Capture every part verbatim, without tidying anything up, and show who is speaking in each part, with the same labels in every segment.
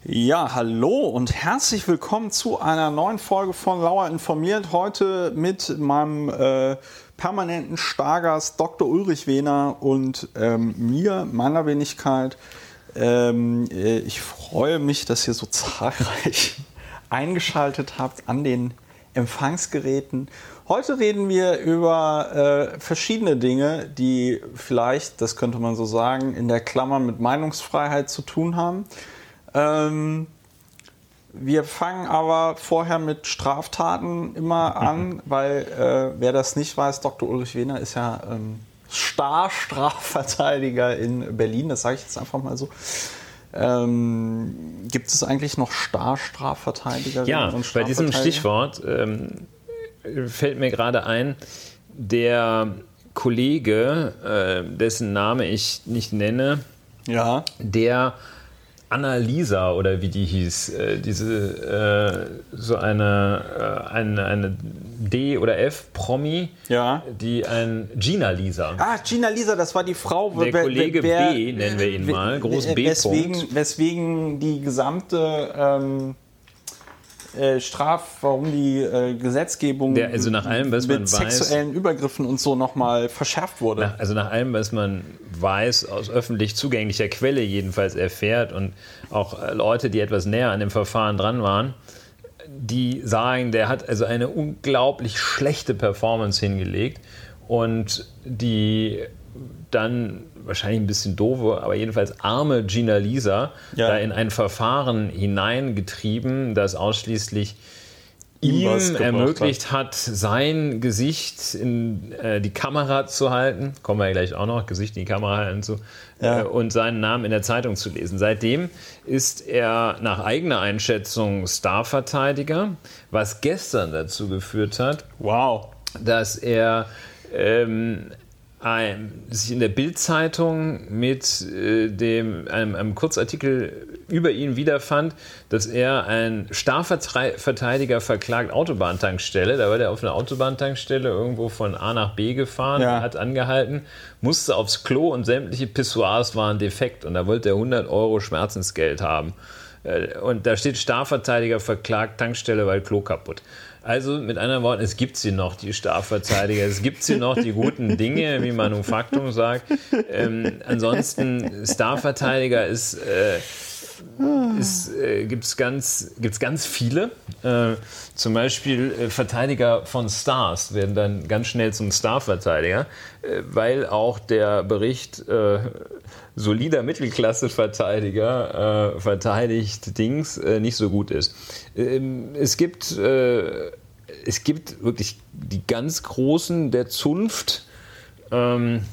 Speaker 1: Ja, hallo und herzlich willkommen zu einer neuen Folge von Lauer informiert. Heute mit meinem äh, permanenten Stargast Doktor Ulrich Wehner und ähm, mir, meiner Wenigkeit. Ähm, äh, ich freue mich, dass ihr so zahlreich eingeschaltet habt an den Empfangsgeräten. Heute reden wir über äh, verschiedene Dinge, die vielleicht, das könnte man so sagen, in der Klammer mit Meinungsfreiheit zu tun haben. Ähm, wir fangen aber vorher mit Straftaten immer an, weil äh, wer das nicht weiß, Doktor Ulrich Wehner ist ja ähm, Star-Strafverteidiger in Berlin, das sage ich jetzt einfach mal so. Ähm, gibt es eigentlich noch Star-Strafverteidigerinnen
Speaker 2: ja,
Speaker 1: und Strafverteidiger?
Speaker 2: Bei diesem Stichwort ähm, fällt mir gerade ein, der Kollege, äh, dessen Name ich nicht nenne,
Speaker 1: ja.
Speaker 2: der Annalisa oder wie die hieß, äh, diese äh, so eine, äh, eine, eine D- oder F-Promi,
Speaker 1: ja.
Speaker 2: die ein Gina Lisa.
Speaker 1: Ah, Gina Lisa, das war die Frau.
Speaker 2: Der
Speaker 1: wer,
Speaker 2: Kollege
Speaker 1: wer,
Speaker 2: B, nennen wir ihn mal, groß B.
Speaker 1: Weswegen, weswegen die gesamte ähm, äh, Straf, warum die äh, Gesetzgebung
Speaker 2: Der, also nach allem, was
Speaker 1: mit
Speaker 2: man
Speaker 1: sexuellen
Speaker 2: weiß,
Speaker 1: Übergriffen und so nochmal verschärft wurde.
Speaker 2: Nach, also nach allem, was man weiß, aus öffentlich zugänglicher Quelle jedenfalls erfährt und auch Leute, die etwas näher an dem Verfahren dran waren, die sagen, der hat also eine unglaublich schlechte Performance hingelegt und die dann wahrscheinlich ein bisschen doofe, aber jedenfalls arme Gina Lisa
Speaker 1: ja.
Speaker 2: da in ein Verfahren hineingetrieben, das ausschließlich ihm ermöglicht hat. hat, sein Gesicht in äh, die Kamera zu halten, kommen wir ja gleich auch noch, Gesicht in die Kamera halten zu,
Speaker 1: ja.
Speaker 2: äh, und seinen Namen in der Zeitung zu lesen. Seitdem ist er nach eigener Einschätzung Starverteidiger, was gestern dazu geführt hat,
Speaker 1: wow.
Speaker 2: dass er ähm, ein, sich in der Bild-Zeitung mit äh, dem, einem, einem Kurzartikel über ihn wiederfand, dass er ein Strafverteidiger verklagt Autobahntankstelle. Da war der auf einer Autobahntankstelle irgendwo von A nach B gefahren,
Speaker 1: ja.
Speaker 2: hat angehalten, musste aufs Klo und sämtliche Pissoirs waren defekt und da wollte er hundert Euro Schmerzensgeld haben. Und da steht Strafverteidiger verklagt Tankstelle, weil Klo kaputt. Also mit anderen Worten, es gibt sie noch, die Strafverteidiger, es gibt sie noch, die guten Dinge, wie Manufaktum sagt. Ähm, ansonsten, Strafverteidiger ist, äh, ist äh, gibt es ganz, gibt's ganz viele. Äh, zum Beispiel äh, Verteidiger von Stars werden dann ganz schnell zum Starverteidiger, äh, weil auch der Bericht äh, solider Mittelklasse-Verteidiger äh, verteidigt Dings äh, nicht so gut ist. Ähm, es gibt äh, es gibt wirklich die ganz Großen der Zunft ähm,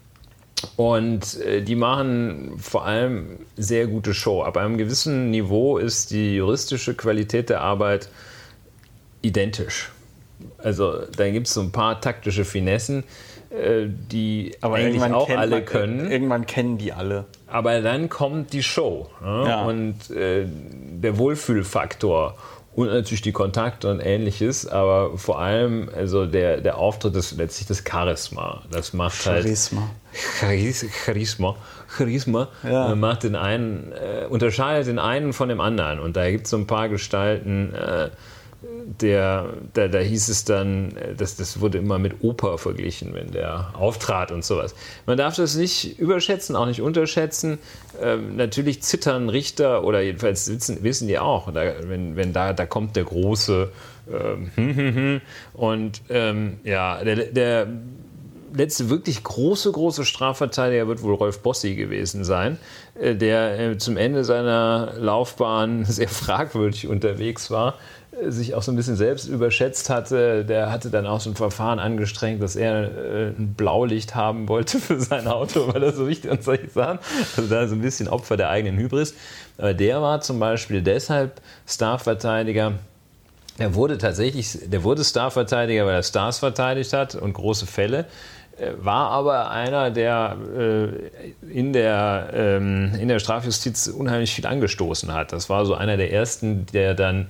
Speaker 2: und äh, die machen vor allem sehr gute Show. Ab einem gewissen Niveau ist die juristische Qualität der Arbeit identisch. Also da gibt es so ein paar taktische Finessen, die
Speaker 1: aber
Speaker 2: eigentlich auch alle
Speaker 1: man,
Speaker 2: können.
Speaker 1: Irgendwann kennen die alle.
Speaker 2: Aber dann kommt die Show ja? Ja. und äh, der Wohlfühlfaktor und natürlich die Kontakte und Ähnliches, aber vor allem also der, der Auftritt ist letztlich das Charisma. Das macht
Speaker 1: Charisma.
Speaker 2: halt Charisma. Charisma
Speaker 1: ja.
Speaker 2: macht den einen, äh, unterscheidet den einen von dem anderen. Und da gibt es so ein paar Gestalten, äh, Der, da, da hieß es dann, das, das wurde immer mit Oper verglichen, wenn der auftrat und sowas. Man darf das nicht überschätzen, auch nicht unterschätzen. Ähm, natürlich zittern Richter oder jedenfalls wissen, wissen die auch, da, wenn, wenn da, da kommt der große ähm, und ähm, ja, der, der letzte wirklich große, große Strafverteidiger wird wohl Rolf Bossi gewesen sein, der zum Ende seiner Laufbahn sehr fragwürdig unterwegs war, sich auch so ein bisschen selbst überschätzt hatte. Der hatte dann auch so ein Verfahren angestrengt, dass er äh, ein Blaulicht haben wollte für sein Auto, weil er so wichtig und solche Sachen. Also da so ein bisschen Opfer der eigenen Hybris. Aber der war zum Beispiel deshalb Starverteidiger. Der wurde tatsächlich, der wurde Starverteidiger, weil er Stars verteidigt hat und große Fälle. War aber einer, der äh, in, der, ähm, in der Strafjustiz unheimlich viel angestoßen hat. Das war so einer der ersten, der dann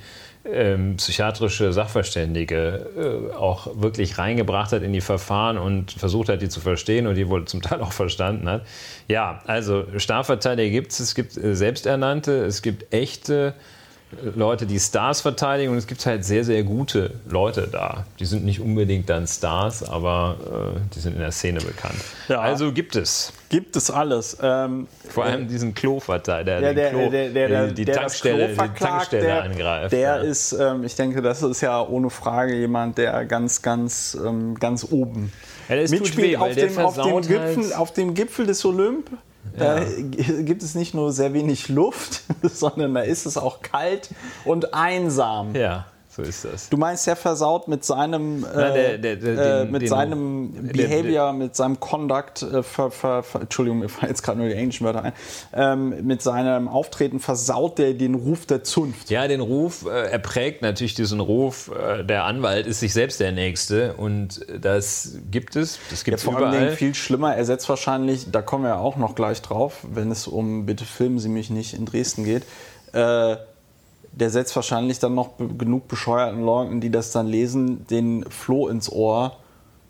Speaker 2: ähm, psychiatrische Sachverständige äh, auch wirklich reingebracht hat in die Verfahren und versucht hat, die zu verstehen und die wohl zum Teil auch verstanden hat. Ja, also Strafverteidiger gibt es, es gibt äh, Selbsternannte, es gibt echte Leute, die Stars verteidigen und es gibt halt sehr, sehr gute Leute da. Die sind nicht unbedingt dann Stars, aber äh, die sind in der Szene bekannt.
Speaker 1: Ja.
Speaker 2: Also gibt es.
Speaker 1: Gibt es alles. Ähm,
Speaker 2: Vor allem diesen Klo-Verteidiger,
Speaker 1: der, der,
Speaker 2: Klo,
Speaker 1: der, der, der,
Speaker 2: die, die
Speaker 1: der
Speaker 2: Tankstelle,
Speaker 1: das Klo
Speaker 2: die Tankstelle
Speaker 1: der,
Speaker 2: angreift.
Speaker 1: Der
Speaker 2: ja.
Speaker 1: ist, ähm, ich denke, das ist ja ohne Frage jemand, der ganz, ganz, ähm, ganz oben
Speaker 2: ja, das
Speaker 1: mitspielt.
Speaker 2: Tut weh,
Speaker 1: auf,
Speaker 2: der
Speaker 1: dem, auf, dem Gipfel,
Speaker 2: halt
Speaker 1: auf dem Gipfel des Olymp. Da ja. gibt es nicht nur sehr wenig Luft, sondern da ist es auch kalt und einsam.
Speaker 2: Ja, so ist das.
Speaker 1: Du meinst, der versaut mit seinem, äh,
Speaker 2: Nein, der, der, der,
Speaker 1: äh, mit
Speaker 2: den,
Speaker 1: seinem
Speaker 2: den,
Speaker 1: Behavior, den, mit seinem Conduct, äh, ver, ver, ver, Entschuldigung, mir fallen jetzt gerade nur die englischen Wörter ein, ähm, mit seinem Auftreten versaut der den Ruf der Zunft.
Speaker 2: Ja, den Ruf, äh, er prägt natürlich diesen Ruf, äh, der Anwalt ist sich selbst der Nächste und das gibt es, das gibt es
Speaker 1: ja, vor
Speaker 2: überall.
Speaker 1: allem viel schlimmer, er setzt wahrscheinlich, da kommen wir ja auch noch gleich drauf, wenn es um Bitte filmen Sie mich nicht in Dresden geht, äh, der setzt wahrscheinlich dann noch be- genug bescheuerten Leuten, die das dann lesen, den Floh ins Ohr,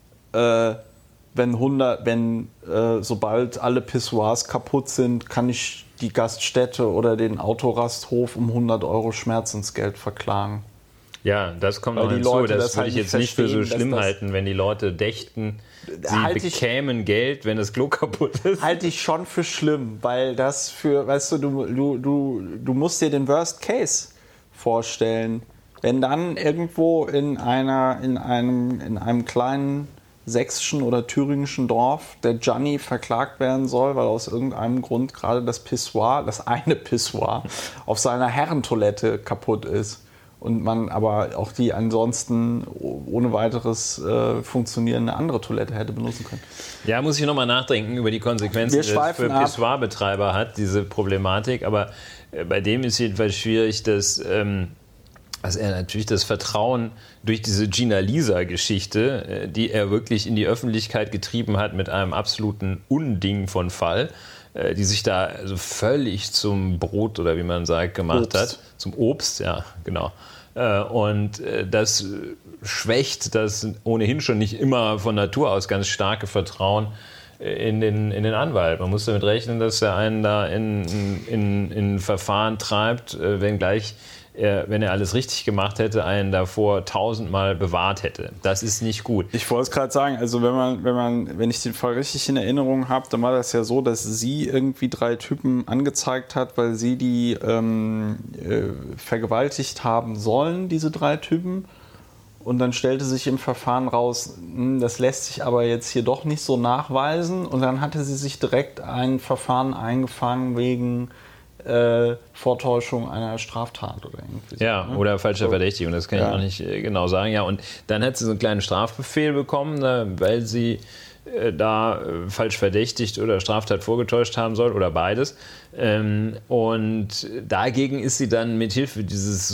Speaker 1: äh, wenn, hundert, wenn äh, sobald alle Pissoirs kaputt sind, kann ich die Gaststätte oder den Autorasthof um hundert Euro Schmerzensgeld verklagen.
Speaker 2: Ja, das kommt
Speaker 1: Weil
Speaker 2: noch
Speaker 1: die
Speaker 2: hinzu.
Speaker 1: Leute
Speaker 2: Das,
Speaker 1: das
Speaker 2: würde
Speaker 1: halt
Speaker 2: ich
Speaker 1: nicht
Speaker 2: jetzt nicht für so
Speaker 1: verstehen,
Speaker 2: schlimm
Speaker 1: dass das-
Speaker 2: halten, wenn die Leute dächten, sie
Speaker 1: Halt ich-
Speaker 2: bekämen Geld, wenn das Klo kaputt ist.
Speaker 1: Halte ich schon für schlimm, weil das für, weißt du, du, du, du, du musst dir den Worst Case vorstellen. Wenn dann irgendwo in einer, in einem, in einem kleinen sächsischen oder thüringischen Dorf der Gianni verklagt werden soll, weil aus irgendeinem Grund gerade das Pissoir, das eine Pissoir, auf seiner Herrentoilette kaputt ist und man aber auch die ansonsten ohne weiteres äh, funktionierende andere Toilette hätte benutzen können.
Speaker 2: Ja, muss ich nochmal nachdenken über die Konsequenzen,
Speaker 1: Wir
Speaker 2: die das
Speaker 1: schweifen
Speaker 2: für
Speaker 1: ab.
Speaker 2: Pissoirbetreiber hat, diese Problematik. Aber äh, bei dem ist jedenfalls schwierig, dass, ähm, dass er natürlich das Vertrauen durch diese Gina Lisa-Geschichte, äh, die er wirklich in die Öffentlichkeit getrieben hat mit einem absoluten Unding von Fall, äh, die sich da also völlig zum Brot oder wie man sagt gemacht
Speaker 1: Obst.
Speaker 2: hat. Zum Obst, ja, genau. Äh, und äh, das schwächt das ohnehin schon nicht immer von Natur aus ganz starke Vertrauen in den, in den Anwalt. Man muss damit rechnen, dass er einen da in, in, in Verfahren treibt, äh, wenngleich er, wenn er alles richtig gemacht hätte, einen davor tausendmal bewahrt hätte. Das ist nicht gut.
Speaker 1: Ich wollte es gerade sagen, also wenn man, wenn man, wenn ich den Fall richtig in Erinnerung habe, dann war das ja so, dass sie irgendwie drei Typen angezeigt hat, weil sie die ähm, äh, vergewaltigt haben sollen, diese drei Typen. Und dann stellte sich im Verfahren raus, hm, das lässt sich aber jetzt hier doch nicht so nachweisen. Und dann hatte sie sich direkt ein Verfahren eingefangen wegen äh, Vortäuschung einer Straftat oder irgendwie.
Speaker 2: Ja,
Speaker 1: so, ne?
Speaker 2: oder falscher
Speaker 1: so.
Speaker 2: Verdächtigung, das kann
Speaker 1: Ja.
Speaker 2: ich auch nicht äh, genau sagen. Ja, und dann hat sie so einen kleinen Strafbefehl bekommen, ne, weil sie äh, da äh, falsch verdächtigt oder Straftat vorgetäuscht haben soll oder beides. Ähm, und dagegen ist sie dann mit Hilfe dieses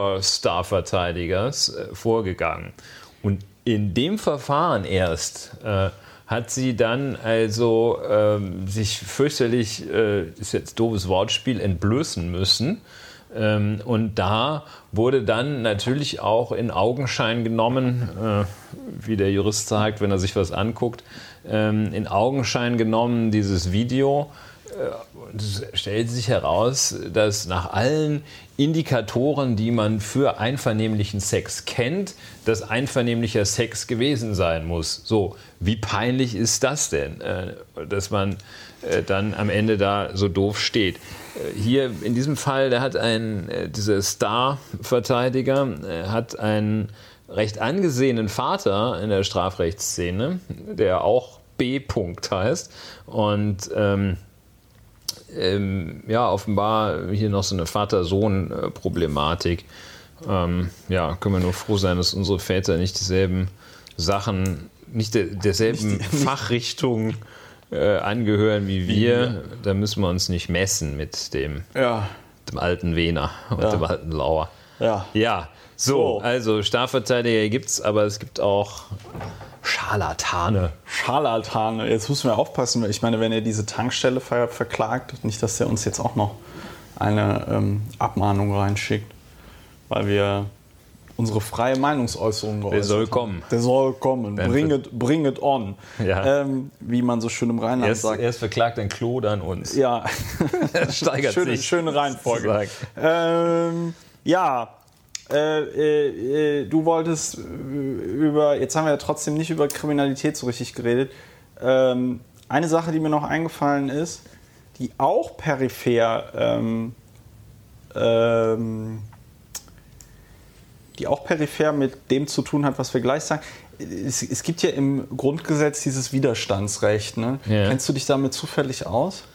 Speaker 2: Superstar-Verteidigers äh, vorgegangen. Und in dem Verfahren erst äh, hat sie dann also ähm, sich fürchterlich, äh, ist jetzt ein doofes Wortspiel, entblößen müssen. Ähm, und da wurde dann natürlich auch in Augenschein genommen, äh, wie der Jurist sagt, wenn er sich was anguckt, ähm, in Augenschein genommen dieses Video. Und es stellt sich heraus, dass nach allen Indikatoren, die man für einvernehmlichen Sex kennt, das einvernehmlicher Sex gewesen sein muss. So, wie peinlich ist das denn, dass man dann am Ende da so doof steht? Hier in diesem Fall, da hat ein, dieser Star-Verteidiger hat einen recht angesehenen Vater in der Strafrechtsszene, der auch B. -Punkt heißt und ähm, Ähm, ja, offenbar hier noch so eine Vater-Sohn-Problematik. Ähm, ja, können wir nur froh sein, dass unsere Väter nicht dieselben Sachen, nicht der, derselben nicht die, Fachrichtung äh, angehören wie wir. Ja. Da müssen wir uns nicht messen mit dem,
Speaker 1: ja.
Speaker 2: dem alten Wehner und
Speaker 1: ja.
Speaker 2: dem alten Lauer.
Speaker 1: Ja,
Speaker 2: ja so, so, also Strafverteidiger gibt es, aber es gibt auch Scharlatane.
Speaker 1: Scharlatane. Jetzt müssen wir aufpassen. Ich meine, wenn er diese Tankstelle ver verklagt, nicht, dass er uns jetzt auch noch eine ähm, Abmahnung reinschickt. Weil wir unsere freie Meinungsäußerung geäußert.
Speaker 2: Der soll kommen.
Speaker 1: Der soll kommen. Bring it, bring it on.
Speaker 2: Ja.
Speaker 1: Ähm, wie man so schön im Rheinland
Speaker 2: erst,
Speaker 1: sagt.
Speaker 2: Erst verklagt ein Klo, dann uns.
Speaker 1: Ja.
Speaker 2: Das steigert
Speaker 1: schöne,
Speaker 2: sich.
Speaker 1: Schöne Reihenfolge. Ähm, ja. Äh, äh, du wolltest über, jetzt haben wir ja trotzdem nicht über Kriminalität so richtig geredet. Ähm, eine Sache, die mir noch eingefallen ist, die auch peripher ähm, ähm, die auch peripher mit dem zu tun hat, was wir gleich sagen. Es, es gibt ja im Grundgesetz dieses Widerstandsrecht. Ne?
Speaker 2: Ja.
Speaker 1: Kennst du dich damit zufällig aus?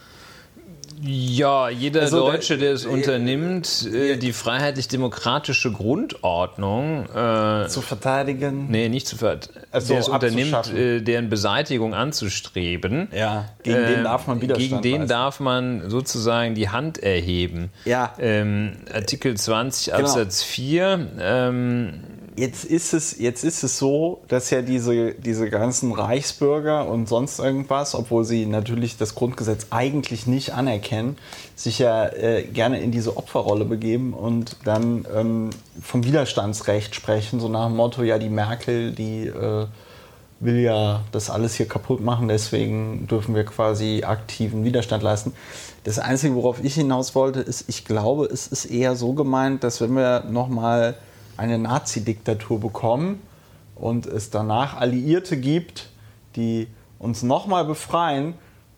Speaker 2: Ja, jeder
Speaker 1: Also,
Speaker 2: Deutsche, der es unternimmt, äh, die freiheitlich-demokratische Grundordnung äh,
Speaker 1: zu verteidigen?
Speaker 2: Nee, nicht zu verteidigen.
Speaker 1: Also
Speaker 2: der es unternimmt, äh, deren Beseitigung anzustreben.
Speaker 1: Ja, gegen
Speaker 2: äh,
Speaker 1: den darf man Widerstand
Speaker 2: Gegen den
Speaker 1: leisten.
Speaker 2: darf man sozusagen die Hand erheben.
Speaker 1: Ja.
Speaker 2: Ähm, Artikel zwanzig
Speaker 1: Genau.
Speaker 2: Absatz vier. Ähm,
Speaker 1: Jetzt ist es, jetzt ist es so, dass ja diese, diese ganzen Reichsbürger und sonst irgendwas, obwohl sie natürlich das Grundgesetz eigentlich nicht anerkennen, sich ja äh, gerne in diese Opferrolle begeben und dann ähm, vom Widerstandsrecht sprechen, so nach dem Motto, ja, die Merkel, die äh, will ja das alles hier kaputt machen, deswegen dürfen wir quasi aktiven Widerstand leisten. Das Einzige, worauf ich hinaus wollte, ist, ich glaube, es ist eher so gemeint, dass wenn wir nochmal eine Nazi-Diktatur bekommen und es danach Alliierte gibt, die uns nochmal befreien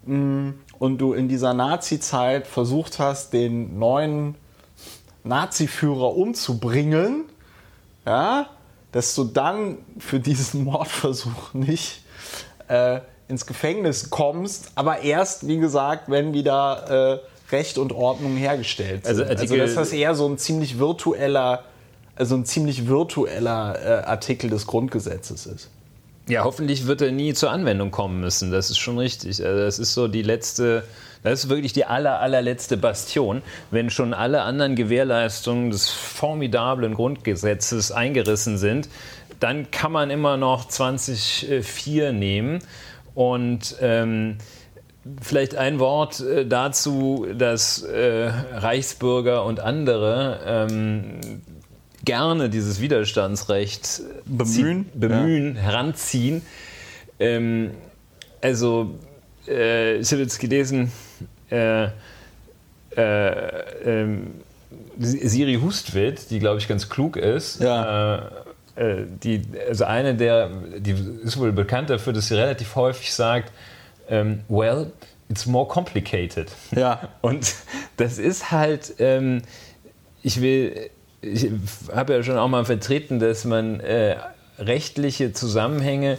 Speaker 1: und du in dieser Nazi-Zeit versucht hast, den neuen Nazi-Führer umzubringen, ja, dass du dann für diesen Mordversuch nicht äh, ins Gefängnis kommst, aber erst, wie gesagt, wenn wieder äh, Recht und Ordnung hergestellt sind.
Speaker 2: Also,
Speaker 1: also dass das eher so ein ziemlich virtueller Also ein ziemlich virtueller äh, Artikel des Grundgesetzes ist.
Speaker 2: Ja, hoffentlich wird er nie zur Anwendung kommen müssen. Das ist schon richtig. Also das ist so die letzte, das ist wirklich die aller, allerletzte Bastion. Wenn schon alle anderen Gewährleistungen des formidablen Grundgesetzes eingerissen sind, dann kann man immer noch zwanzig vier nehmen. Und ähm, vielleicht ein Wort äh, dazu, dass äh, Reichsbürger und andere ähm, gerne dieses Widerstandsrecht
Speaker 1: bemühen,
Speaker 2: zieh, bemühen ja. heranziehen. Ähm, also, äh, ich habe jetzt gelesen, äh, äh, äh, Siri Hustvedt, die, glaube ich, ganz klug ist,
Speaker 1: ja.
Speaker 2: äh, die, also eine der, die ist wohl bekannt dafür, dass sie relativ häufig sagt, ähm, well, it's more complicated.
Speaker 1: Ja.
Speaker 2: Und das ist halt, ähm, ich will... Ich habe ja schon auch mal vertreten, dass man äh, rechtliche Zusammenhänge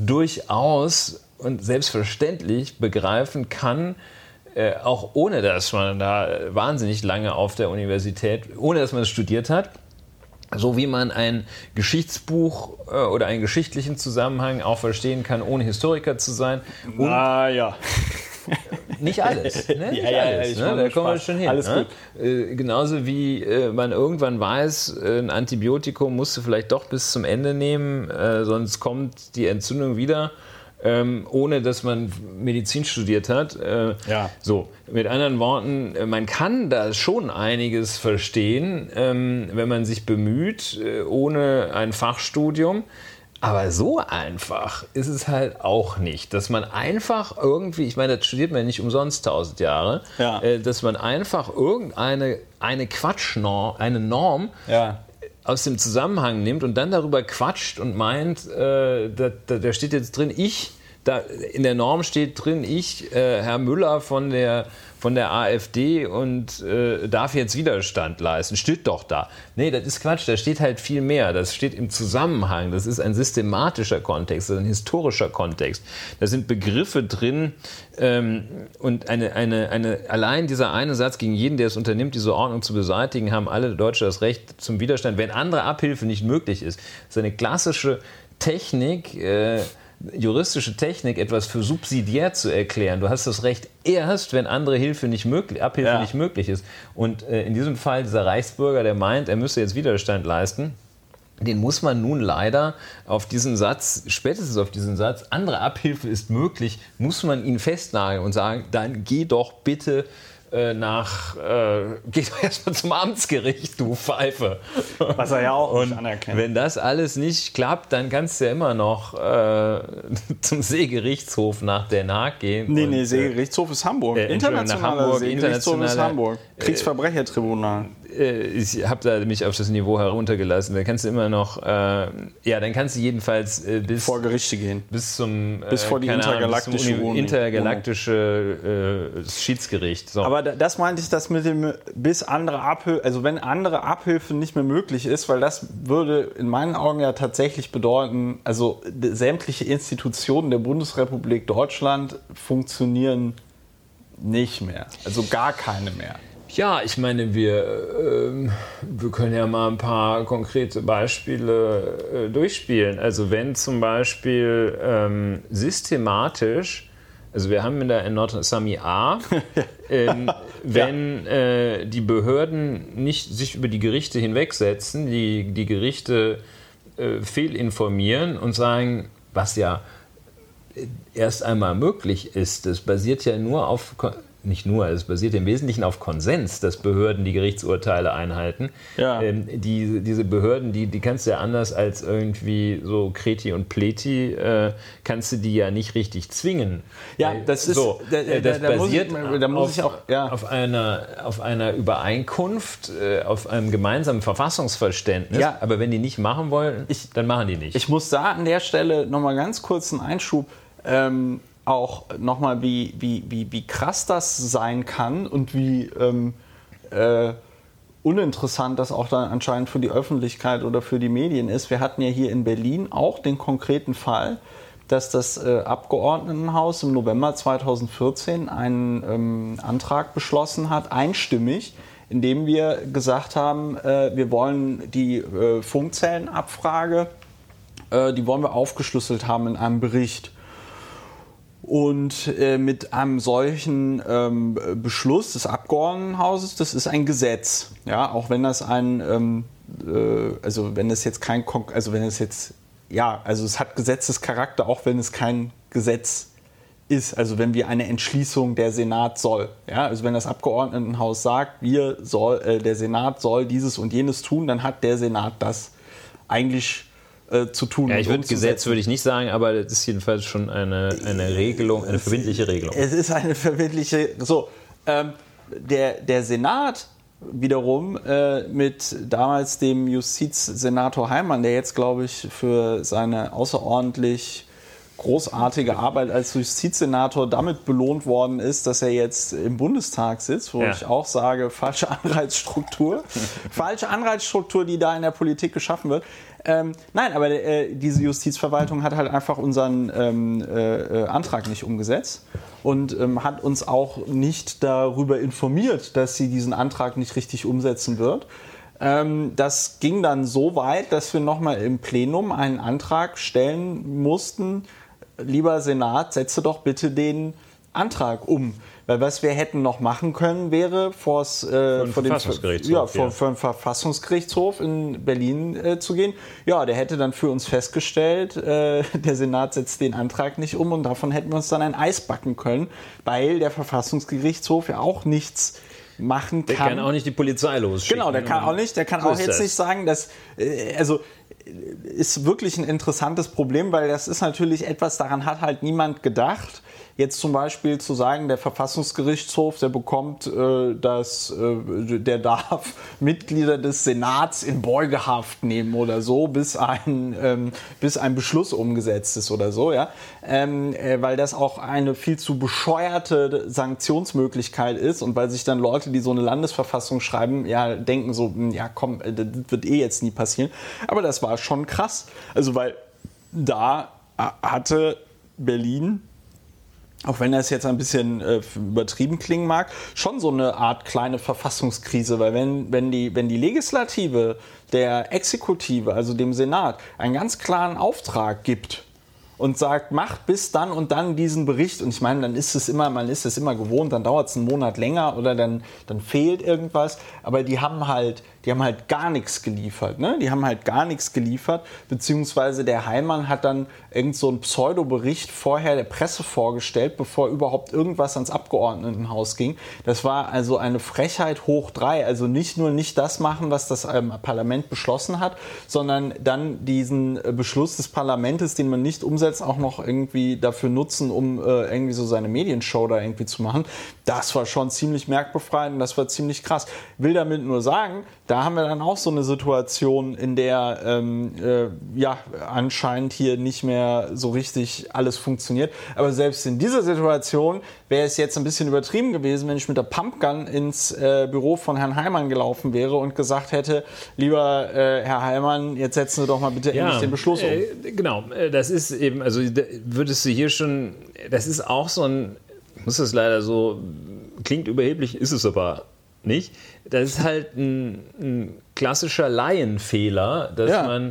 Speaker 2: durchaus und selbstverständlich begreifen kann, äh, auch ohne dass man da wahnsinnig lange auf der Universität, ohne dass man es studiert hat. So wie man ein Geschichtsbuch äh, oder einen geschichtlichen Zusammenhang auch verstehen kann, ohne Historiker zu sein. Und
Speaker 1: Na ja.
Speaker 2: Nicht alles. Ne? Nicht
Speaker 1: ja, ja,
Speaker 2: alles,
Speaker 1: ja,
Speaker 2: ne? Da kommen wir schon hin.
Speaker 1: Alles
Speaker 2: ne?
Speaker 1: gut.
Speaker 2: Äh, genauso wie äh, man irgendwann weiß, äh, ein Antibiotikum musst du vielleicht doch bis zum Ende nehmen, äh, sonst kommt die Entzündung wieder, ähm, ohne dass man Medizin studiert hat. Äh,
Speaker 1: ja.
Speaker 2: So, mit anderen Worten, äh, man kann da schon einiges verstehen, ähm, wenn man sich bemüht, äh, ohne ein Fachstudium. Aber so einfach ist es halt auch nicht, dass man einfach irgendwie, ich meine, das studiert man ja nicht umsonst tausend Jahre,
Speaker 1: ja.
Speaker 2: äh, dass man einfach irgendeine eine Quatschnorm, eine Norm
Speaker 1: ja.
Speaker 2: aus dem Zusammenhang nimmt und dann darüber quatscht und meint, äh, da, da, da steht jetzt drin, ich, da in der Norm steht drin, ich, äh, Herr Müller von der von der AfD und äh, darf jetzt Widerstand leisten. Steht doch da. Nee, das ist Quatsch, da steht halt viel mehr. Das steht im Zusammenhang. Das ist ein systematischer Kontext, ein historischer Kontext. Da sind Begriffe drin ähm, und eine, eine, eine, allein dieser eine Satz, gegen jeden, der es unternimmt, diese Ordnung zu beseitigen, haben alle Deutsche das Recht zum Widerstand, wenn andere Abhilfe nicht möglich ist. Das ist eine klassische Technik, äh, juristische Technik, etwas für subsidiär zu erklären. Du hast das Recht erst, wenn andere Hilfe nicht möglich, Abhilfe ja. nicht möglich ist. Und äh, in diesem Fall dieser Reichsbürger, der meint, er müsse jetzt Widerstand leisten, den muss man nun leider auf diesen Satz, spätestens auf diesen Satz, andere Abhilfe ist möglich, muss man ihn festnageln und sagen, dann geh doch bitte äh, nach, äh, geh doch erstmal zum Amtsgericht, du Pfeife.
Speaker 1: Was er ja auch
Speaker 2: Und
Speaker 1: nicht anerkennt.
Speaker 2: Wenn das alles nicht klappt, dann kannst du ja immer noch äh, zum Seegerichtshof nach Den Haag gehen.
Speaker 1: Nee,
Speaker 2: und,
Speaker 1: nee, Seegerichtshof ist Hamburg.
Speaker 2: Äh,
Speaker 1: Internationaler
Speaker 2: nach Hamburg,
Speaker 1: Seegerichtshof ist
Speaker 2: internationaler-
Speaker 1: Hamburg. Kriegsverbrechertribunal.
Speaker 2: äh, ich habe da mich auf das Niveau heruntergelassen. Da kannst du immer noch, äh, ja, dann kannst du jedenfalls äh, bis,
Speaker 1: Vor Gerichte gehen.
Speaker 2: bis zum
Speaker 1: Bis vor die
Speaker 2: keine Ahnung,
Speaker 1: intergalaktische
Speaker 2: bis zum Uni-
Speaker 1: Wohnung.
Speaker 2: intergalaktische äh, Schiedsgericht. So.
Speaker 1: Aber da- das meinte ich, dass mit dem bis andere Abhilfe, also wenn andere Abhilfe nicht mehr möglich ist, weil das würde in meinen Augen ja tatsächlich bedeuten, also d- sämtliche Institutionen der Bundesrepublik Deutschland funktionieren nicht mehr. Also gar keine mehr.
Speaker 2: Ja, ich meine, wir, ähm, wir können ja mal ein paar konkrete Beispiele äh, durchspielen. Also wenn zum Beispiel ähm, systematisch, also wir haben in der in Nord-Sami A, ähm, wenn äh, die Behörden nicht sich über die Gerichte hinwegsetzen, die, die Gerichte äh, fehlinformieren und sagen, was ja erst einmal möglich ist, das basiert ja nur auf, nicht nur, es basiert im Wesentlichen auf Konsens, dass Behörden die Gerichtsurteile einhalten.
Speaker 1: Ja.
Speaker 2: Ähm, die, diese Behörden, die, die kannst du ja anders als irgendwie so Kreti und Pleti, äh, kannst du die ja nicht richtig zwingen.
Speaker 1: Ja,
Speaker 2: Weil,
Speaker 1: das ist-
Speaker 2: so,
Speaker 1: da-
Speaker 2: äh,
Speaker 1: da-
Speaker 2: das
Speaker 1: da muss
Speaker 2: basiert
Speaker 1: ich- da muss
Speaker 2: auf,
Speaker 1: ich auch- ja.
Speaker 2: auf, einer, auf einer Übereinkunft, äh, auf einem gemeinsamen Verfassungsverständnis.
Speaker 1: Ja.
Speaker 2: Aber wenn die nicht machen wollen,
Speaker 1: Ich-
Speaker 2: dann machen die nicht.
Speaker 1: Ich muss da an der Stelle nochmal ganz kurz einen Einschub, ähm, auch nochmal, wie, wie, wie, wie krass das sein kann und wie ähm, äh, uninteressant das auch dann anscheinend für die Öffentlichkeit oder für die Medien ist. Wir hatten ja hier in Berlin auch den konkreten Fall, dass das äh, Abgeordnetenhaus im November zweitausendvierzehn einen ähm, Antrag beschlossen hat, einstimmig, in dem wir gesagt haben, äh, wir wollen die äh, Funkzellenabfrage, äh, die wollen wir aufgeschlüsselt haben in einem Bericht. Und äh, mit einem solchen ähm, Beschluss des Abgeordnetenhauses, das ist ein Gesetz, ja, auch wenn das ein, ähm, äh, also wenn es jetzt kein, Kon- also wenn es jetzt, ja, also es hat Gesetzescharakter, auch wenn es kein Gesetz ist, also wenn wir eine Entschließung der Senat soll, ja, also wenn das Abgeordnetenhaus sagt, wir soll, äh, der Senat soll dieses und jenes tun, dann hat der Senat das eigentlich äh, zu tun.
Speaker 2: Ja, ich
Speaker 1: und
Speaker 2: würde Gesetz
Speaker 1: umzusetzen.
Speaker 2: würde ich nicht sagen, aber das ist jedenfalls schon eine, eine Regelung, eine verbindliche Regelung.
Speaker 1: Es ist eine verbindliche. So, ähm, der, der Senat wiederum äh, mit damals dem Justizsenator Heimann, der jetzt, glaube ich, für seine außerordentlich großartige Arbeit als Justizsenator damit belohnt worden ist, dass er jetzt im Bundestag sitzt, wo
Speaker 2: Ja.
Speaker 1: ich auch sage, falsche Anreizstruktur. falsche Anreizstruktur, die da in der Politik geschaffen wird. Ähm, nein, aber äh, diese Justizverwaltung hat halt einfach unseren ähm, äh, Antrag nicht umgesetzt und ähm, hat uns auch nicht darüber informiert, dass sie diesen Antrag nicht richtig umsetzen wird. Ähm, das ging dann so weit, dass wir nochmal im Plenum einen Antrag stellen mussten, lieber Senat, setze doch bitte den Antrag um. Weil was wir hätten noch machen können, wäre vors, äh, vor, dem,
Speaker 2: Verfassungsgerichtshof,
Speaker 1: ja, vor,
Speaker 2: ja.
Speaker 1: vor dem Verfassungsgerichtshof in Berlin äh, zu gehen. Ja, der hätte dann für uns festgestellt, äh, der Senat setzt den Antrag nicht um und davon hätten wir uns dann ein Eis backen können, weil der Verfassungsgerichtshof ja auch nichts machen
Speaker 2: Der
Speaker 1: kann.
Speaker 2: kann auch nicht die Polizei losschicken.
Speaker 1: Genau, der kann auch nicht, der kann
Speaker 2: So
Speaker 1: auch
Speaker 2: ist
Speaker 1: jetzt
Speaker 2: das.
Speaker 1: nicht sagen, dass, äh, also äh, ist wirklich ein interessantes Problem, weil das ist natürlich etwas, daran hat halt niemand gedacht. Jetzt zum Beispiel zu sagen, der Verfassungsgerichtshof, der bekommt äh, das, äh, der darf Mitglieder des Senats in Beugehaft nehmen oder so, bis ein, ähm, bis ein Beschluss umgesetzt ist oder so, ja, ähm, äh, weil das auch eine viel zu bescheuerte Sanktionsmöglichkeit ist und weil sich dann Leute, die so eine Landesverfassung schreiben, ja denken so, ja komm, äh, das wird eh jetzt nie passieren. Aber das war schon krass, also weil da hatte Berlin, auch wenn das jetzt ein bisschen äh, übertrieben klingen mag, schon so eine Art kleine Verfassungskrise, weil wenn, wenn, die, wenn die Legislative der Exekutive, also dem Senat, einen ganz klaren Auftrag gibt und sagt, macht bis dann und dann diesen Bericht. Und ich meine, dann ist es immer, man ist es immer gewohnt, dann dauert es einen Monat länger oder dann, dann fehlt irgendwas. Aber die haben halt, die haben halt gar nichts geliefert. Ne? Die haben halt gar nichts geliefert, beziehungsweise der Heimann hat dann irgend so einen Pseudobericht vorher der Presse vorgestellt, bevor überhaupt irgendwas ans Abgeordnetenhaus ging. Das war also eine Frechheit hoch drei. Also nicht nur nicht das machen, was das ähm, Parlament beschlossen hat, sondern dann diesen äh, Beschluss des Parlaments, den man nicht umsetzt, auch noch irgendwie dafür nutzen, um äh, irgendwie so seine Medienshow da irgendwie zu machen. Das war schon ziemlich merkbefreiend und das war ziemlich krass. Will damit nur sagen, da haben wir dann auch so eine Situation, in der ähm, äh, ja anscheinend hier nicht mehr so richtig alles funktioniert. Aber selbst in dieser Situation wäre es jetzt ein bisschen übertrieben gewesen, wenn ich mit der Pumpgun ins äh, Büro von Herrn Heimann gelaufen wäre und gesagt hätte, lieber äh, Herr Heimann, jetzt setzen Sie doch mal bitte
Speaker 2: ja,
Speaker 1: endlich den Beschluss um.
Speaker 2: Äh, genau, das ist eben, also würdest du hier schon, das ist auch so ein, ich muss das leider so, klingt überheblich, ist es aber nicht. Das ist halt ein, ein klassischer Laienfehler, dass ja. man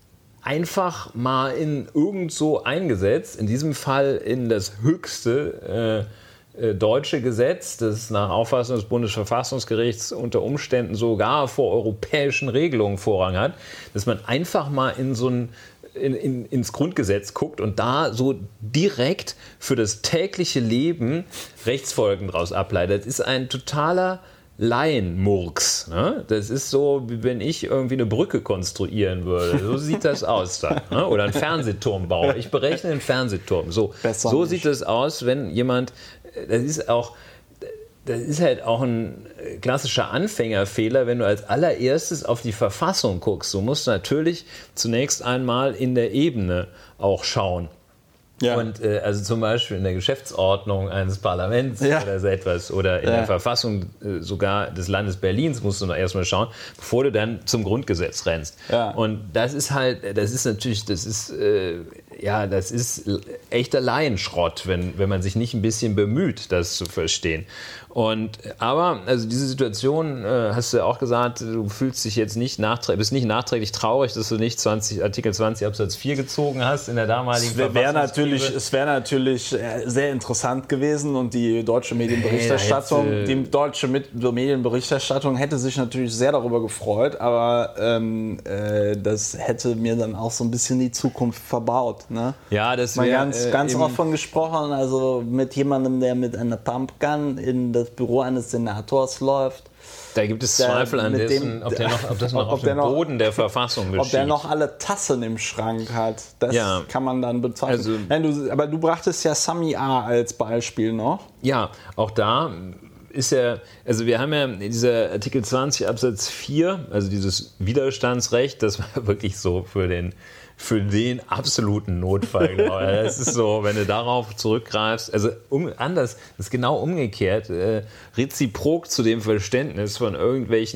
Speaker 2: einfach mal in irgend so eingesetzt, in diesem Fall in das höchste äh, äh, deutsche Gesetz, das nach Auffassung des Bundesverfassungsgerichts unter Umständen sogar vor europäischen Regelungen Vorrang hat, dass man einfach mal in so ein In, in, ins Grundgesetz guckt und da so direkt für das tägliche Leben Rechtsfolgen daraus ableitet. Das ist ein totaler Laienmurks. Ne? Das ist so, wie wenn ich irgendwie eine Brücke konstruieren würde. So sieht das aus dann. Ne? Oder einen Fernsehturm baue. Ich berechne einen Fernsehturm. So, so sieht das aus, wenn jemand, das ist auch, das ist halt auch ein klassischer Anfängerfehler, wenn du als allererstes auf die Verfassung guckst. Du musst natürlich zunächst einmal in der Ebene auch schauen. Ja. Und äh, also zum Beispiel in der Geschäftsordnung eines Parlaments ja. oder so etwas oder in ja. der Verfassung äh, sogar des Landes Berlins musst du noch erstmal schauen, bevor du dann zum Grundgesetz rennst. Ja. Und das ist halt, das ist natürlich, das ist äh, ja, das ist echter Laienschrott, wenn, wenn man sich nicht ein bisschen bemüht, das zu verstehen. Und, aber, also diese Situation, äh, hast du ja auch gesagt, du fühlst dich jetzt nicht nachträglich, bist nicht nachträglich traurig, dass du nicht zwanzig, Artikel zwanzig Absatz vier gezogen hast in der damaligen
Speaker 1: Verfassung. Wär natürlich, es wäre natürlich sehr interessant gewesen und die deutsche Medienberichterstattung, hey, die deutsche Medienberichterstattung hätte sich natürlich sehr darüber gefreut, aber ähm, äh, das hätte mir dann auch so ein bisschen die Zukunft verbaut. Ne?
Speaker 2: Ja, das
Speaker 1: wäre ganz,
Speaker 2: äh,
Speaker 1: ganz oft von gesprochen, also mit jemandem, der mit einer Pumpgun in das Büro eines Senators läuft.
Speaker 2: Da gibt es Zweifel an dessen, ob, der noch, ob das noch ob auf dem noch, Boden der Verfassung geschieht.
Speaker 1: Ob der noch alle Tassen im Schrank hat, das ja. kann man dann bezweifeln. Also, Nein, du, aber du brachtest ja Sami A. als Beispiel noch.
Speaker 2: Ja, auch da ist ja, also wir haben ja dieser Artikel zwanzig Absatz vier, also dieses Widerstandsrecht, das war wirklich so für den für den absoluten Notfall. Es ist so, wenn du darauf zurückgreifst, also um, anders, das ist genau umgekehrt, äh, reziprok zu dem Verständnis von irgendwelchen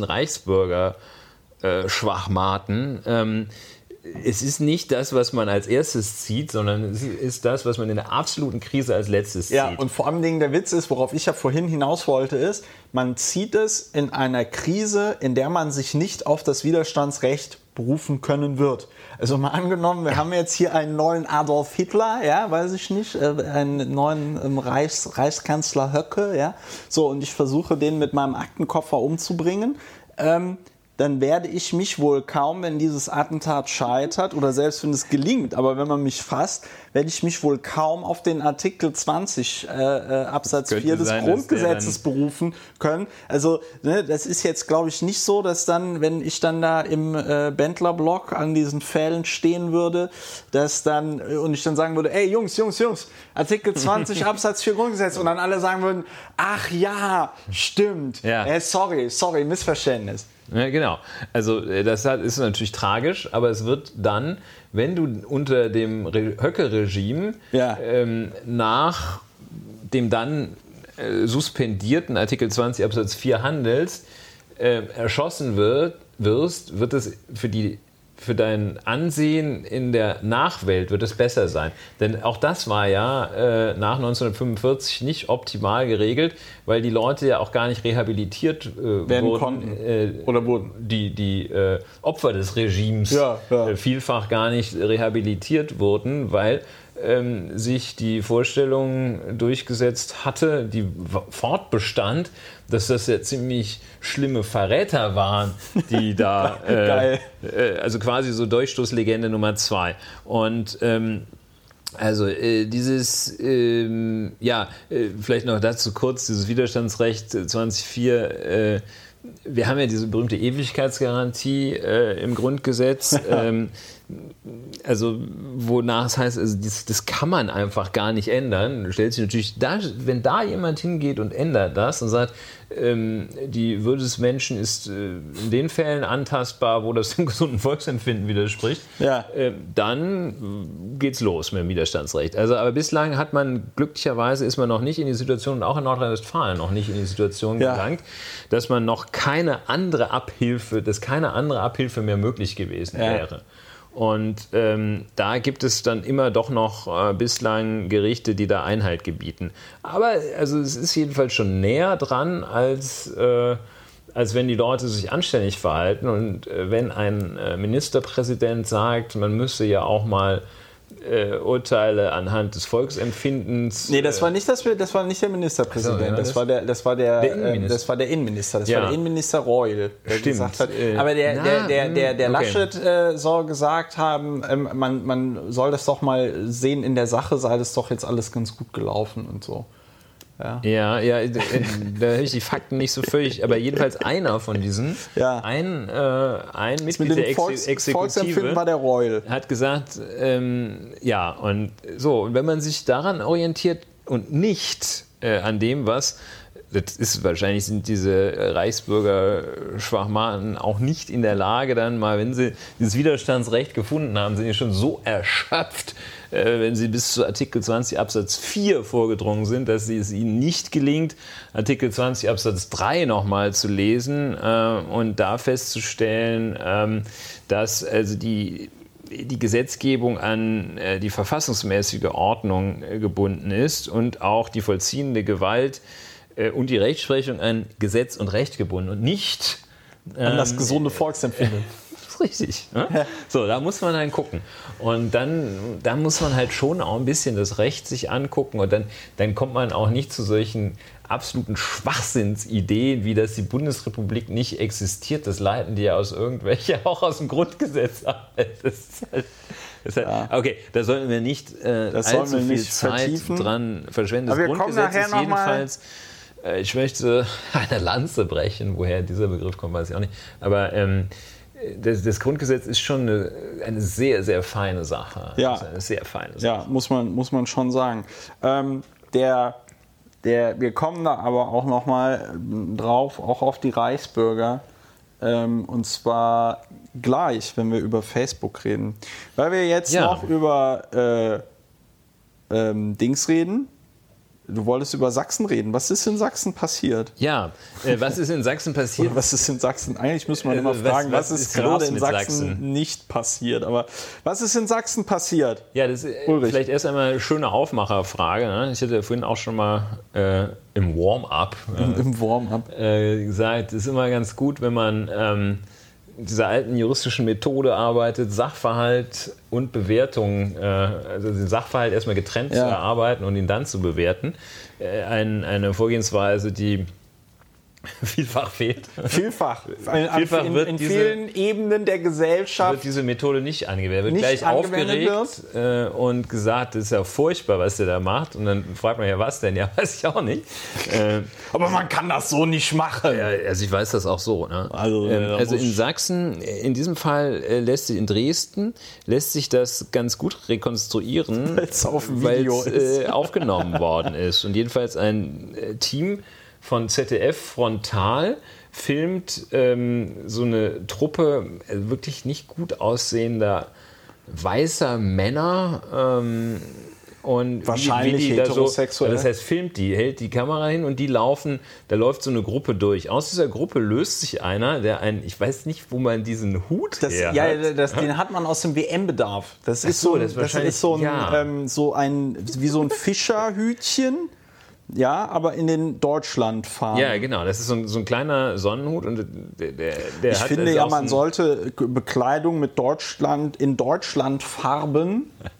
Speaker 2: Reichsbürger-Schwachmaten. Äh, ähm, es ist nicht das, was man als erstes zieht, sondern es ist das, was man in der absoluten Krise als letztes zieht.
Speaker 1: Ja, und vor allem der Witz ist, worauf ich ja vorhin hinaus wollte, ist, man zieht es in einer Krise, in der man sich nicht auf das Widerstandsrecht berufen können wird. Also mal angenommen, wir ja. haben jetzt hier einen neuen Adolf Hitler, ja, weiß ich nicht, äh, einen neuen ähm, Reichs, Reichskanzler Höcke, ja, so, und ich versuche den mit meinem Aktenkoffer umzubringen, ähm, dann werde ich mich wohl kaum, wenn dieses Attentat scheitert oder selbst wenn es gelingt, aber wenn man mich fasst, werde ich mich wohl kaum auf den Artikel zwanzig äh, Absatz vier des sein, Grundgesetzes berufen können. Also ne, das ist jetzt, glaube ich, nicht so, dass dann, wenn ich dann da im äh, Bendler-Block an diesen Pfählen stehen würde, dass dann, und ich dann sagen würde, ey Jungs, Jungs, Jungs, Artikel zwanzig Absatz vier Grundgesetz, und dann alle sagen würden, ach ja, stimmt, ja. Äh, sorry, sorry, Missverständnis.
Speaker 2: Ja, genau. Also das ist natürlich tragisch, aber es wird dann, wenn du unter dem Höcke-Regime ja. ähm, nach dem dann äh, suspendierten Artikel zwanzig Absatz vier handelst, äh, erschossen wird, wirst, wird es für die für dein Ansehen in der Nachwelt wird es besser sein. Denn auch das war ja äh, nach neunzehnhundertfünfundvierzig nicht optimal geregelt, weil die Leute ja auch gar nicht rehabilitiert äh,
Speaker 1: werden
Speaker 2: wurden.
Speaker 1: Konnten.
Speaker 2: Äh,
Speaker 1: Oder wurden.
Speaker 2: Die, die äh, Opfer des Regimes
Speaker 1: ja, ja.
Speaker 2: Äh, vielfach gar nicht rehabilitiert wurden, weil ähm, sich die Vorstellung durchgesetzt hatte, die fortbestand, dass das ja ziemlich schlimme Verräter waren, die da, äh, äh, also quasi so Durchstoßlegende Nummer zwei. Und ähm, also äh, dieses, ähm, ja, äh, vielleicht noch dazu kurz, dieses Widerstandsrecht zwanzig vier, äh, wir haben ja diese berühmte Ewigkeitsgarantie äh, im Grundgesetz, ähm, also wonach es heißt, also das, das kann man einfach gar nicht ändern. Stellt sich natürlich, da, wenn da jemand hingeht und ändert das und sagt, ähm, die Würde des Menschen ist äh, in den Fällen antastbar, wo das dem gesunden Volksempfinden widerspricht,
Speaker 1: ja.
Speaker 2: äh, dann geht's los mit dem Widerstandsrecht. Also, aber bislang hat man, glücklicherweise ist man noch nicht in die Situation, und auch in Nordrhein-Westfalen noch nicht in die Situation
Speaker 1: ja.
Speaker 2: gelangt, dass man noch keine andere Abhilfe, dass keine andere Abhilfe mehr möglich gewesen
Speaker 1: ja.
Speaker 2: wäre. Und ähm, da gibt es dann immer doch noch äh, bislang Gerichte, die da Einhalt gebieten. Aber also es ist jedenfalls schon näher dran, als, äh, als wenn die Leute sich anständig verhalten. Und äh, wenn ein äh, Ministerpräsident sagt, man müsse ja auch mal äh, Urteile anhand des Volksempfindens...
Speaker 1: Nee, das war nicht, das, das war nicht der Ministerpräsident, also, ja, das, das, war der, das, war der, der äh, das war der Innenminister, das ja. war der Innenminister Reul, der
Speaker 2: Stimmt.
Speaker 1: gesagt hat, aber der,
Speaker 2: Na,
Speaker 1: der, der, der, der
Speaker 2: okay.
Speaker 1: Laschet äh, soll gesagt haben, ähm, man, man soll das doch mal sehen, in der Sache sei das doch jetzt alles ganz gut gelaufen und so. Ja,
Speaker 2: ja, ja da, da habe ich die Fakten nicht so völlig, aber jedenfalls einer von diesen,
Speaker 1: ja.
Speaker 2: ein, äh, ein Mitglied der Ex
Speaker 1: Volks,
Speaker 2: Exekutive
Speaker 1: war der Reul.
Speaker 2: hat gesagt, ähm, ja, und so, und wenn man sich daran orientiert und nicht äh, an dem, was, das ist wahrscheinlich, sind diese Reichsbürger-Schwachmaten auch nicht in der Lage, dann mal, wenn sie dieses Widerstandsrecht gefunden haben, sind die schon so erschöpft, wenn sie bis zu Artikel zwanzig Absatz vier vorgedrungen sind, dass es ihnen nicht gelingt, Artikel zwanzig Absatz drei nochmal zu lesen äh, und da festzustellen, ähm, dass also die, die Gesetzgebung an äh, die verfassungsmäßige Ordnung äh, gebunden ist und auch die vollziehende Gewalt äh, und die Rechtsprechung an Gesetz und Recht gebunden und nicht
Speaker 1: ähm, an das gesunde Volksempfinden.
Speaker 2: Richtig. Ne? Ja. So, da muss man dann gucken. Und dann, dann muss man halt schon auch ein bisschen das Recht sich angucken und dann, dann kommt man auch nicht zu solchen absoluten Schwachsinnsideen, wie dass die Bundesrepublik nicht existiert. Das leiten die ja aus irgendwelche, auch aus dem Grundgesetz ab. Das ist halt, das ist halt, ja. Okay, da sollten wir nicht äh, allzu viel Zeit vertiefen. dran verschwenden. Das Grundgesetz ist jedenfalls... Äh, ich möchte eine Lanze brechen, woher dieser Begriff kommt, weiß ich auch nicht. Aber... Ähm, Das, das Grundgesetz ist schon eine, eine sehr, sehr feine Sache.
Speaker 1: Ja,
Speaker 2: also eine sehr feine Sache.
Speaker 1: Ja, muss man, muss man schon sagen. Ähm, der, der, wir kommen da aber auch noch mal drauf, auch auf die Reichsbürger. Ähm, und zwar gleich, wenn wir über Facebook reden. Weil wir jetzt ja. noch über äh, ähm, Dings reden. Du wolltest über Sachsen reden. Was ist in Sachsen passiert?
Speaker 2: Ja, äh, was ist in Sachsen passiert?
Speaker 1: Oder was ist in Sachsen? Eigentlich muss man immer fragen, was, was, was ist, ist gerade in Sachsen, Sachsen nicht passiert. Aber was ist in Sachsen passiert?
Speaker 2: Ja, das ist Ulrich. Vielleicht erst einmal eine schöne Aufmacherfrage. Ne? Ich hatte vorhin auch schon mal äh, im Warm-up
Speaker 1: äh, Im Warm-up
Speaker 2: äh, gesagt, es ist immer ganz gut, wenn man ähm, dieser alten juristischen Methode arbeitet, Sachverhalt und Bewertung, äh, also den Sachverhalt erstmal getrennt ja. zu erarbeiten und ihn dann zu bewerten. Äh, ein, eine Vorgehensweise, die vielfach fehlt.
Speaker 1: Vielfach.
Speaker 2: Vielfach
Speaker 1: in,
Speaker 2: wird
Speaker 1: in
Speaker 2: diese,
Speaker 1: vielen Ebenen der Gesellschaft
Speaker 2: wird diese Methode nicht angewendet. Wird
Speaker 1: nicht
Speaker 2: gleich aufgeregt äh, und gesagt, das ist ja furchtbar, was der da macht. Und dann fragt man ja, was denn? Ja, weiß ich auch nicht. Äh,
Speaker 1: Aber man kann das so nicht machen.
Speaker 2: Ja, also ich weiß das auch so. Ne?
Speaker 1: Also,
Speaker 2: ähm, also in Sachsen, in diesem Fall äh, lässt sich in Dresden, lässt sich das ganz gut rekonstruieren, weil es auf Video äh, aufgenommen worden ist. Und jedenfalls ein äh, Team von Z D F Frontal filmt ähm, so eine Truppe äh, wirklich nicht gut aussehender weißer Männer ähm, und
Speaker 1: wahrscheinlich
Speaker 2: wie, wie die
Speaker 1: heterosexuell.
Speaker 2: Da so, das heißt, filmt die, hält die Kamera hin und die laufen, da läuft so eine Gruppe durch. Aus dieser Gruppe löst sich einer, der ein, ich weiß nicht, wo man diesen Hut
Speaker 1: das,
Speaker 2: her
Speaker 1: ja,
Speaker 2: hat.
Speaker 1: Das, den hat man aus dem W M-Bedarf. Das ist
Speaker 2: so,
Speaker 1: so,
Speaker 2: das,
Speaker 1: das ist so ein,
Speaker 2: ja.
Speaker 1: ähm, so ein wie so ein Fischerhütchen. Ja, aber in den Deutschlandfarben.
Speaker 2: Ja, genau. Das ist so ein, so ein kleiner Sonnenhut. Und der, der, der
Speaker 1: ich
Speaker 2: hat
Speaker 1: finde
Speaker 2: also
Speaker 1: ja, man sollte Bekleidung mit Deutschland in Deutschlandfarben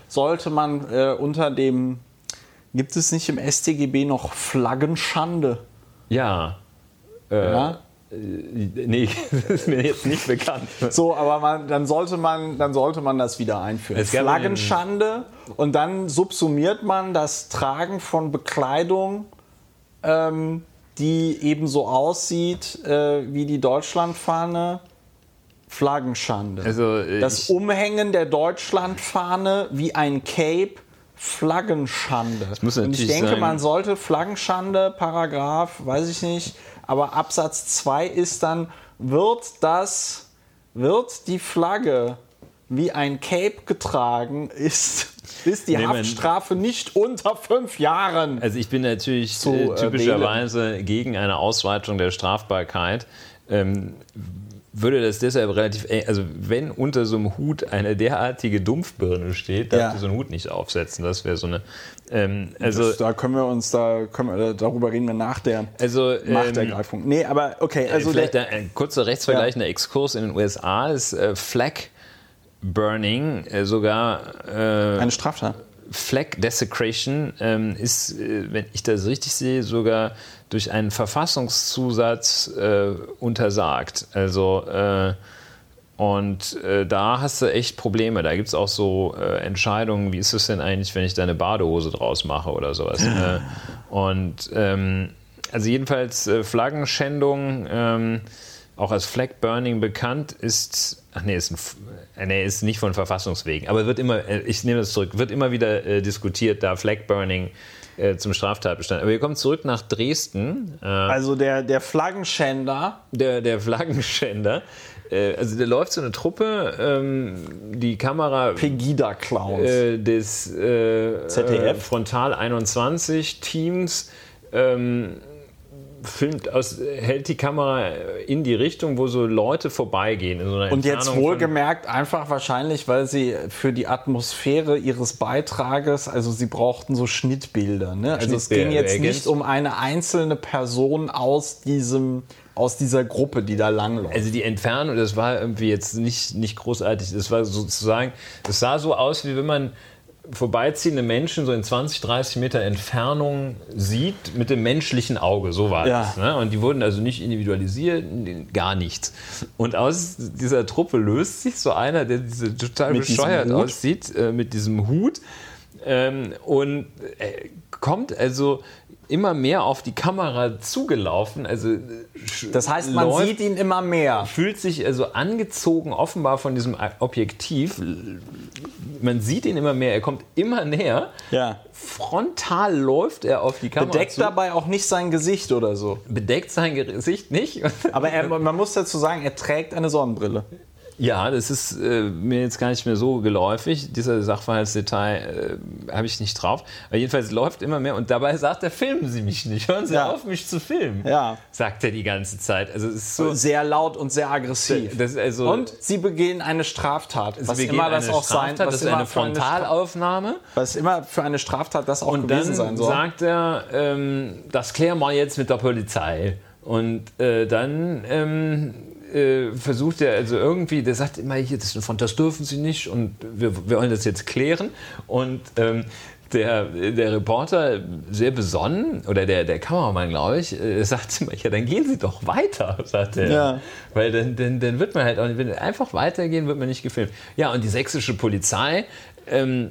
Speaker 1: sollte man äh, unter dem, gibt es nicht im S t G B noch Flaggenschande?
Speaker 2: Ja. Äh,
Speaker 1: ja?
Speaker 2: Äh, nee, das ist mir jetzt nicht bekannt.
Speaker 1: So, aber man, dann, sollte man, dann sollte man das wieder einführen. Flaggenschande und dann subsumiert man das Tragen von Bekleidung, ähm, die ebenso aussieht äh, wie die Deutschlandfahne. Flaggenschande.
Speaker 2: Also, äh,
Speaker 1: das Umhängen der Deutschlandfahne wie ein Cape, Flaggenschande.
Speaker 2: muss
Speaker 1: Und ich denke,
Speaker 2: sein,
Speaker 1: man sollte Flaggenschande, Paragraph, weiß ich nicht, aber Absatz zwei ist dann, wird das, wird die Flagge wie ein Cape getragen, ist, ist die
Speaker 2: nee,
Speaker 1: Haftstrafe nicht unter fünf Jahren.
Speaker 2: Also ich bin natürlich
Speaker 1: zu,
Speaker 2: äh, typischerweise
Speaker 1: wählen.
Speaker 2: gegen eine Ausweitung der Strafbarkeit. Ähm, würde das deshalb relativ, also wenn unter so einem Hut eine derartige Dumpfbirne steht, darf
Speaker 1: ja.
Speaker 2: du so einen Hut nicht aufsetzen. Das wäre so eine, ähm, also
Speaker 1: das, da können wir uns, da können wir, darüber reden wir nach der
Speaker 2: also,
Speaker 1: Machtergreifung. Ähm, nee, aber okay. Also
Speaker 2: vielleicht
Speaker 1: der,
Speaker 2: ein kurzer rechtsvergleichender ja. Exkurs in den U S A ist äh, Flag Burning, äh, sogar äh,
Speaker 1: eine Straftat.
Speaker 2: Flag Desecration ähm, ist, äh, wenn ich das richtig sehe, sogar durch einen Verfassungszusatz äh, untersagt. Also äh, und äh, da hast du echt Probleme. Da gibt es auch so äh, Entscheidungen, wie ist es denn eigentlich, wenn ich da eine Badehose draus mache oder sowas. äh, und ähm, also jedenfalls äh, Flaggenschändung, ähm, auch als Flag Burning bekannt, ist, ach nee, ist, ein, nee, ist nicht von Verfassungswegen, aber wird immer, ich nehme das zurück, wird immer wieder äh, diskutiert, da Flag Burning äh, zum Straftatbestand. Aber wir kommen zurück nach Dresden. Äh,
Speaker 1: also der, der Flaggenschänder.
Speaker 2: Der, der Flaggenschänder. Äh, also da läuft so eine Truppe, ähm, die Kamera
Speaker 1: Pegida-Clowns
Speaker 2: äh, des äh,
Speaker 1: Z D F
Speaker 2: äh, Frontal einundzwanzig Teams ähm, filmt aus, hält die Kamera in die Richtung, wo so Leute vorbeigehen. In so einer
Speaker 1: Und jetzt
Speaker 2: Entfernung
Speaker 1: wohlgemerkt einfach wahrscheinlich, weil sie für die Atmosphäre ihres Beitrages, also sie brauchten so Schnittbilder. Ne? Also es ging jetzt nicht um eine einzelne Person aus diesem aus dieser Gruppe, die da langläuft.
Speaker 2: Also die Entfernung, das war irgendwie jetzt nicht, nicht großartig. Das war sozusagen, das sah so aus, wie wenn man vorbeiziehende Menschen so in zwanzig, dreißig Meter Entfernung sieht mit dem menschlichen Auge, so war
Speaker 1: ja.
Speaker 2: das. Ne? Und die wurden also nicht individualisiert, gar nichts. Und aus dieser Truppe löst sich so einer, der diese total mit bescheuert aussieht, äh, mit diesem Hut ähm, und äh, kommt also immer mehr auf die Kamera zugelaufen. Also
Speaker 1: das heißt, man
Speaker 2: läuft,
Speaker 1: sieht ihn immer mehr.
Speaker 2: Fühlt sich also angezogen offenbar von diesem Objektiv. Man sieht ihn immer mehr, er kommt immer näher.
Speaker 1: Ja.
Speaker 2: Frontal läuft er auf die Kamera
Speaker 1: Bedeckt
Speaker 2: zu.
Speaker 1: dabei auch nicht sein Gesicht oder so.
Speaker 2: Bedeckt sein Gesicht nicht.
Speaker 1: Aber er, man muss dazu sagen, er trägt eine Sonnenbrille.
Speaker 2: Ja, das ist äh, mir jetzt gar nicht mehr so geläufig. Dieser Sachverhaltsdetail äh, habe ich nicht drauf. Aber jedenfalls läuft immer mehr und dabei sagt er, filmen Sie mich nicht, hören Sie ja. auf, mich zu filmen.
Speaker 1: Ja.
Speaker 2: Sagt er die ganze Zeit. Also es ist so
Speaker 1: sehr laut und sehr aggressiv.
Speaker 2: Das ist also
Speaker 1: und Sie begehen eine Straftat. Was immer das auch sein
Speaker 2: soll. Das ist eine Frontalaufnahme.
Speaker 1: Was immer für eine Straftat das auch
Speaker 2: und
Speaker 1: gewesen sein soll.
Speaker 2: Und dann sagt er, ähm, das klären wir jetzt mit der Polizei. Und äh, dann ähm, äh, versucht er also irgendwie, der sagt immer, hier, das ist eine Front, das dürfen Sie nicht und wir, wir wollen das jetzt klären. Und ähm, der, der Reporter, sehr besonnen, oder der, der Kameramann, glaube ich, äh, sagt immer, ja, dann gehen Sie doch weiter, sagt er.
Speaker 1: Ja.
Speaker 2: Weil dann, dann, dann wird man halt auch nicht, wenn wir einfach weitergehen, wird man nicht gefilmt. Ja, und die sächsische Polizei, ähm,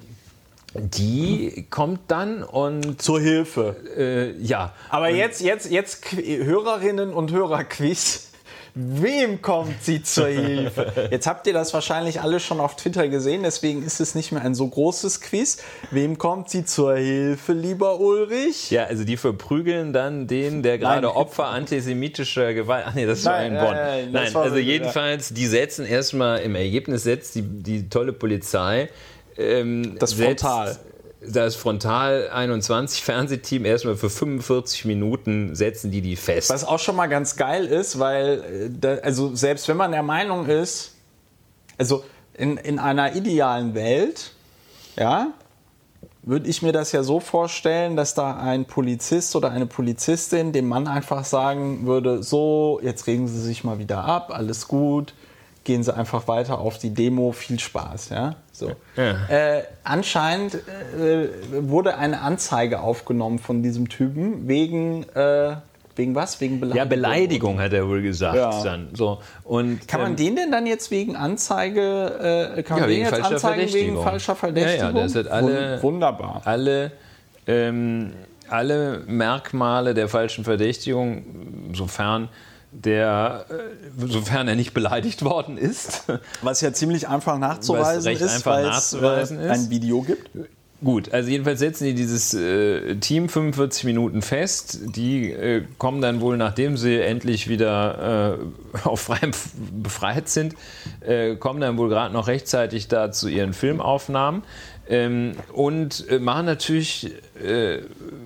Speaker 2: die kommt dann und
Speaker 1: zur Hilfe.
Speaker 2: Äh, ja.
Speaker 1: Aber und jetzt, jetzt, jetzt Hörerinnen und Hörer-Quiz. Wem kommt sie zur Hilfe? Jetzt habt ihr das wahrscheinlich alle schon auf Twitter gesehen, deswegen ist es nicht mehr ein so großes Quiz. Wem kommt sie zur Hilfe, lieber Ulrich?
Speaker 2: Ja, also die verprügeln dann den, der gerade nein. Opfer antisemitischer Gewalt... Ach nee, das war in Bonn. Nein, nein, nein also jedenfalls, die setzen erstmal, im Ergebnis setzt die, die tolle Polizei... Ähm,
Speaker 1: das Frontal.
Speaker 2: Setzt, das Frontal einundzwanzig Fernsehteam erstmal für fünfundvierzig Minuten setzen die die fest.
Speaker 1: Was auch schon mal ganz geil ist, weil da, also selbst wenn man der Meinung ist, also in, in einer idealen Welt, ja, würde ich mir das ja so vorstellen, dass da ein Polizist oder eine Polizistin dem Mann einfach sagen würde, so, jetzt regen Sie sich mal wieder ab, alles gut, gehen sie einfach weiter auf die Demo, viel Spaß. Ja? So.
Speaker 2: Ja.
Speaker 1: Äh, anscheinend äh, wurde eine Anzeige aufgenommen von diesem Typen wegen, äh, wegen was? Wegen Beleidigung?
Speaker 2: Ja, Beleidigung hat er wohl gesagt.
Speaker 1: Ja.
Speaker 2: Dann. So. Und,
Speaker 1: kann man
Speaker 2: ähm,
Speaker 1: den denn dann jetzt wegen Anzeige, äh, kann man
Speaker 2: ja,
Speaker 1: den
Speaker 2: wegen
Speaker 1: jetzt
Speaker 2: falscher
Speaker 1: anzeigen
Speaker 2: Verdächtigung.
Speaker 1: wegen falscher Verdächtigung?
Speaker 2: Ja, ja, das hat alle,
Speaker 1: wunderbar.
Speaker 2: Alle, ähm, alle Merkmale der falschen Verdächtigung, sofern der, sofern er nicht beleidigt worden ist.
Speaker 1: Was ja ziemlich einfach nachzuweisen
Speaker 2: recht
Speaker 1: ist,
Speaker 2: einfach
Speaker 1: weil
Speaker 2: nachzuweisen
Speaker 1: es äh, ein Video gibt.
Speaker 2: Gut, also jedenfalls setzen die dieses äh, Team fünfundvierzig Minuten fest. Die äh, kommen dann wohl, nachdem sie endlich wieder äh, auf freiem F- befreit sind, äh, kommen dann wohl gerade noch rechtzeitig da zu ihren Filmaufnahmen ähm, und äh, machen natürlich... Äh,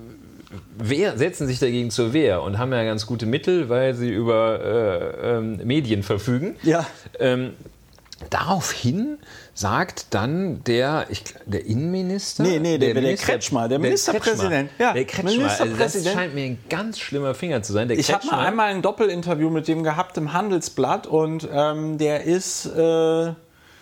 Speaker 2: Wehr, setzen sich dagegen zur Wehr und haben ja ganz gute Mittel, weil sie über äh, ähm, Medien verfügen.
Speaker 1: Ja.
Speaker 2: Ähm, daraufhin sagt dann der, ich, der Innenminister?
Speaker 1: Nee, nee, der, der,
Speaker 2: Minister,
Speaker 1: Kretschmer, der Ministerpräsident.
Speaker 2: Der,
Speaker 1: Ja,
Speaker 2: der Kretschmer,
Speaker 1: Ministerpräsident.
Speaker 2: Also das scheint mir ein ganz schlimmer Finger zu sein. Der
Speaker 1: Ich habe mal einmal ein Doppelinterview mit dem gehabt im Handelsblatt und ähm, der ist... Äh,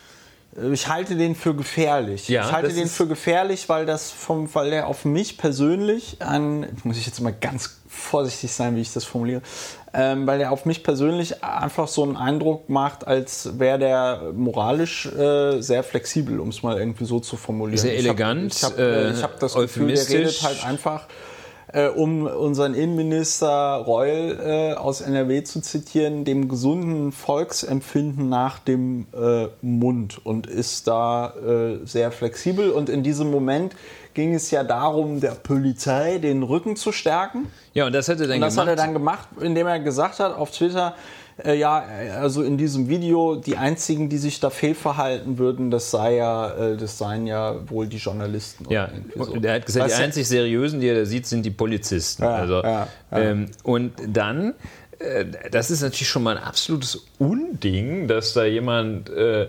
Speaker 1: Ich halte den für gefährlich.
Speaker 2: Ja,
Speaker 1: ich halte
Speaker 2: das
Speaker 1: den
Speaker 2: ist
Speaker 1: für gefährlich, weil das vom, weil der auf mich persönlich ein, muss ich jetzt mal ganz vorsichtig sein, wie ich das formuliere, ähm, weil der auf mich persönlich einfach so einen Eindruck macht, als wäre der moralisch äh, sehr flexibel, um es mal irgendwie so zu formulieren.
Speaker 2: Sehr elegant,
Speaker 1: Ich habe äh, ich hab, äh, hab das Gefühl, der redet halt einfach. Äh, um unseren Innenminister Reul äh, aus N R W zu zitieren, dem gesunden Volksempfinden nach dem äh, Mund und ist da äh, sehr flexibel. Und in diesem Moment ging es ja darum, der Polizei den Rücken zu stärken.
Speaker 2: Ja, und das hat er dann
Speaker 1: und das
Speaker 2: gemacht.
Speaker 1: hat er dann gemacht, indem er gesagt hat auf Twitter, äh, ja, also in diesem Video, die einzigen, die sich da fehlverhalten würden, das sei ja, äh, das seien ja wohl die Journalisten.
Speaker 2: Ja,
Speaker 1: so.
Speaker 2: und er hat gesagt,
Speaker 1: Was
Speaker 2: die einzig seriösen, die er da sieht, sind die Polizisten.
Speaker 1: Ja,
Speaker 2: also,
Speaker 1: ja, ja.
Speaker 2: Ähm, und dann, äh, das ist natürlich schon mal ein absolutes Unding, dass da jemand äh,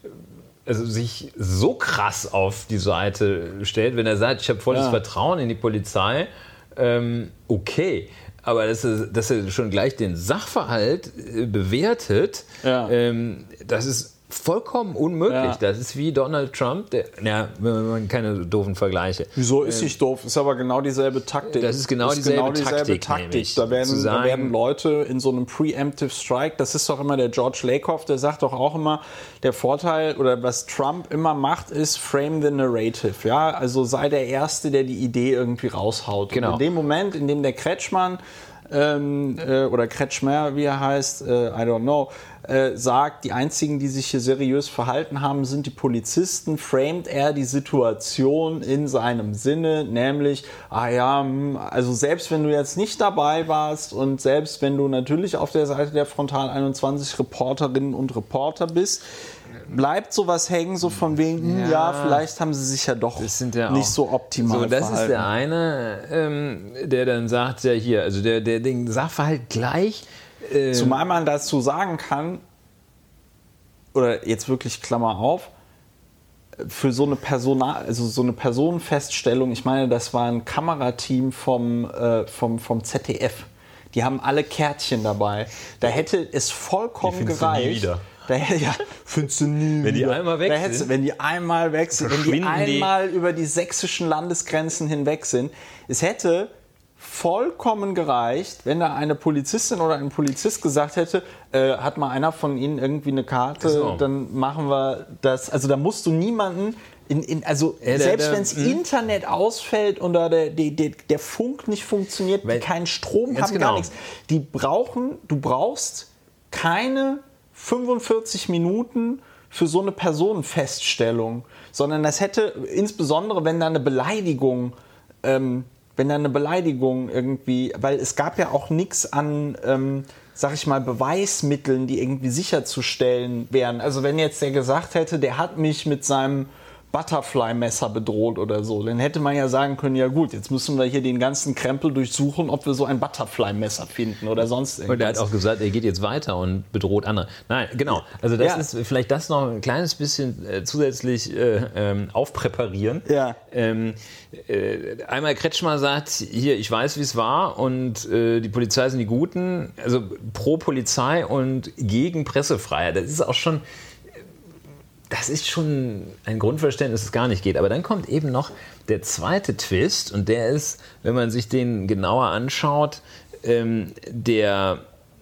Speaker 2: also sich so krass auf die Seite stellt, wenn er sagt, ich habe volles
Speaker 1: Ja.
Speaker 2: Vertrauen in die Polizei. Ähm, okay. Aber dass er, dass er schon gleich den Sachverhalt äh, bewertet,
Speaker 1: Ja.
Speaker 2: ähm, das ist vollkommen unmöglich.
Speaker 1: Ja.
Speaker 2: Das ist wie Donald Trump, der, ja, keine doofen Vergleiche.
Speaker 1: Wieso ist nicht doof? Ist aber genau dieselbe Taktik.
Speaker 2: Das ist genau dieselbe Taktik, nämlich,
Speaker 1: Da werden,
Speaker 2: zu sagen-
Speaker 1: da werden Leute in so einem Preemptive Strike, das ist doch immer der George Lakoff, der sagt doch auch immer, der Vorteil oder was Trump immer macht, ist frame the narrative. Ja? Also sei der Erste, der die Idee irgendwie raushaut.
Speaker 2: Genau.
Speaker 1: Und in dem Moment, in dem der Kretschmann ähm, äh, oder Kretschmer, wie er heißt, äh, I don't know, äh, sagt, die einzigen, die sich hier seriös verhalten haben, sind die Polizisten, framet er die Situation in seinem Sinne, nämlich, ah ja, also selbst wenn du jetzt nicht dabei warst und selbst wenn du natürlich auf der Seite der Frontal einundzwanzig Reporterinnen und Reporter bist, bleibt sowas hängen, so von wegen, ja, ja vielleicht haben sie sich ja doch
Speaker 2: Das sind ja
Speaker 1: nicht
Speaker 2: auch-
Speaker 1: so optimal
Speaker 2: So, das
Speaker 1: verhalten.
Speaker 2: ist der eine, ähm, der dann sagt, ja hier, also der, der den Sachverhalt gleich. Äh,
Speaker 1: Zumal man dazu sagen kann, oder jetzt wirklich Klammer auf, für so eine Personal, also so eine Personenfeststellung, ich meine, das war ein Kamerateam vom, äh, vom, vom Z D F. Die haben alle Kärtchen dabei. Da hätte es vollkommen
Speaker 2: Die findest du nie
Speaker 1: gereicht.
Speaker 2: wieder.
Speaker 1: Da, ja, findest du nie
Speaker 2: Wenn die
Speaker 1: wieder.
Speaker 2: einmal weg
Speaker 1: da hättest,
Speaker 2: sind,
Speaker 1: wenn die einmal weg sind, wenn die
Speaker 2: verschwinden die.
Speaker 1: einmal über die sächsischen Landesgrenzen hinweg sind. Es hätte vollkommen gereicht, wenn da eine Polizistin oder ein Polizist gesagt hätte, äh, hat mal einer von Ihnen irgendwie eine Karte,
Speaker 2: So.
Speaker 1: dann machen wir das. Also da musst du niemanden, in, in, also
Speaker 2: Ja, der-
Speaker 1: selbst
Speaker 2: der-
Speaker 1: wenn das
Speaker 2: hm.
Speaker 1: Internet ausfällt oder der, der, der, der Funk nicht funktioniert,
Speaker 2: Weil-
Speaker 1: die keinen Strom
Speaker 2: Ganz
Speaker 1: haben,
Speaker 2: genau.
Speaker 1: gar nichts. Die brauchen, du brauchst keine fünfundvierzig Minuten für so eine Personenfeststellung, sondern das hätte, insbesondere wenn da eine Beleidigung, ähm, wenn da eine Beleidigung irgendwie, weil es gab ja auch nichts an, ähm, sag ich mal, Beweismitteln, die irgendwie sicherzustellen wären. Also wenn jetzt der gesagt hätte, der hat mich mit seinem Butterfly-Messer bedroht oder so. Dann hätte man ja sagen können, ja gut, jetzt müssen wir hier den ganzen Krempel durchsuchen, ob wir so ein Butterfly-Messer finden oder sonst irgendwas.
Speaker 2: Und er hat auch gesagt, er geht jetzt weiter und bedroht andere. Nein, genau. Also das ja. ist vielleicht das noch ein kleines bisschen äh, zusätzlich äh, ähm, aufpräparieren.
Speaker 1: Ja.
Speaker 2: Ähm, äh, einmal Kretschmer sagt, hier, ich weiß, wie es war und äh, die Polizei sind die Guten. Also pro Polizei und gegen Pressefreiheit. Das ist auch schon... Das ist schon ein Grundverständnis, das gar nicht geht. Aber dann kommt eben noch der zweite Twist und der ist, wenn man sich den genauer anschaut, ähm, der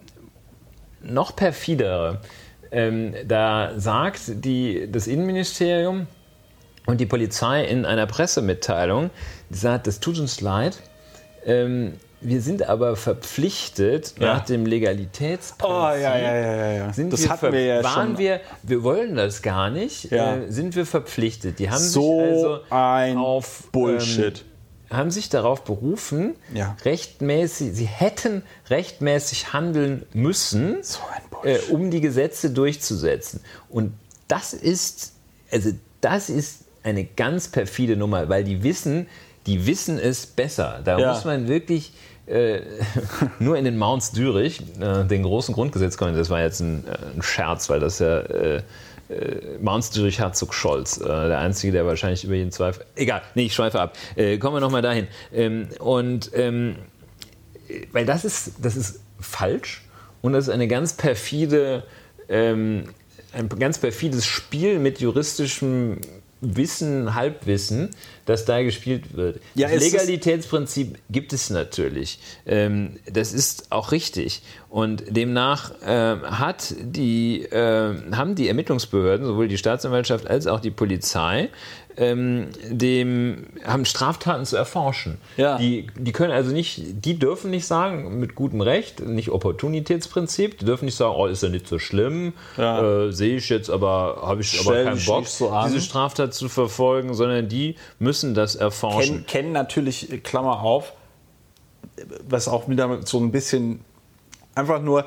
Speaker 2: noch perfidere. Ähm, da sagt die, das Innenministerium und die Polizei in einer Pressemitteilung, die sagt, das tut uns leid, ähm, wir sind aber verpflichtet, ja. nach dem Legalitätsprinzip.
Speaker 1: Oh, ja, ja, ja, ja, ja.
Speaker 2: Sind
Speaker 1: das
Speaker 2: wir
Speaker 1: hatten wir ja
Speaker 2: waren
Speaker 1: schon.
Speaker 2: Wir, wir wollen das gar nicht,
Speaker 1: ja.
Speaker 2: äh, sind wir verpflichtet. Die haben
Speaker 1: so
Speaker 2: sich also
Speaker 1: ein
Speaker 2: auf
Speaker 1: Bullshit.
Speaker 2: Ähm, haben sich darauf berufen,
Speaker 1: ja.
Speaker 2: rechtmäßig, sie hätten rechtmäßig handeln müssen,
Speaker 1: so ein Bullshit.
Speaker 2: Äh, um die Gesetze durchzusetzen. Und das ist, also das ist eine ganz perfide Nummer, weil die wissen, die wissen es besser. Da
Speaker 1: ja.
Speaker 2: muss man wirklich äh, nur in den Mounts Dürich, äh, den großen Grundgesetzkonvent, das war jetzt ein, äh, ein Scherz, weil das ja äh, äh, Mounts Dürich Herzog Scholz, äh, der Einzige, der wahrscheinlich über jeden Zweifel... Egal, nee, ich schweife ab. Äh, kommen wir nochmal dahin. Ähm, und ähm, weil das ist, das ist falsch und das ist eine ganz perfide, ähm, ein ganz perfides Spiel mit juristischem Wissen, Halbwissen, das da gespielt wird.
Speaker 1: Ja,
Speaker 2: das Legalitätsprinzip gibt es natürlich. Ähm, das ist auch richtig. Und demnach äh, hat die, äh, haben die Ermittlungsbehörden, sowohl die Staatsanwaltschaft als auch die Polizei, ähm, dem, haben Straftaten zu erforschen.
Speaker 1: Ja.
Speaker 2: Die, die können also nicht, die dürfen nicht sagen, mit gutem Recht, nicht Opportunitätsprinzip, die dürfen nicht sagen, oh, ist ja nicht so schlimm,
Speaker 1: ja.
Speaker 2: äh, sehe ich jetzt, aber habe ich aber keinen Bock,
Speaker 1: so
Speaker 2: diese Straftat zu verfolgen, sondern die müssen das erforschen.
Speaker 1: Kennen, kennen natürlich, Klammer auf, was auch wieder so ein bisschen einfach nur,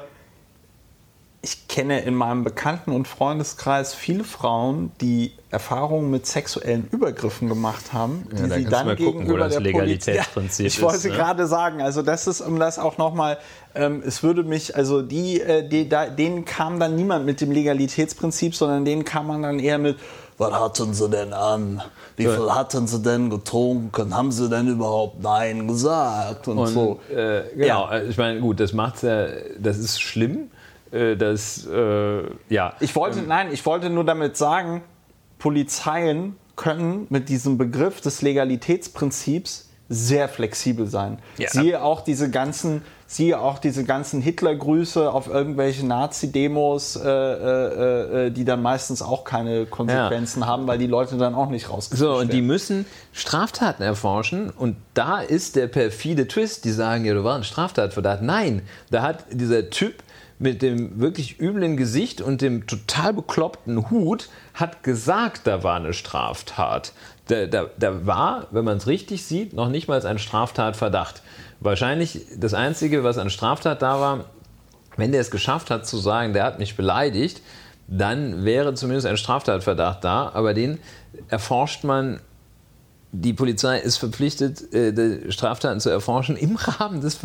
Speaker 1: ich kenne in meinem Bekannten- und Freundeskreis viele Frauen, die Erfahrungen mit sexuellen Übergriffen gemacht haben, die
Speaker 2: ja, da
Speaker 1: sie dann
Speaker 2: mal gucken,
Speaker 1: gegenüber
Speaker 2: wo das
Speaker 1: der
Speaker 2: Legalitätsprinzip
Speaker 1: Polizei... Ich
Speaker 2: ist,
Speaker 1: wollte
Speaker 2: ne?
Speaker 1: gerade sagen, also das ist, um das auch nochmal, ähm, es würde mich, also die, äh, die da, denen kam dann niemand mit dem Legalitätsprinzip, sondern denen kam man dann eher mit, was hatten sie denn an? Wie viel ja. hatten sie denn getrunken? Haben sie denn überhaupt Nein gesagt? Und, und so.
Speaker 2: Äh, genau, ja. Ich meine, gut, das macht's ja, das ist schlimm. Das, äh, ja.
Speaker 1: Ich wollte, ähm, nein, ich wollte nur damit sagen, Polizeien können mit diesem Begriff des Legalitätsprinzips sehr flexibel sein.
Speaker 2: Ja.
Speaker 1: Siehe auch diese ganzen, siehe auch diese ganzen Hitlergrüße auf irgendwelche Nazi-Demos, äh, äh, äh, die dann meistens auch keine Konsequenzen ja. haben, weil die Leute dann auch nicht rausgefischt werden.
Speaker 2: So, und die müssen Straftaten erforschen und da ist der perfide Twist, die sagen, ja, du warst ein Straftatverdacht. Nein, da hat dieser Typ mit dem wirklich üblen Gesicht und dem total bekloppten Hut hat gesagt, da war eine Straftat. Da, da, da war, wenn man es richtig sieht, noch nicht mal ein Straftatverdacht. Wahrscheinlich das Einzige, was an Straftat da war, wenn der es geschafft hat zu sagen, der hat mich beleidigt, dann wäre zumindest ein Straftatverdacht da, aber den erforscht man. Die Polizei ist verpflichtet, Straftaten zu erforschen im Rahmen des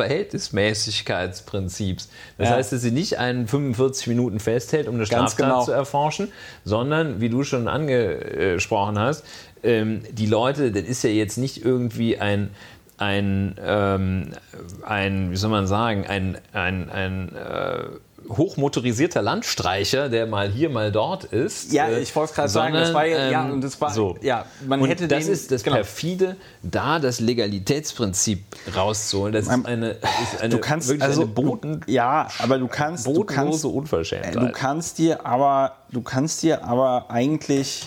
Speaker 2: Verhältnismäßigkeitsprinzips. Das ja. heißt, dass sie nicht einen fünfundvierzig Minuten festhält, um eine Straftat genau. zu erforschen, sondern, wie du schon angesprochen hast, die Leute, das ist ja jetzt nicht irgendwie ein, ein, ein wie soll man sagen, ein, ein, ein hochmotorisierter Landstreicher, der mal hier, mal dort ist.
Speaker 1: Ja, ich wollte es gerade sagen, das war ja, ja, und das war,
Speaker 2: so.
Speaker 1: ja, man
Speaker 2: und
Speaker 1: hätte
Speaker 2: das
Speaker 1: den,
Speaker 2: ist das
Speaker 1: genau.
Speaker 2: perfide, da das Legalitätsprinzip rauszuholen. Das ist eine, das ist eine,
Speaker 1: du kannst,
Speaker 2: wirklich
Speaker 1: also,
Speaker 2: eine Boden,
Speaker 1: du, ja, aber du kannst, du kannst,
Speaker 2: Unverschämtheit.
Speaker 1: Du kannst dir aber, du kannst dir aber eigentlich,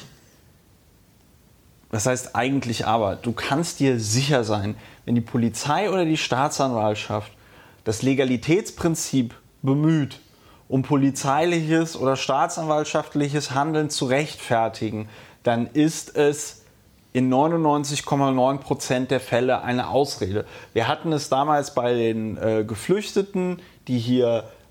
Speaker 1: was heißt eigentlich aber, du kannst dir sicher sein, wenn die Polizei oder die Staatsanwaltschaft das Legalitätsprinzip bemüht, um polizeiliches oder staatsanwaltschaftliches Handeln zu rechtfertigen, dann ist es in neunundneunzig Komma neun Prozent der Fälle eine Ausrede. Wir hatten es damals bei den äh, Geflüchteten, die hier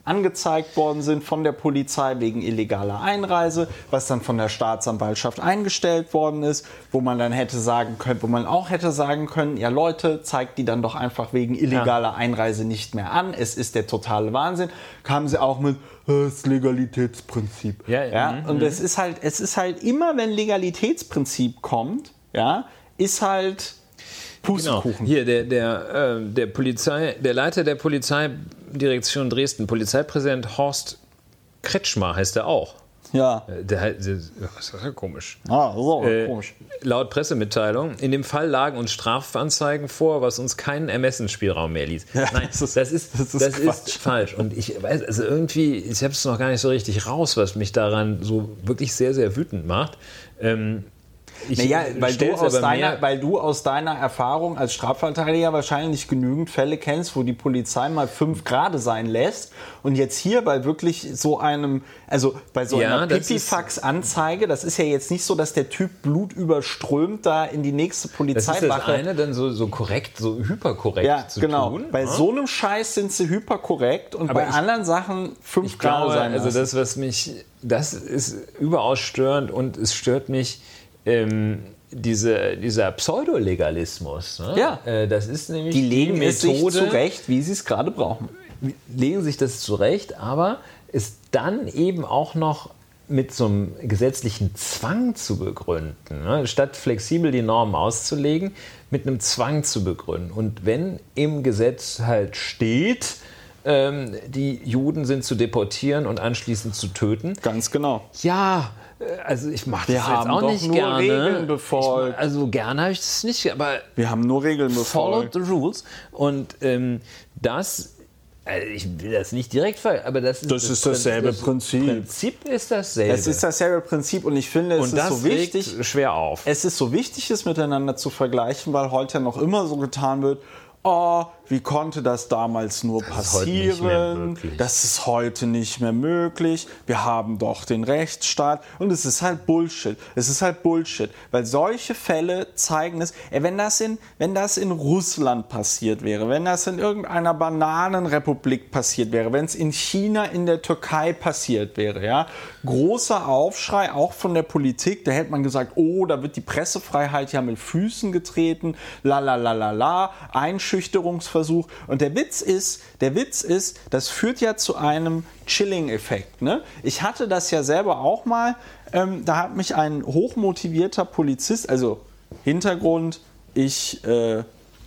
Speaker 1: angezeigt worden sind von der Polizei wegen illegaler Einreise, was dann von der Staatsanwaltschaft eingestellt worden ist, wo man dann hätte sagen können, wo man auch hätte sagen können, ja Leute, zeigt die dann doch einfach wegen illegaler ja. Einreise nicht mehr an. Es ist der totale Wahnsinn. Kamen sie auch mit das Legalitätsprinzip. Ja, ja. Mhm. Und es ist halt, es ist halt immer, wenn Legalitätsprinzip kommt, ja, ist halt Pustekuchen.
Speaker 2: Genau. Hier, der, der, äh, der, Polizei, der Leiter der Polizeidirektion Dresden, Polizeipräsident Horst Kretschmer heißt er auch.
Speaker 1: Ja.
Speaker 2: Der, der, das ist ja komisch.
Speaker 1: Ah, so
Speaker 2: äh,
Speaker 1: komisch.
Speaker 2: Laut Pressemitteilung, in dem Fall lagen uns Strafanzeigen vor, was uns keinen Ermessensspielraum mehr ließ. Ja, Nein, das ist, das ist, das ist, das ist falsch. Und ich weiß, also irgendwie, ich habe es noch gar nicht so richtig raus, was mich daran so wirklich sehr, sehr wütend macht. Ähm, Ich
Speaker 1: naja, weil du, aus deiner, weil du aus deiner Erfahrung als Strafverteidiger wahrscheinlich genügend Fälle kennst, wo die Polizei mal fünf Grade sein lässt und jetzt hier bei wirklich so einem, also bei so
Speaker 2: ja,
Speaker 1: einer Pipifax-Anzeige, das ist ja jetzt nicht so, dass der Typ blutüberströmt da in die nächste Polizeiwache.
Speaker 2: Das ist das eine, dann so, so korrekt, so hyperkorrekt
Speaker 1: ja,
Speaker 2: zu
Speaker 1: genau.
Speaker 2: tun.
Speaker 1: Bei
Speaker 2: ja?
Speaker 1: so einem Scheiß sind sie hyperkorrekt und
Speaker 2: aber
Speaker 1: bei
Speaker 2: ich,
Speaker 1: anderen Sachen fünf Grade
Speaker 2: glaube,
Speaker 1: sein lassen.
Speaker 2: Also das, was mich, das ist überaus störend und es stört mich, Ähm, diese, dieser Pseudolegalismus, ne?
Speaker 1: Ja.
Speaker 2: Äh, das ist nämlich
Speaker 1: die legen
Speaker 2: die
Speaker 1: es sich
Speaker 2: Methode,
Speaker 1: zurecht, wie sie es gerade brauchen.
Speaker 2: legen sich das zurecht, aber es dann eben auch noch mit so einem gesetzlichen Zwang zu begründen, ne? Statt flexibel die Normen auszulegen, mit einem Zwang zu begründen. Und wenn im Gesetz halt steht, ähm, die Juden sind zu deportieren und anschließend zu töten.
Speaker 1: Ganz genau.
Speaker 2: Ja, also ich mache das
Speaker 1: wir
Speaker 2: jetzt
Speaker 1: haben
Speaker 2: auch
Speaker 1: doch
Speaker 2: nicht
Speaker 1: nur
Speaker 2: gerne.
Speaker 1: Regeln befolgt.
Speaker 2: Ich, also gerne habe ich das nicht, aber
Speaker 1: wir haben nur Regeln befolgt.
Speaker 2: Followed the rules. Und ähm, das, also ich will das nicht direkt ver, aber das ist,
Speaker 1: das, das ist dasselbe
Speaker 2: das
Speaker 1: Prinzip.
Speaker 2: Prinzip ist dasselbe.
Speaker 1: Es ist dasselbe Prinzip und ich finde, es
Speaker 2: und
Speaker 1: ist so wichtig,
Speaker 2: regt schwer auf.
Speaker 1: Es ist so wichtig, es miteinander zu vergleichen, weil heute ja noch immer so getan wird. Oh, wie konnte das damals nur passieren? Das ist heute nicht mehr möglich. Wir haben doch den Rechtsstaat. Und es ist halt Bullshit. Es ist halt Bullshit. Weil solche Fälle zeigen es, ey, wenn das in, wenn das in Russland passiert wäre, wenn das in irgendeiner Bananenrepublik passiert wäre, wenn es in China, in der Türkei passiert wäre, ja, großer Aufschrei auch von der Politik, da hätte man gesagt, oh, da wird die Pressefreiheit ja mit Füßen getreten, la la la la la, Einschüchterungsversuch. Und der Witz ist, der Witz ist, das führt ja zu einem Chilling-Effekt. Ne? Ich hatte das ja selber auch mal, ähm, da hat mich ein hochmotivierter Polizist, also Hintergrund, ich äh,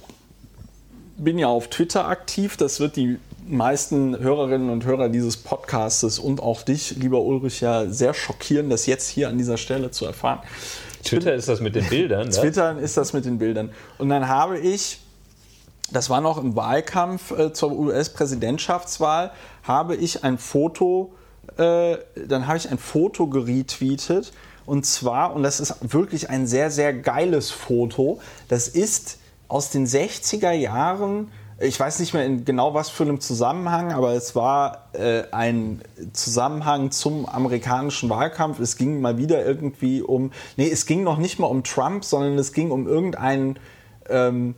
Speaker 1: bin ja auf Twitter aktiv, das wird die meisten Hörerinnen und Hörer dieses Podcastes und auch dich, lieber Ulrich, ja sehr schockieren, das jetzt hier an dieser Stelle zu erfahren.
Speaker 2: Twitter ist das mit den Bildern?
Speaker 1: Twitter ist das mit den Bildern. Und dann habe ich, das war noch im Wahlkampf äh, zur U S-Präsidentschaftswahl, habe ich ein Foto, äh, dann habe ich ein Foto geretweetet und zwar, und das ist wirklich ein sehr, sehr geiles Foto, das ist aus den sechziger Jahren, ich weiß nicht mehr in genau was für einem Zusammenhang, aber es war äh, ein Zusammenhang zum amerikanischen Wahlkampf. Es ging mal wieder irgendwie um, nee, es ging noch nicht mal um Trump, sondern es ging um irgendeinen, ähm,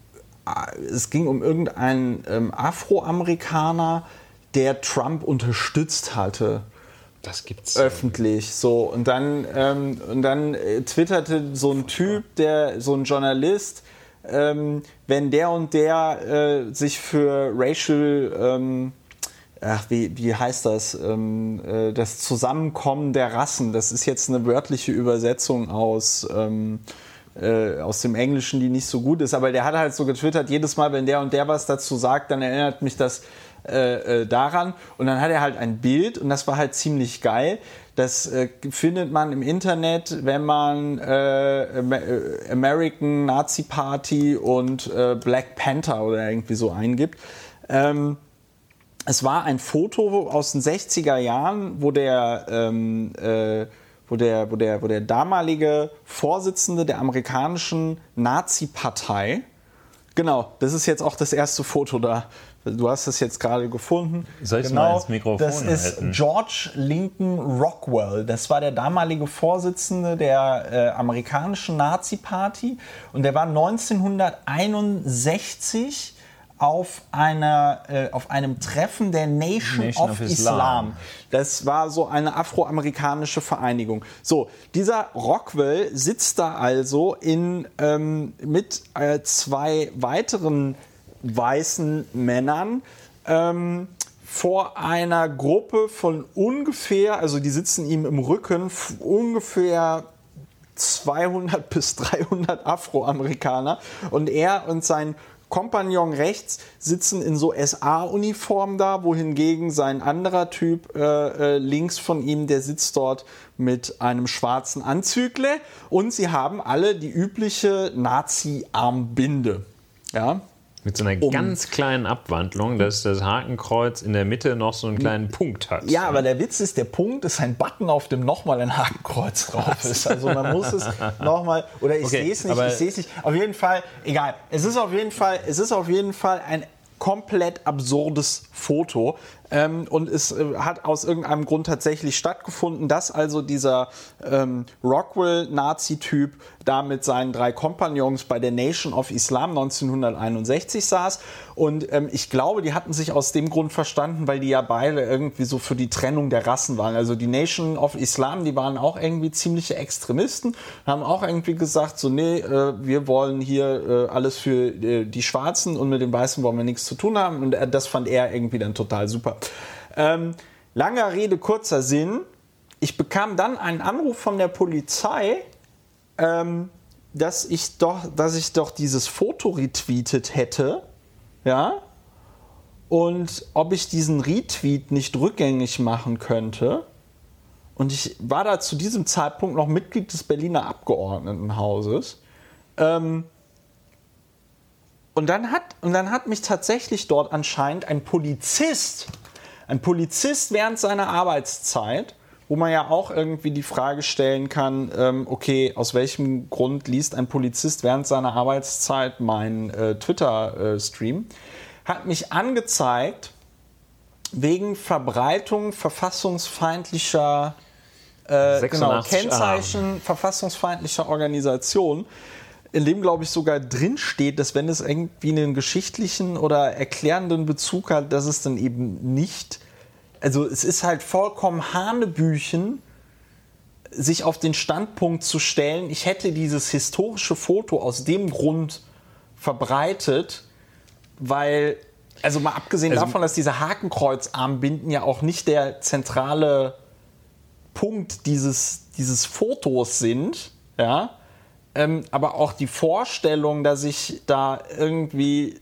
Speaker 1: es ging um irgendeinen ähm, Afroamerikaner, der Trump unterstützt hatte.
Speaker 2: Das gibt's
Speaker 1: öffentlich. So, und dann, ähm, und dann äh, twitterte so ein Typ, der, so ein Journalist, ähm, wenn der und der äh, sich für racial, ähm, ach, wie, wie heißt das, ähm, äh, das Zusammenkommen der Rassen, das ist jetzt eine wörtliche Übersetzung aus, ähm, äh, aus dem Englischen, die nicht so gut ist, aber der hat halt so getwittert, jedes Mal, wenn der und der was dazu sagt, dann erinnert mich das äh, äh, daran, und dann hat er halt ein Bild und das war halt ziemlich geil. Das äh, findet man im Internet, wenn man äh, American Nazi Party und äh, Black Panther oder irgendwie so eingibt. Ähm, es war ein Foto aus den sechziger Jahren, wo der, ähm, äh, wo der, wo der, wo der damalige Vorsitzende der amerikanischen Nazi-Partei, genau, das ist jetzt auch das erste Foto da. Du hast es jetzt gerade gefunden.
Speaker 2: Soll ich
Speaker 1: genau,
Speaker 2: mal ins Mikrofon
Speaker 1: das ist
Speaker 2: halten?
Speaker 1: George Lincoln Rockwell. Das war der damalige Vorsitzende der äh, amerikanischen Nazi-Party. Und der war neunzehnhunderteinundsechzig auf, einer, äh, auf einem Treffen der Nation, Nation of, of Islam. Islam. Das war so eine afroamerikanische Vereinigung. So, dieser Rockwell sitzt da also in, ähm, mit äh, zwei weiteren weißen Männern ähm, vor einer Gruppe von ungefähr, also die sitzen ihm im Rücken, ungefähr zweihundert bis dreihundert Afroamerikaner, und er und sein Kompagnon rechts sitzen in so S A-Uniform da, wohingegen sein anderer Typ äh, äh, links von ihm, der sitzt dort mit einem schwarzen Anzügle, und sie haben alle die übliche Nazi-Armbinde. Ja?
Speaker 2: Mit so einer um. ganz kleinen Abwandlung, dass das Hakenkreuz in der Mitte noch so einen kleinen Punkt hat.
Speaker 1: Ja, aber der Witz ist, der Punkt ist ein Button, auf dem nochmal ein Hakenkreuz drauf ist. Also man muss es nochmal, oder ich okay, sehe es nicht, ich sehe es nicht. Auf jeden Fall, egal. Es ist auf jeden Fall, es ist auf jeden Fall ein komplett absurdes Foto. Ähm, und es äh, hat aus irgendeinem Grund tatsächlich stattgefunden, dass also dieser ähm, Rockwell-Nazi-Typ da mit seinen drei Kompagnons bei der Nation of Islam neunzehnhunderteinundsechzig saß. Und ähm, ich glaube, die hatten sich aus dem Grund verstanden, weil die ja beide irgendwie so für die Trennung der Rassen waren. Also die Nation of Islam, die waren auch irgendwie ziemliche Extremisten, haben auch irgendwie gesagt, so nee, äh, wir wollen hier äh, alles für äh, die Schwarzen und mit den Weißen wollen wir nichts zu tun haben. Und äh, das fand er irgendwie dann total super. Ähm, langer Rede, kurzer Sinn. Ich bekam dann einen Anruf von der Polizei, ähm, dass ich doch, dass ich doch dieses Foto retweetet hätte, ja, und ob ich diesen Retweet nicht rückgängig machen könnte. Und ich war da zu diesem Zeitpunkt noch Mitglied des Berliner Abgeordnetenhauses. Ähm, und dann hat, und dann hat mich tatsächlich dort anscheinend ein Polizist Ein Polizist während seiner Arbeitszeit, wo man ja auch irgendwie die Frage stellen kann, ähm, okay, aus welchem Grund liest ein Polizist während seiner Arbeitszeit meinen äh, Twitter-Stream, äh, hat mich angezeigt wegen Verbreitung verfassungsfeindlicher äh, genau, Kennzeichen ah. verfassungsfeindlicher Organisationen, in dem, glaube ich, sogar drin steht, dass wenn es irgendwie einen geschichtlichen oder erklärenden Bezug hat, dass es dann eben nicht, also es ist halt vollkommen Hanebüchen, sich auf den Standpunkt zu stellen, ich hätte dieses historische Foto aus dem Grund verbreitet, weil, also mal abgesehen also, davon, dass diese Hakenkreuzarmbinden ja auch nicht der zentrale Punkt dieses, dieses Fotos sind, ja, Ähm, aber auch die Vorstellung, dass ich da irgendwie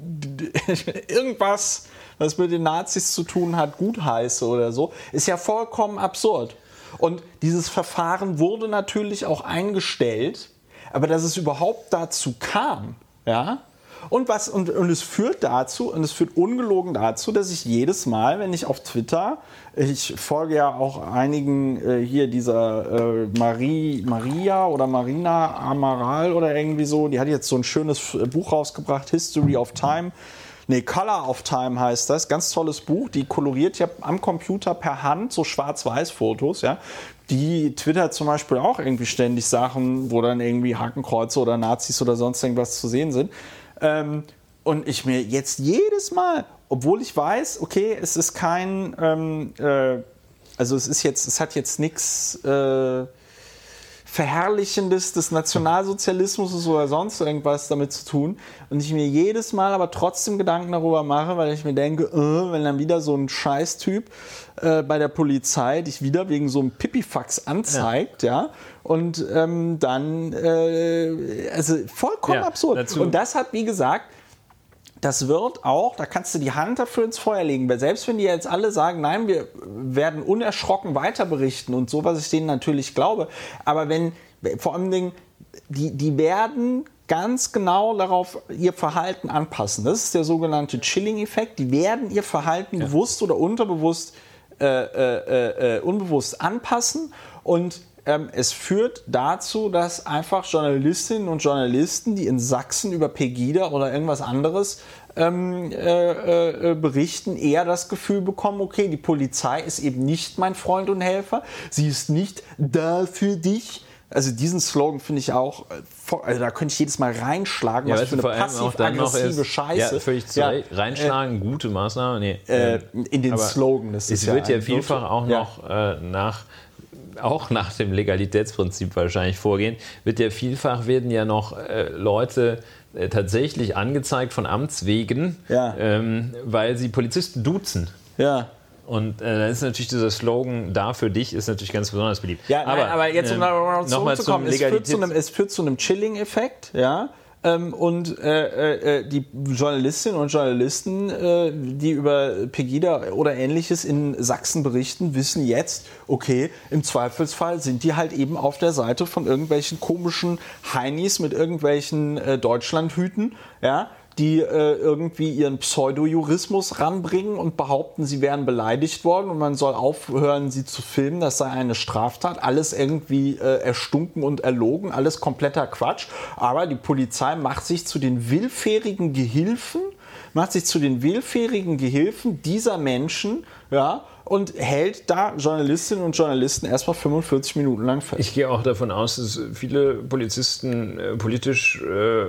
Speaker 1: irgendwas, was mit den Nazis zu tun hat, gutheiße oder so, ist ja vollkommen absurd. Und dieses Verfahren wurde natürlich auch eingestellt, aber dass es überhaupt dazu kam, ja, und, was, und, und es führt dazu, und es führt ungelogen dazu, dass ich jedes Mal, wenn ich auf Twitter, ich folge ja auch einigen äh, hier dieser äh, Marie, Maria oder Marina Amaral oder irgendwie so, die hat jetzt so ein schönes Buch rausgebracht, History of Time, nee, Color of Time heißt das, ganz tolles Buch, die koloriert ja am Computer per Hand so Schwarz-Weiß-Fotos, ja. Die twittert zum Beispiel auch irgendwie ständig Sachen, wo dann irgendwie Hakenkreuze oder Nazis oder sonst irgendwas zu sehen sind. Ähm, und ich mir jetzt jedes Mal, obwohl ich weiß, okay, es ist kein, ähm, äh, also es ist jetzt, es hat jetzt nichts äh, Verherrlichendes des Nationalsozialismus oder sonst irgendwas damit zu tun. Und ich mir jedes Mal aber trotzdem Gedanken darüber mache, weil ich mir denke, äh, wenn dann wieder so ein Scheißtyp äh, bei der Polizei dich wieder wegen so einem Pipifax anzeigt, ja, ja und ähm, dann, äh, also vollkommen ja, absurd. Dazu. Und das hat, wie gesagt, das wird auch, da kannst du die Hand dafür ins Feuer legen, weil selbst wenn die jetzt alle sagen, nein, wir werden unerschrocken weiter berichten und so, was ich denen natürlich glaube, aber wenn, vor allem Dingen, die, die werden ganz genau darauf ihr Verhalten anpassen. Das ist der sogenannte Chilling-Effekt. Die werden ihr Verhalten ja. bewusst oder unterbewusst, äh, äh, äh, unbewusst anpassen, und Ähm, es führt dazu, dass einfach Journalistinnen und Journalisten, die in Sachsen über Pegida oder irgendwas anderes ähm, äh, äh, berichten, eher das Gefühl bekommen, okay, die Polizei ist eben nicht mein Freund und Helfer, sie ist nicht da für dich, Also diesen Slogan finde ich auch, also da könnte ich jedes Mal reinschlagen,
Speaker 2: ja,
Speaker 1: was für eine passiv-aggressive Scheiße.
Speaker 2: Ja, völlig zu Recht. Ja, reinschlagen, äh, gute Maßnahme. Nee,
Speaker 1: äh, in den Slogan. Das
Speaker 2: es
Speaker 1: ist
Speaker 2: wird
Speaker 1: ja,
Speaker 2: ja vielfach so, auch noch ja. äh, nach, auch nach dem Legalitätsprinzip wahrscheinlich vorgehen, wird ja vielfach werden ja noch äh, Leute äh, tatsächlich angezeigt von Amts wegen,
Speaker 1: ja.
Speaker 2: ähm, weil sie Polizisten duzen.
Speaker 1: Ja.
Speaker 2: Und äh, dann ist natürlich dieser Slogan, da für dich, ist natürlich ganz besonders beliebt.
Speaker 1: Ja, aber, nein, aber jetzt, um ähm, zurückzukommen, es führt zu einem, es führt zu einem Chilling-Effekt, ja. Ähm, und äh, äh, die Journalistinnen und Journalisten, äh, die über Pegida oder Ähnliches in Sachsen berichten, wissen jetzt, okay, im Zweifelsfall sind die halt eben auf der Seite von irgendwelchen komischen Heinis mit irgendwelchen äh, Deutschlandhüten, ja, die äh, irgendwie ihren Pseudojurismus ranbringen und behaupten, sie wären beleidigt worden und man soll aufhören, sie zu filmen, das sei eine Straftat. Alles irgendwie äh, erstunken und erlogen, alles kompletter Quatsch. Aber die Polizei macht sich zu den willfährigen Gehilfen, macht sich zu den willfährigen Gehilfen dieser Menschen, ja, und hält da Journalistinnen und Journalisten erstmal fünfundvierzig Minuten lang fest.
Speaker 2: Ich gehe auch davon aus, dass viele Polizisten äh, politisch äh,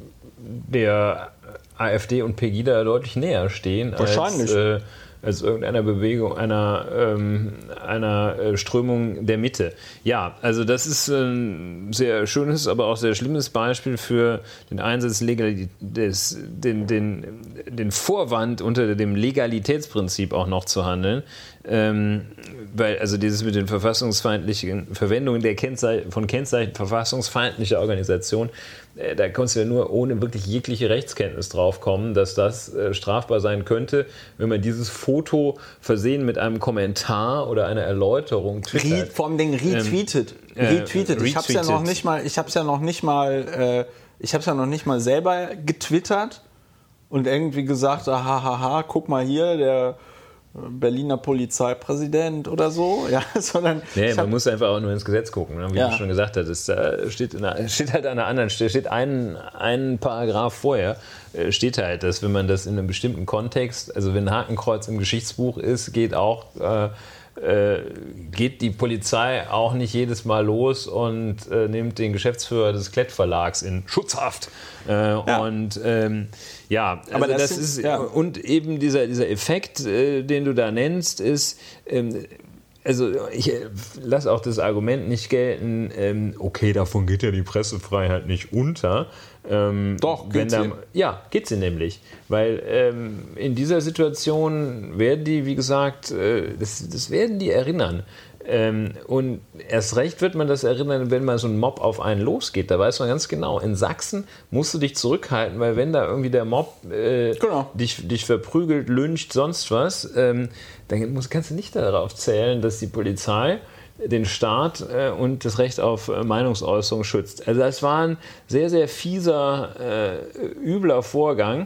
Speaker 2: der AfD und Pegida deutlich näher stehen
Speaker 1: Wahrscheinlich.
Speaker 2: als, äh, als irgendeiner Bewegung, einer, ähm, einer äh, Strömung der Mitte. Ja, also das ist ein sehr schönes, aber auch sehr schlimmes Beispiel für den Einsatz Legal- des, den, den, den Vorwand unter dem Legalitätsprinzip auch noch zu handeln. Ähm, weil also dieses mit den verfassungsfeindlichen Verwendungen der Kennzeichen, von Kennzeichen verfassungsfeindlicher Organisation, äh, da kannst du ja nur ohne wirklich jegliche Rechtskenntnis drauf kommen, dass das äh, strafbar sein könnte, wenn man dieses Foto versehen mit einem Kommentar oder einer Erläuterung
Speaker 1: twittert. Vor allem den retweetet. Ähm, äh, retweetet. Ich habe es ja noch nicht mal, ich habe es ja noch nicht mal, äh, ich habe es ja noch nicht mal selber getwittert und irgendwie gesagt, hahaha, guck mal hier, der Berliner Polizeipräsident oder so, ja, sondern...
Speaker 2: Nee, man muss einfach auch nur ins Gesetz gucken, ne? Wie ja. du schon gesagt hattest, da steht, in einer, steht halt an einer anderen Stelle, steht ein, ein Paragraph vorher, steht halt, dass wenn man das in einem bestimmten Kontext, also wenn ein Hakenkreuz im Geschichtsbuch ist, geht auch... Äh, Äh, geht die Polizei auch nicht jedes Mal los und äh, nimmt den Geschäftsführer des Klett-Verlags in Schutzhaft. Äh, ja. Und ähm, ja, also aber das, das sind, ist ja. Und eben dieser, dieser Effekt, äh, den du da nennst, ist, ähm, also ich äh, lasse auch das Argument nicht gelten, ähm, okay, davon geht ja die Pressefreiheit nicht unter. Ähm,
Speaker 1: Doch,
Speaker 2: geht sie. Ja, geht sie nämlich. Weil ähm, in dieser Situation werden die, wie gesagt, äh, das, das werden die erinnern. Ähm, und erst recht wird man das erinnern, wenn mal so ein Mob auf einen losgeht. Da weiß man ganz genau, in Sachsen musst du dich zurückhalten, weil wenn da irgendwie der Mob äh,
Speaker 1: genau.
Speaker 2: dich, dich verprügelt, lyncht, sonst was, ähm, dann musst, kannst du nicht darauf zählen, dass die Polizei den Staat äh, und das Recht auf äh, Meinungsäußerung schützt. Also das war ein sehr, sehr fieser, äh, übler Vorgang.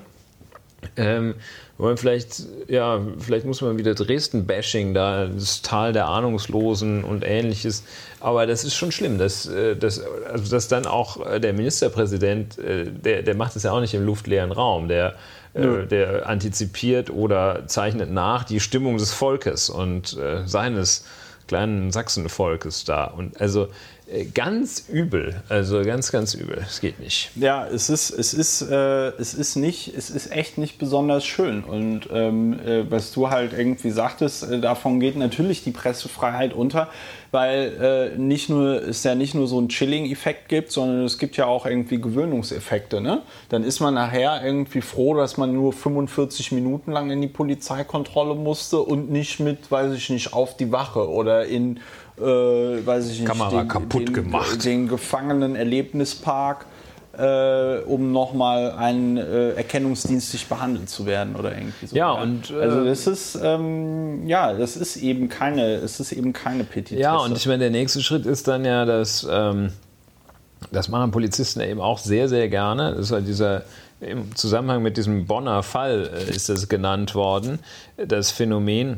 Speaker 2: Ähm, wo man vielleicht, ja, vielleicht muss man wieder Dresden-Bashing, da das Tal der Ahnungslosen und Ähnliches. Aber das ist schon schlimm, dass, dass, also dass dann auch der Ministerpräsident, der, der macht das ja auch nicht im luftleeren Raum, der, ja. der antizipiert oder zeichnet nach die Stimmung des Volkes und äh, seines kleinen Sachsenvolkes da. Und also ganz übel, also ganz, ganz übel. Es geht nicht.
Speaker 1: Ja, es ist, es ist, äh, es ist nicht, es ist echt nicht besonders schön. Und ähm, äh, was du halt irgendwie sagtest, äh, davon geht natürlich die Pressefreiheit unter, weil äh, nicht nur, es ja nicht nur so einen Chilling-Effekt gibt, sondern es gibt ja auch irgendwie Gewöhnungseffekte. Ne? Dann ist man nachher irgendwie froh, dass man nur fünfundvierzig Minuten lang in die Polizeikontrolle musste und nicht mit, weiß ich nicht, auf die Wache oder in Äh, weiß ich nicht,
Speaker 2: Kamera
Speaker 1: den,
Speaker 2: kaputt
Speaker 1: den,
Speaker 2: gemacht.
Speaker 1: Den Gefangenen-Erlebnispark, äh, um nochmal ein äh, erkennungsdienstlich behandelt zu werden oder irgendwie so.
Speaker 2: Ja, und, äh,
Speaker 1: also das ist, ähm, ja, das ist eben keine, es ist eben keine Petitesse.
Speaker 2: Ja, und ich meine, der nächste Schritt ist dann ja, dass ähm, das machen Polizisten ja eben auch sehr, sehr gerne. Das ist halt dieser, im Zusammenhang mit diesem Bonner Fall äh, ist das genannt worden, das Phänomen,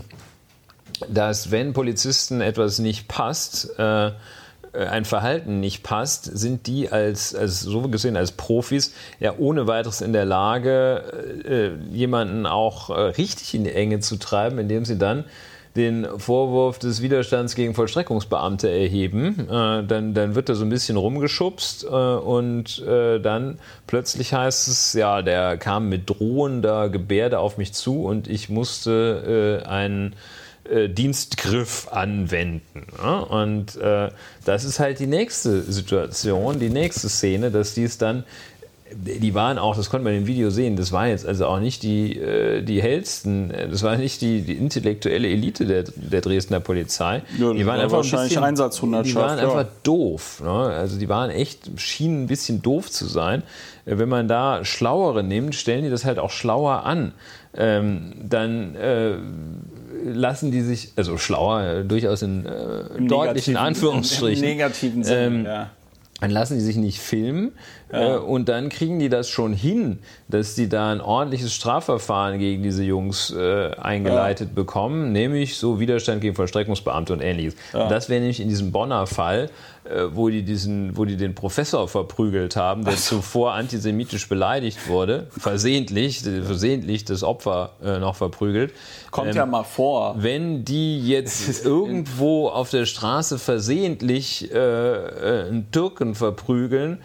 Speaker 2: dass wenn Polizisten etwas nicht passt, äh, ein Verhalten nicht passt, sind die als, als so gesehen als Profis ja ohne weiteres in der Lage, äh, jemanden auch äh, richtig in die Enge zu treiben, indem sie dann den Vorwurf des Widerstands gegen Vollstreckungsbeamte erheben. Äh, dann, dann wird er so ein bisschen rumgeschubst äh, und äh, dann plötzlich heißt es, ja, der kam mit drohender Gebärde auf mich zu und ich musste äh, einen äh, Dienstgriff anwenden. Ja? Und äh, das ist halt die nächste Situation, die nächste Szene, dass die es dann die waren auch, das konnte man im Video sehen, das waren jetzt also auch nicht die, die hellsten, das war nicht die, die intellektuelle Elite der, der Dresdner Polizei.
Speaker 1: Ja,
Speaker 2: die waren
Speaker 1: war
Speaker 2: einfach
Speaker 1: wahrscheinlich
Speaker 2: ein bisschen,
Speaker 1: Einsatzhundertschaft.
Speaker 2: Die waren
Speaker 1: ja.
Speaker 2: einfach doof. Ne? Also die waren echt, schienen ein bisschen doof zu sein. Wenn man da Schlauere nimmt, stellen die das halt auch schlauer an. Ähm, dann äh, lassen die sich, also schlauer, äh, durchaus in äh, deutlichen Anführungsstrichen.
Speaker 1: Im negativen Sinne,
Speaker 2: ähm,
Speaker 1: ja.
Speaker 2: Dann lassen die sich nicht filmen
Speaker 1: ja.
Speaker 2: äh, und dann kriegen die das schon hin, dass die da ein ordentliches Strafverfahren gegen diese Jungs äh, eingeleitet ja. bekommen, nämlich so Widerstand gegen Vollstreckungsbeamte und Ähnliches. Ja. Und das wäre nämlich in diesem Bonner Fall, äh, wo, die diesen, wo die den Professor verprügelt haben, der so. zuvor antisemitisch beleidigt wurde, versehentlich, versehentlich das Opfer äh, noch verprügelt.
Speaker 1: Kommt
Speaker 2: ähm,
Speaker 1: ja mal vor.
Speaker 2: Wenn die jetzt irgendwo auf der Straße versehentlich äh, äh, einen Türken verprügeln,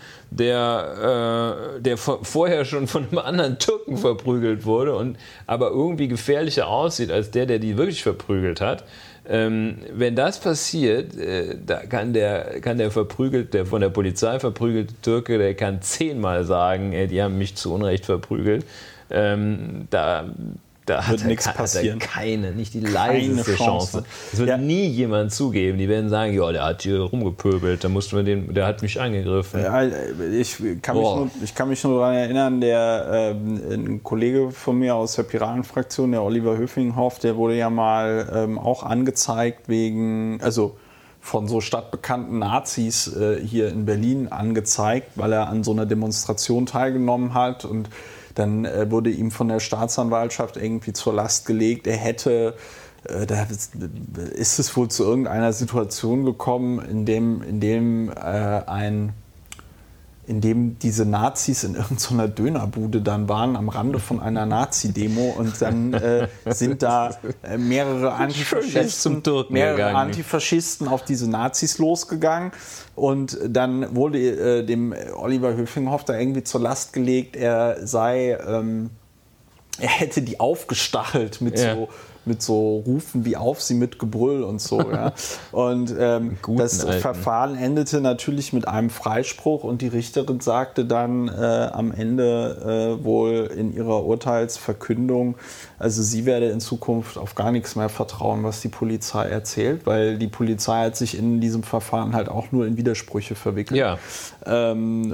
Speaker 2: der, äh, der vorher schon von einem anderen Türken verprügelt wurde und aber irgendwie gefährlicher aussieht als der, der die wirklich verprügelt hat. Ähm, wenn das passiert, äh, da kann der, kann der verprügelt, der von der Polizei verprügelte Türke, der kann zehnmal sagen, ey, die haben mich zu Unrecht verprügelt. Ähm, da Da
Speaker 1: wird
Speaker 2: hat
Speaker 1: nichts
Speaker 2: er,
Speaker 1: passieren.
Speaker 2: Hat er keine, nicht die leiseste
Speaker 1: Chance.
Speaker 2: Chance. Es wird
Speaker 1: ja.
Speaker 2: nie jemand zugeben. Die werden sagen, ja, der hat hier rumgepöbelt, da mussten wir den, der hat mich angegriffen.
Speaker 1: Ja, ich, kann mich nur, ich kann mich nur daran erinnern, der, äh, ein Kollege von mir aus der Piratenfraktion, der Oliver Höfinghoff, der wurde ja mal ähm, auch angezeigt wegen, also von so stadtbekannten Nazis äh, hier in Berlin angezeigt, weil er an so einer Demonstration teilgenommen hat und dann äh, wurde ihm von der Staatsanwaltschaft irgendwie zur Last gelegt, er hätte, äh, da ist es wohl zu irgendeiner Situation gekommen, in dem, in dem, äh, ein, in dem diese Nazis in irgendeiner Dönerbude dann waren, am Rande von einer Nazi-Demo und dann äh, sind da äh, mehrere Antifaschisten, mehrere Antifaschisten auf diese Nazis losgegangen. Und dann wurde äh, dem Oliver Höfinghoff da irgendwie zur Last gelegt, er sei, ähm, er hätte die aufgestachelt mit ja. so mit so Rufen wie auf sie mit Gebrüll und so. Ja. Und ähm, das Alten. Verfahren endete natürlich mit einem Freispruch und die Richterin sagte dann äh, am Ende äh, wohl in ihrer Urteilsverkündung, also sie werde in Zukunft auf gar nichts mehr vertrauen, was die Polizei erzählt, weil die Polizei hat sich in diesem Verfahren halt auch nur in Widersprüche verwickelt.
Speaker 2: Ja.
Speaker 1: Ähm,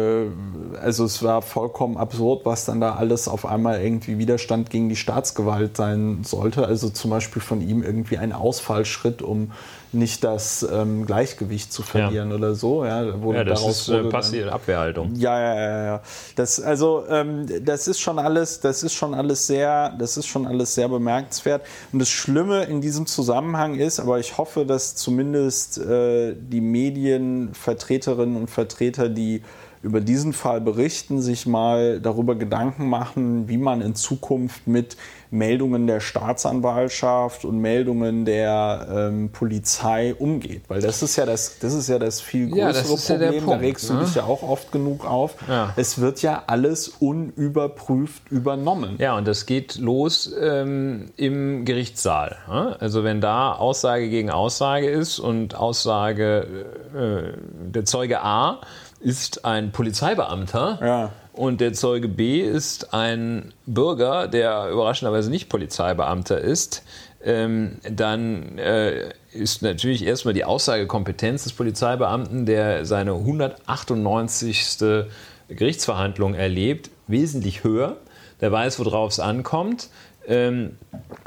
Speaker 1: äh, also es war vollkommen absurd, was dann da alles auf einmal irgendwie Widerstand gegen die Staatsgewalt sein sollte. Also zum Beispiel von ihm irgendwie ein Ausfallschritt, um nicht das ähm, Gleichgewicht zu verlieren ja. oder so. Ja, wurde
Speaker 2: ja das
Speaker 1: daraus
Speaker 2: ist äh, passive Abwehrhaltung.
Speaker 1: Ja, ja, ja, ja. Das, also ähm, das ist schon alles, das ist schon alles sehr, das ist schon alles sehr bemerkenswert. Und das Schlimme in diesem Zusammenhang ist, aber ich hoffe, dass zumindest äh, die Medienvertreterinnen und Vertreter, die über diesen Fall berichten, sich mal darüber Gedanken machen, wie man in Zukunft mit Meldungen der Staatsanwaltschaft und Meldungen der ähm, Polizei umgeht. Weil das ist ja das, das ist ja das viel größere
Speaker 2: ja, das
Speaker 1: Problem.
Speaker 2: Ja Punkt,
Speaker 1: da regst du
Speaker 2: ne?
Speaker 1: dich ja auch oft genug auf.
Speaker 2: Ja.
Speaker 1: Es wird ja alles unüberprüft übernommen.
Speaker 2: Ja, und das geht los ähm, im Gerichtssaal. Ne? Also wenn da Aussage gegen Aussage ist und Aussage äh, der Zeuge A ist ein Polizeibeamter
Speaker 1: ja.
Speaker 2: und der Zeuge B ist ein Bürger, der überraschenderweise nicht Polizeibeamter ist, ähm, dann äh, ist natürlich erstmal die Aussagekompetenz des Polizeibeamten, der seine hundertachtundneunzigste Gerichtsverhandlung erlebt, wesentlich höher. Der weiß, worauf es ankommt. Ähm,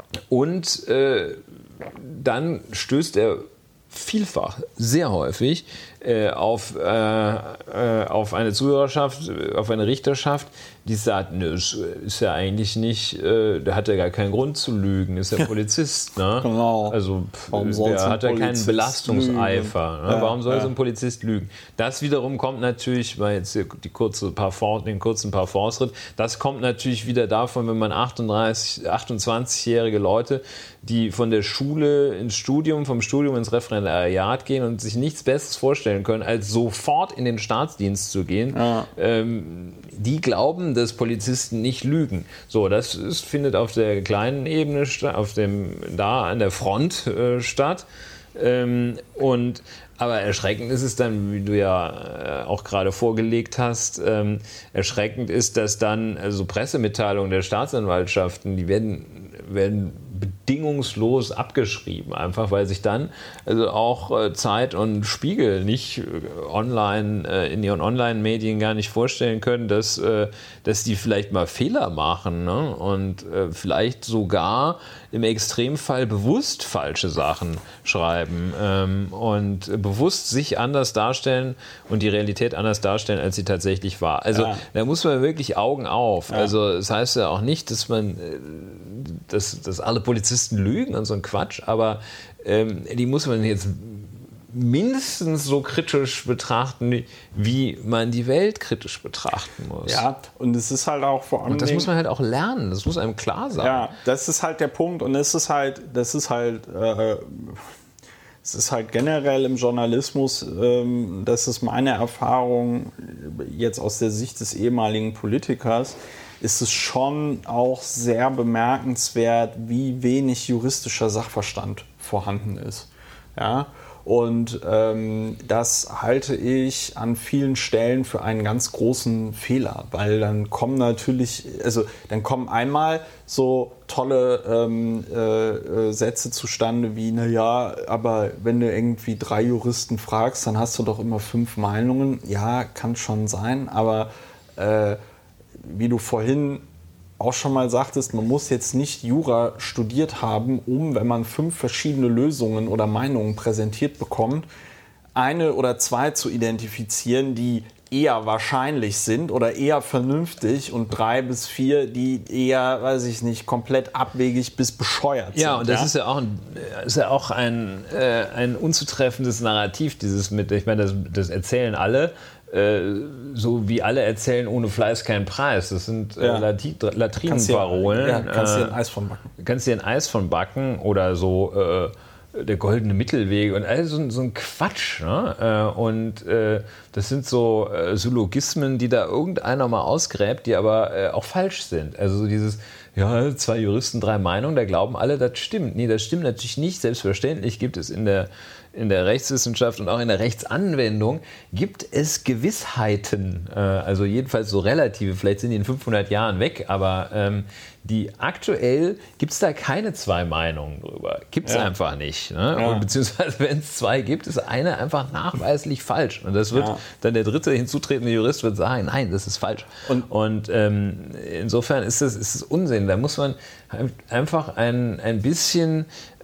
Speaker 2: und äh, dann stößt er vielfach, sehr häufig äh, auf, äh, äh, auf eine Zuhörerschaft, auf eine Richterschaft, die sagt, nö, ist, ist ja eigentlich nicht, äh, der hat ja gar keinen Grund zu lügen, ist ja Polizist. Ne?
Speaker 1: Genau.
Speaker 2: Also
Speaker 1: Warum
Speaker 2: der hat ja keinen Belastungseifer. Ne?
Speaker 1: Ja,
Speaker 2: Warum soll
Speaker 1: ja.
Speaker 2: so ein Polizist lügen? Das wiederum kommt natürlich, weil jetzt die kurze Parfum, den kurzen Parforce-Ritt, das kommt natürlich wieder davon, wenn man achtunddreißig, achtundzwanzigjährige Leute, die von der Schule ins Studium, vom Studium ins Referendariat gehen und sich nichts Besseres vorstellen können, als sofort in den Staatsdienst zu gehen, ja. ähm, die glauben, dass Polizisten nicht lügen. So, das ist, findet auf der kleinen Ebene, auf dem, da an der Front äh, statt. Ähm, und aber erschreckend ist es dann, wie du ja äh, auch gerade vorgelegt hast, ähm, erschreckend ist, dass dann also Pressemitteilungen der Staatsanwaltschaften, die werden, werden bedingungslos abgeschrieben, einfach weil sich dann also auch äh, Zeit und Spiegel nicht äh, online, äh, in ihren Online-Medien gar nicht vorstellen können, dass, äh, dass die vielleicht mal Fehler machen, ne? Und äh, vielleicht sogar im Extremfall bewusst falsche Sachen schreiben ähm, und äh, bewusst sich anders darstellen und die Realität anders darstellen, als sie tatsächlich war. Also ja. Da muss man wirklich Augen auf. Ja. Also das heißt ja auch nicht, dass man, äh, dass, dass alle Polizisten lügen und so ein Quatsch, aber ähm, die muss man jetzt mindestens so kritisch betrachten, wie man die Welt kritisch betrachten muss.
Speaker 1: Ja, und es ist halt auch vor allem.
Speaker 2: Und das muss man halt auch lernen, das muss einem klar sein.
Speaker 1: Ja, das ist halt der Punkt und es ist halt, das ist halt, äh, es ist halt generell im Journalismus, ähm, das ist meine Erfahrung jetzt aus der Sicht des ehemaligen Politikers, ist es schon auch sehr bemerkenswert, wie wenig juristischer Sachverstand vorhanden ist. Ja? Und ähm, das halte ich an vielen Stellen für einen ganz großen Fehler, weil dann kommen natürlich, also dann kommen einmal so tolle ähm, äh, Sätze zustande wie, naja, aber wenn du irgendwie drei Juristen fragst, dann hast du doch immer fünf Meinungen. Ja, kann schon sein, aber äh, wie du vorhin auch schon mal sagtest, man muss jetzt nicht Jura studiert haben, um, wenn man fünf verschiedene Lösungen oder Meinungen präsentiert bekommt, eine oder zwei zu identifizieren, die eher wahrscheinlich sind oder eher vernünftig und drei bis vier, die eher, weiß ich nicht, komplett abwegig bis bescheuert sind.
Speaker 2: Ja, und das ja? ist ja auch ein, ist ja auch ein, äh, ein unzutreffendes Narrativ, dieses mit, ich meine, das, das erzählen alle, so wie alle erzählen, ohne Fleiß kein Preis. Das sind ja. Lati- Latrinenparolen.
Speaker 1: Ja, kannst dir ein Eis von backen.
Speaker 2: Kannst dir ein Eis von backen oder so äh, der goldene Mittelweg und all so, so ein Quatsch. Ne? Und äh, das sind so äh, Syllogismen, die da irgendeiner mal ausgräbt, die aber äh, auch falsch sind. Also so dieses, ja, zwei Juristen, drei Meinungen, da glauben alle, das stimmt. Nee, das stimmt natürlich nicht. Selbstverständlich gibt es in der in der Rechtswissenschaft und auch in der Rechtsanwendung gibt es Gewissheiten, äh, also jedenfalls so relative, vielleicht sind die in fünfhundert Jahren weg, aber ähm, die aktuell gibt es da keine zwei Meinungen drüber. Gibt es ja. einfach nicht. Ne? Ja. Und beziehungsweise wenn es zwei gibt, ist eine einfach nachweislich falsch. Und das wird ja. dann der dritte hinzutretende Jurist wird sagen, nein, das ist falsch. Und, und ähm, insofern ist es ist Unsinn. Da muss man einfach ein, ein bisschen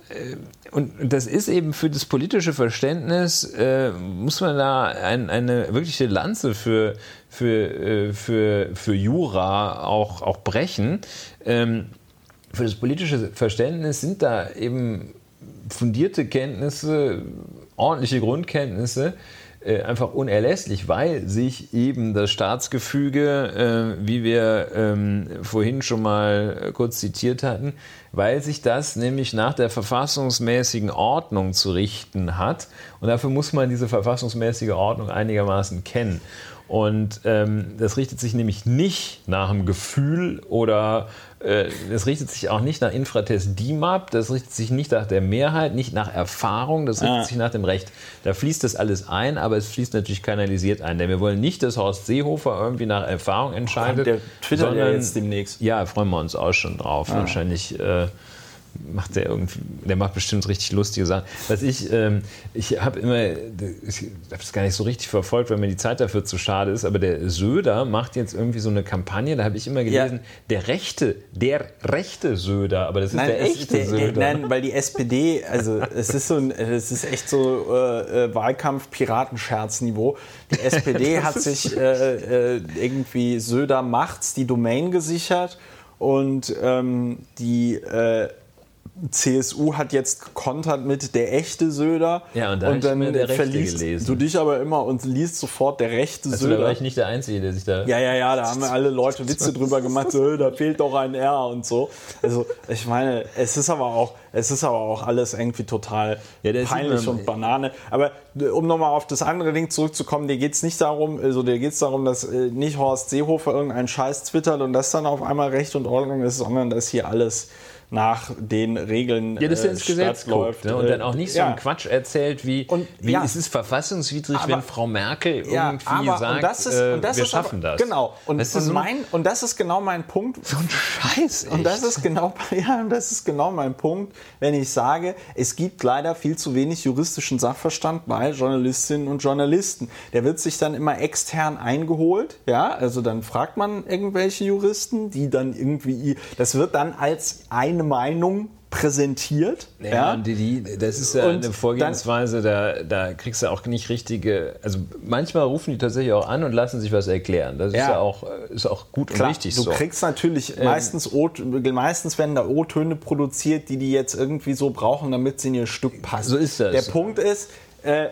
Speaker 2: und das ist eben für das politische Verständnis, äh, muss man da ein, eine wirkliche Lanze für, für, äh, für, für Jura auch, auch brechen. Ähm, für das politische Verständnis sind da eben fundierte Kenntnisse, ordentliche Grundkenntnisse, einfach unerlässlich, weil sich eben das Staatsgefüge, äh, wie wir ähm, vorhin schon mal kurz zitiert hatten, weil sich das nämlich nach der verfassungsmäßigen Ordnung zu richten hat. Und dafür muss man diese verfassungsmäßige Ordnung einigermaßen kennen. Und ähm, das richtet sich nämlich nicht nach dem Gefühl oder äh, das richtet sich auch nicht nach Infrates DIMAP, das richtet sich nicht nach der Mehrheit, nicht nach Erfahrung, das richtet ah. sich nach dem Recht. Da fließt das alles ein, aber es fließt natürlich kanalisiert ein. Denn wir wollen nicht, dass Horst Seehofer irgendwie nach Erfahrung entscheidet.
Speaker 1: Der twittert sondern, ja jetzt demnächst.
Speaker 2: Ja, freuen wir uns auch schon drauf. Ah. Wahrscheinlich äh, macht der irgendwie, der macht bestimmt richtig lustige Sachen. Was ich, ähm, ich habe immer, ich habe es gar nicht so richtig verfolgt, weil mir die Zeit dafür zu schade ist, aber der Söder macht jetzt irgendwie so eine Kampagne, da habe ich immer gelesen, ja. der rechte, der rechte Söder, aber das ist
Speaker 1: nein,
Speaker 2: der echte
Speaker 1: der,
Speaker 2: Söder.
Speaker 1: Der, nein, weil die S P D, also es ist so ein, es ist echt so äh, Wahlkampf-Piratenscherz-Niveau. Die S P D hat sich äh, irgendwie Söder macht's die Domain gesichert und ähm, die äh, C S U hat jetzt gekontert mit der echte Söder.
Speaker 2: Ja, und, da und dann der verliest gelesen.
Speaker 1: du dich aber immer und liest sofort der rechte also, Söder.
Speaker 2: Da war ich nicht der Einzige, der sich da...
Speaker 1: Ja, ja, ja, da haben alle Leute Witze drüber gemacht, so, da fehlt doch ein R und so. Also ich meine, es ist aber auch, es ist aber auch alles irgendwie total ja, peinlich und Banane. Aber um nochmal auf das andere Ding zurückzukommen, dir geht es nicht darum, also dir geht es darum, dass nicht Horst Seehofer irgendeinen Scheiß twittert und das dann auf einmal Recht und Ordnung ist, sondern dass hier alles nach den Regeln
Speaker 2: ja, das
Speaker 1: äh,
Speaker 2: ins Gesetz läuft, ne? Und dann auch nicht so ja. einen Quatsch erzählt, wie, und, wie ja. es ist verfasswidrig, aber, wenn Frau Merkel
Speaker 1: ja,
Speaker 2: irgendwie
Speaker 1: aber,
Speaker 2: sagt,
Speaker 1: und das ist,
Speaker 2: äh,
Speaker 1: und das
Speaker 2: wir
Speaker 1: ist
Speaker 2: schaffen
Speaker 1: aber,
Speaker 2: das.
Speaker 1: Genau. Und, und,
Speaker 2: so
Speaker 1: mein, und das ist genau mein Punkt.
Speaker 2: So ein Scheiß, echt.
Speaker 1: Und das ist genau, ja, das ist genau mein Punkt, wenn ich sage, es gibt leider viel zu wenig juristischen Sachverstand bei Journalistinnen und Journalisten. Der wird sich dann immer extern eingeholt, ja, also dann fragt man irgendwelche Juristen, die dann irgendwie, das wird dann als eine Meinung präsentiert.
Speaker 2: Ja, ja. Und die, die, das ist ja und eine Vorgehensweise, da, da kriegst du auch nicht richtige, also manchmal rufen die tatsächlich auch an und lassen sich was erklären. Das ja. ist ja auch, ist auch gut
Speaker 1: Klar,
Speaker 2: und wichtig
Speaker 1: du
Speaker 2: so.
Speaker 1: Du kriegst natürlich ähm, meistens, o, meistens werden da O-Töne produziert, die die jetzt irgendwie so brauchen, damit sie in ihr Stück passen.
Speaker 2: So ist das.
Speaker 1: Der Punkt ist, äh,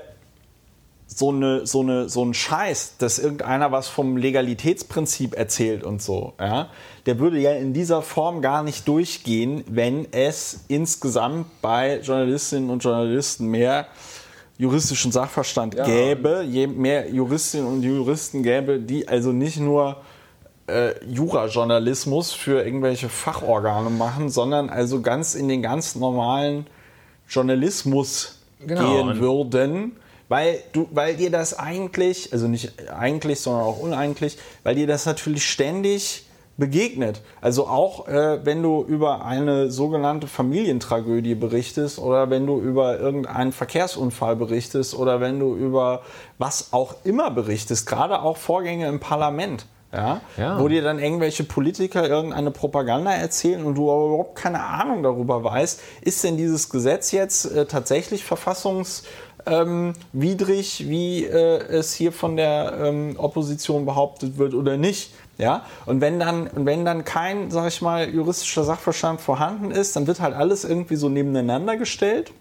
Speaker 1: so, eine, so, eine, so ein Scheiß, dass irgendeiner was vom Legalitätsprinzip erzählt und so, ja, der würde ja in dieser Form gar nicht durchgehen, wenn es insgesamt bei Journalistinnen und Journalisten mehr juristischen Sachverstand ja. gäbe, je mehr Juristinnen und Juristen gäbe, die also nicht nur äh, Jurajournalismus für irgendwelche Fachorgane machen, sondern also ganz in den ganz normalen Journalismus genau. gehen würden. Weil, du, weil dir das eigentlich, also nicht eigentlich, sondern auch uneigentlich, weil dir das natürlich ständig begegnet. Also auch äh, wenn du über eine sogenannte Familientragödie berichtest oder wenn du über irgendeinen Verkehrsunfall berichtest oder wenn du über was auch immer berichtest, gerade auch Vorgänge im Parlament. Ja, ja. Wo dir dann irgendwelche Politiker irgendeine Propaganda erzählen und du aber überhaupt keine Ahnung darüber weißt, ist denn dieses Gesetz jetzt äh, tatsächlich verfassungs Ähm, widrig, wie äh, es hier von der ähm, Opposition behauptet wird oder nicht. Ja? Und wenn dann, und wenn dann kein, sag ich mal, juristischer Sachverstand vorhanden ist, dann wird halt alles irgendwie so nebeneinander gestellt.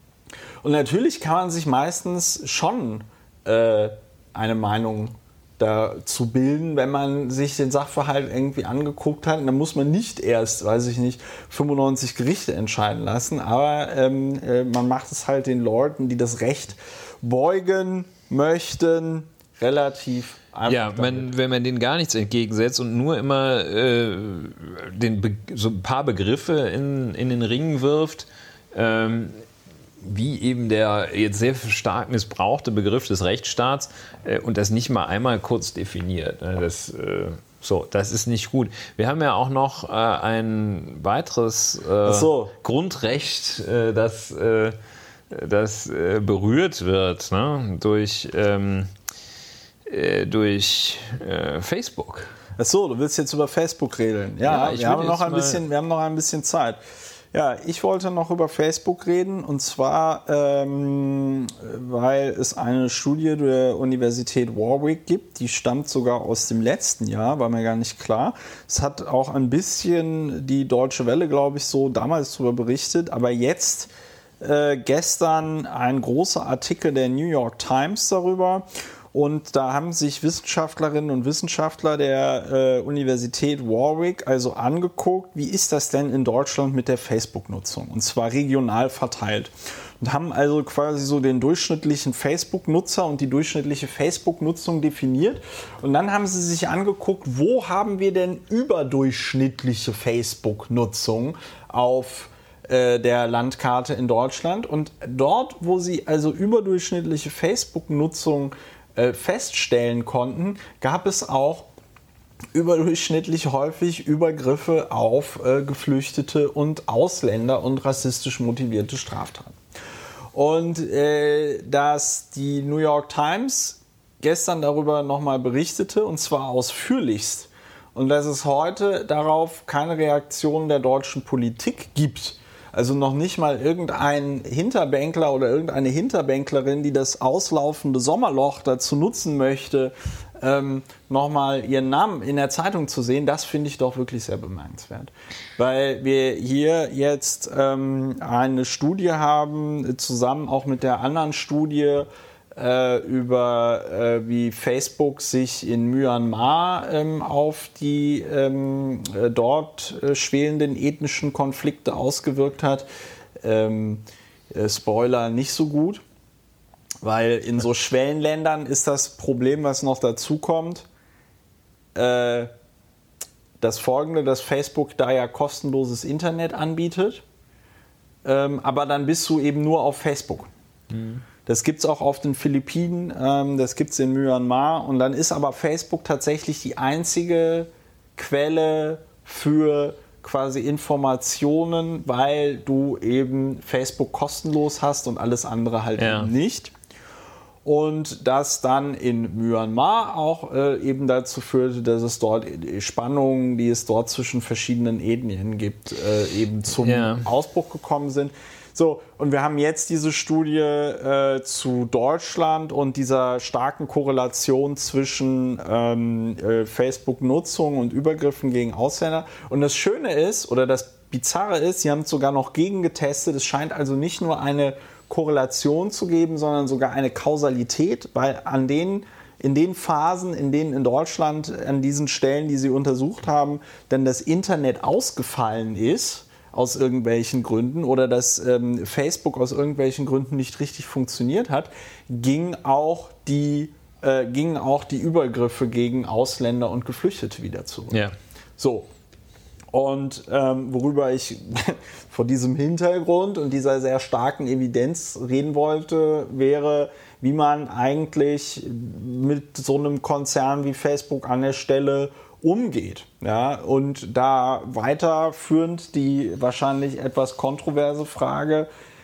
Speaker 1: Und natürlich kann man sich meistens schon äh, eine Meinung dazu bilden, wenn man sich den Sachverhalt irgendwie angeguckt hat. Und dann muss man nicht erst, weiß ich nicht, fünfundneunzig Gerichte entscheiden lassen, aber ähm, äh, man macht es halt den Leuten, die das Recht beugen möchten, relativ einfach.
Speaker 2: Ja, man, wenn man denen gar nichts entgegensetzt und nur immer äh, den Be- so ein paar Begriffe in, in den Ring wirft, ähm, wie eben der jetzt sehr stark missbrauchte Begriff des Rechtsstaats äh, und das nicht mal einmal kurz definiert. Ne? Das, äh, so, das ist nicht gut. Wir haben ja auch noch äh, ein weiteres äh, so. Grundrecht, äh, das, äh, das äh, berührt wird ne? durch, ähm, äh, durch äh, Facebook.
Speaker 1: Ach so, du willst jetzt über Facebook reden. Ja, ja wir, haben noch ein bisschen, wir haben noch ein bisschen Zeit. Ja, ich wollte noch über Facebook reden und zwar, ähm, weil es eine Studie der Universität Warwick gibt, die stammt sogar aus dem letzten Jahr, war mir gar nicht klar. Es hat auch ein bisschen die Deutsche Welle, glaube ich, so damals darüber berichtet, aber jetzt äh, gestern ein großer Artikel der New York Times darüber. Und da haben sich Wissenschaftlerinnen und Wissenschaftler der äh, Universität Warwick also angeguckt, wie ist das denn in Deutschland mit der Facebook-Nutzung? Und zwar regional verteilt. Und haben also quasi so den durchschnittlichen Facebook-Nutzer und die durchschnittliche Facebook-Nutzung definiert. Und dann haben sie sich angeguckt, wo haben wir denn überdurchschnittliche Facebook-Nutzung auf äh, der Landkarte in Deutschland. Und dort, wo sie also überdurchschnittliche Facebook-Nutzung feststellen konnten, gab es auch überdurchschnittlich häufig Übergriffe auf äh, Geflüchtete und Ausländer und rassistisch motivierte Straftaten. Und äh, dass die New York Times gestern darüber nochmal berichtete, und zwar ausführlichst, und dass es heute darauf keine Reaktion der deutschen Politik gibt. Also noch nicht mal irgendein Hinterbänkler oder irgendeine Hinterbänklerin, die das auslaufende Sommerloch dazu nutzen möchte, ähm, nochmal ihren Namen in der Zeitung zu sehen, das finde ich doch wirklich sehr bemerkenswert. Weil wir hier jetzt ähm, eine Studie haben, zusammen auch mit der anderen Studie, über äh, wie Facebook sich in Myanmar ähm, auf die ähm, äh, dort äh, schwelenden ethnischen Konflikte ausgewirkt hat. Ähm, äh, Spoiler, nicht so gut, weil in so Schwellenländern ist das Problem, was noch dazu kommt, äh, das folgende, dass Facebook da ja kostenloses Internet anbietet, ähm, aber dann bist du eben nur auf Facebook. Mhm. Das gibt es auch auf den Philippinen, ähm, das gibt es in Myanmar und dann ist aber Facebook tatsächlich die einzige Quelle für quasi Informationen, weil du eben Facebook kostenlos hast und alles andere halt ja. eben nicht. Und das dann in Myanmar auch äh, eben dazu führte, dass es dort Spannungen, die es dort zwischen verschiedenen Ethnien gibt, äh, eben zum ja. Ausbruch gekommen sind. So, und wir haben jetzt diese Studie äh, zu Deutschland und dieser starken Korrelation zwischen ähm, äh, Facebook-Nutzung und Übergriffen gegen Ausländer. Und das Schöne ist, oder das Bizarre ist, sie haben es sogar noch gegengetestet. Es scheint also nicht nur eine Korrelation zu geben, sondern sogar eine Kausalität, weil an den, in den Phasen, in denen in Deutschland an diesen Stellen, die sie untersucht haben, dann das Internet ausgefallen ist, aus irgendwelchen Gründen oder dass ähm, Facebook aus irgendwelchen Gründen nicht richtig funktioniert hat, ging auch die, äh, gingen auch die Übergriffe gegen Ausländer und Geflüchtete wieder zurück. Ja. So. Und ähm, worüber ich vor diesem Hintergrund und dieser sehr starken Evidenz reden wollte, wäre, wie man eigentlich mit so einem Konzern wie Facebook an der Stelle umgeht. Ja, und da weiterführend die wahrscheinlich etwas kontroverse Frage,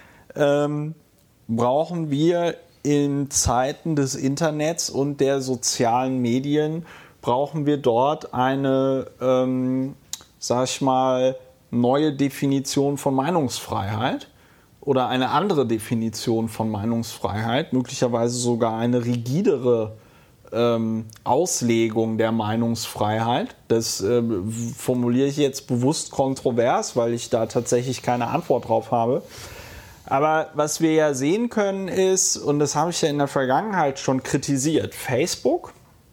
Speaker 1: ähm, brauchen wir in Zeiten des Internets und der sozialen Medien, brauchen wir dort eine, ähm, sag ich mal, neue Definition von Meinungsfreiheit oder eine andere Definition von Meinungsfreiheit, möglicherweise sogar eine rigidere Ähm, Auslegung der Meinungsfreiheit. Das äh, formuliere ich jetzt bewusst kontrovers, weil ich da tatsächlich keine Antwort drauf habe. Aber was wir ja sehen können ist, und das habe ich ja in der Vergangenheit schon kritisiert, Facebook,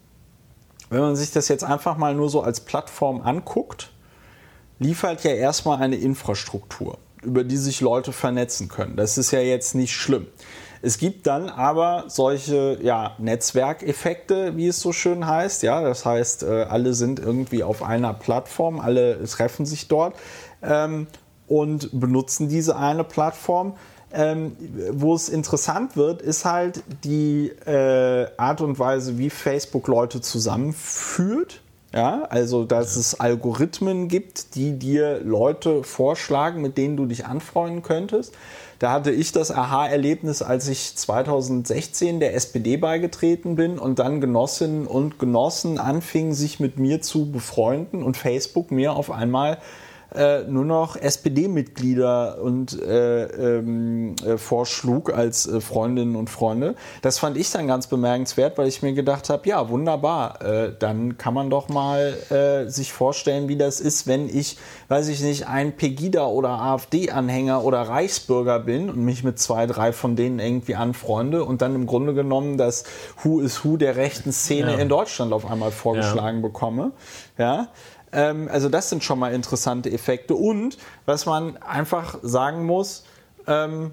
Speaker 1: wenn man sich das jetzt einfach mal nur so als Plattform anguckt, liefert ja erstmal eine Infrastruktur, über die sich Leute vernetzen können. Das ist ja jetzt nicht schlimm. Es gibt dann aber solche ja, Netzwerkeffekte, wie es so schön heißt. Ja, das heißt, alle sind irgendwie auf einer Plattform, alle treffen sich dort ähm, und benutzen diese eine Plattform. Ähm, wo es interessant wird, ist halt die äh, Art und Weise, wie Facebook Leute zusammenführt. Ja, also, dass es Algorithmen gibt, die dir Leute vorschlagen, mit denen du dich anfreunden könntest. Da hatte ich das Aha-Erlebnis, als ich zweitausendsechzehn der S P D beigetreten bin und dann Genossinnen und Genossen anfingen, sich mit mir zu befreunden und Facebook mir auf einmal äh, nur noch S P D-Mitglieder und äh, ähm, äh, vorschlug als äh, Freundinnen und Freunde. Das fand ich dann ganz bemerkenswert, weil ich mir gedacht habe, ja, wunderbar, äh, dann kann man doch mal äh, sich vorstellen, wie das ist, wenn ich, weiß ich nicht, ein Pegida- oder AfD-Anhänger oder Reichsbürger bin und mich mit zwei, drei von denen irgendwie anfreunde und dann im Grunde genommen das Who is Who der rechten Szene ja. in Deutschland auf einmal vorgeschlagen ja. bekomme. Ja. Also das sind schon mal interessante Effekte. Und was man einfach sagen muss, ähm,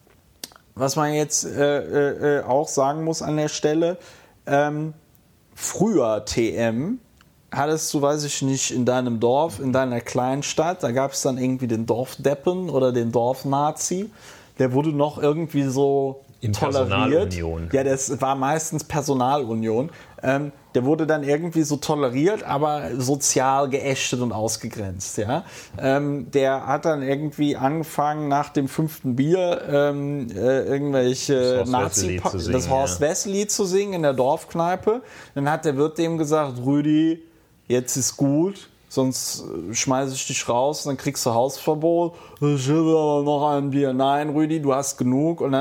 Speaker 1: was man jetzt äh, äh, auch sagen muss an der Stelle, ähm, früher T M hattest du, weiß ich nicht, in deinem Dorf, in deiner kleinen Stadt, da gab es dann irgendwie den Dorfdeppen oder den Dorfnazi, der wurde noch irgendwie so
Speaker 2: in
Speaker 1: toleriert.
Speaker 2: Personalunion.
Speaker 1: Ja, das war meistens Personalunion. Ähm, der wurde dann irgendwie so toleriert, aber sozial geächtet und ausgegrenzt. Ja? Ähm, der hat dann irgendwie angefangen, nach dem fünften Bier ähm, äh, irgendwelche Nazi, das Horst Wessel-Lied zu singen in der Dorfkneipe. Dann hat der Wirt dem gesagt, Rüdi, jetzt ist gut, sonst schmeiße ich dich raus, dann kriegst du Hausverbot. Ich will aber noch ein Bier. Nein, Rüdi, du hast genug. Und dann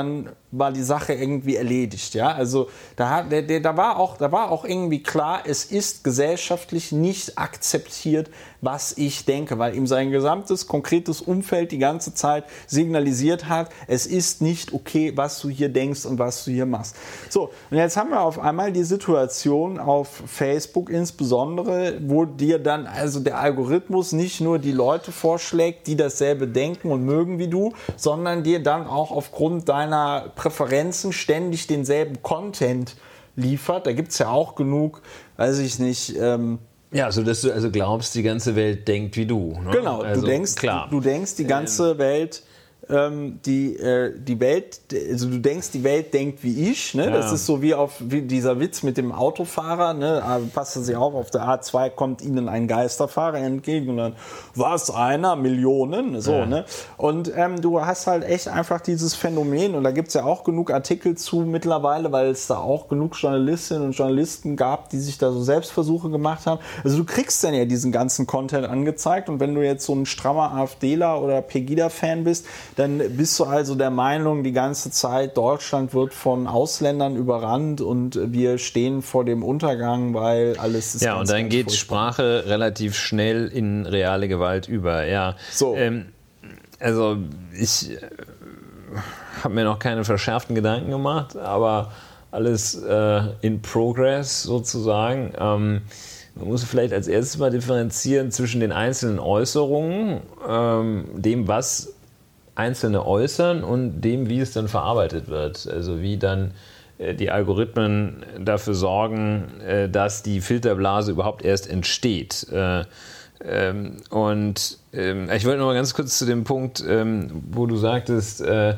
Speaker 1: war die Sache irgendwie erledigt. Ja? Also da, der, der, da, war auch, da war auch irgendwie klar, es ist gesellschaftlich nicht akzeptiert, was ich denke, weil ihm sein gesamtes konkretes Umfeld die ganze Zeit signalisiert hat, es ist nicht okay, was du hier denkst und was du hier machst. So, und jetzt haben wir auf einmal die Situation auf Facebook insbesondere, wo dir dann also der Algorithmus nicht nur die Leute vorschlägt, die dasselbe denken und mögen wie du, sondern dir dann auch aufgrund deiner Präferenzen ständig denselben Content liefert. Da gibt es ja auch genug, weiß ich nicht, ähm,
Speaker 2: ja, so dass du also glaubst, die ganze Welt denkt wie du. Ne?
Speaker 1: Genau,
Speaker 2: also,
Speaker 1: du denkst,
Speaker 2: klar.
Speaker 1: Du, du denkst, die ganze ähm. Welt, ähm, die, äh, die Welt, also du denkst, die Welt denkt wie ich. Ne? Ja. Das ist so wie auf wie dieser Witz mit dem Autofahrer. Ne? Passen Sie auf, auf der A zwei kommt Ihnen ein Geisterfahrer entgegen und dann, was, einer, Millionen? So, ja. Ne? Und ähm, du hast halt echt einfach dieses Phänomen und da gibt es ja auch genug Artikel zu mittlerweile, weil es da auch genug Journalistinnen und Journalisten gab, die sich da so Selbstversuche gemacht haben. Also du kriegst dann ja diesen ganzen Content angezeigt und wenn du jetzt so ein strammer AfDler oder Pegida-Fan bist, dann bist du also der Meinung, die ganze Zeit, Deutschland wird von Ausländern überrannt und wir stehen vor dem Untergang, weil alles ist
Speaker 2: ja,
Speaker 1: ganz,
Speaker 2: und dann
Speaker 1: ganz
Speaker 2: geht
Speaker 1: furchtbar.
Speaker 2: Sprache relativ schnell in reale Gewalt über. Ja.
Speaker 1: So.
Speaker 2: Ähm, also ich äh, habe mir noch keine verschärften Gedanken gemacht, aber alles äh, in progress sozusagen. Ähm, Man muss vielleicht als erstes mal differenzieren zwischen den einzelnen Äußerungen, ähm, dem, was Einzelne äußern und dem, wie es dann verarbeitet wird. Also wie dann äh, die Algorithmen dafür sorgen, äh, dass die Filterblase überhaupt erst entsteht. Äh, ähm, und ähm, ich wollte noch mal ganz kurz zu dem Punkt, ähm, wo du sagtest, äh,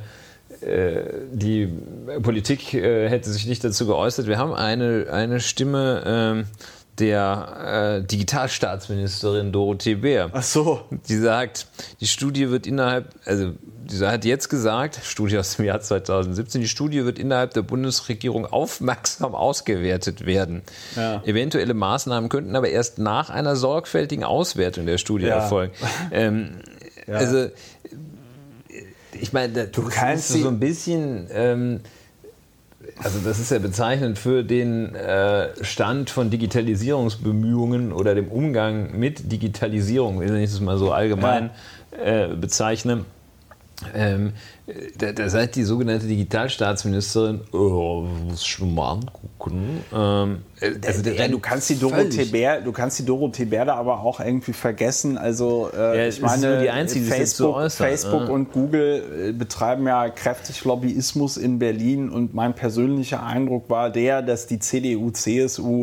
Speaker 2: die Politik äh, hätte sich nicht dazu geäußert. Wir haben eine, eine Stimme äh, der äh, Digitalstaatsministerin Dorothee Bär.
Speaker 1: Ach so.
Speaker 2: Die sagt, die Studie wird innerhalb, also die hat jetzt gesagt, Studie aus dem Jahr zweitausendsiebzehn, die Studie wird innerhalb der Bundesregierung aufmerksam ausgewertet werden. Ja. Eventuelle Maßnahmen könnten aber erst nach einer sorgfältigen Auswertung der Studie ja. erfolgen. Ähm, ja. Also ich meine, du kannst so ein bisschen, ähm, also das ist ja bezeichnend für den äh, Stand von Digitalisierungsbemühungen oder dem Umgang mit Digitalisierung, wenn ich das mal so allgemein ja. äh, bezeichne. Ähm, da, da seid die sogenannte Digitalstaatsministerin, oh, muss schon mal angucken. Ähm,
Speaker 1: also der, ja, du kannst die Dorothee Bär, du kannst die Dorothee Bär da aber auch irgendwie vergessen. Also äh,
Speaker 2: ja,
Speaker 1: ich meine,
Speaker 2: nur die einzige,
Speaker 1: Facebook,
Speaker 2: die äußert,
Speaker 1: Facebook
Speaker 2: ja.
Speaker 1: und Google betreiben ja kräftig Lobbyismus in Berlin und mein persönlicher Eindruck war der, dass die C D U, C S U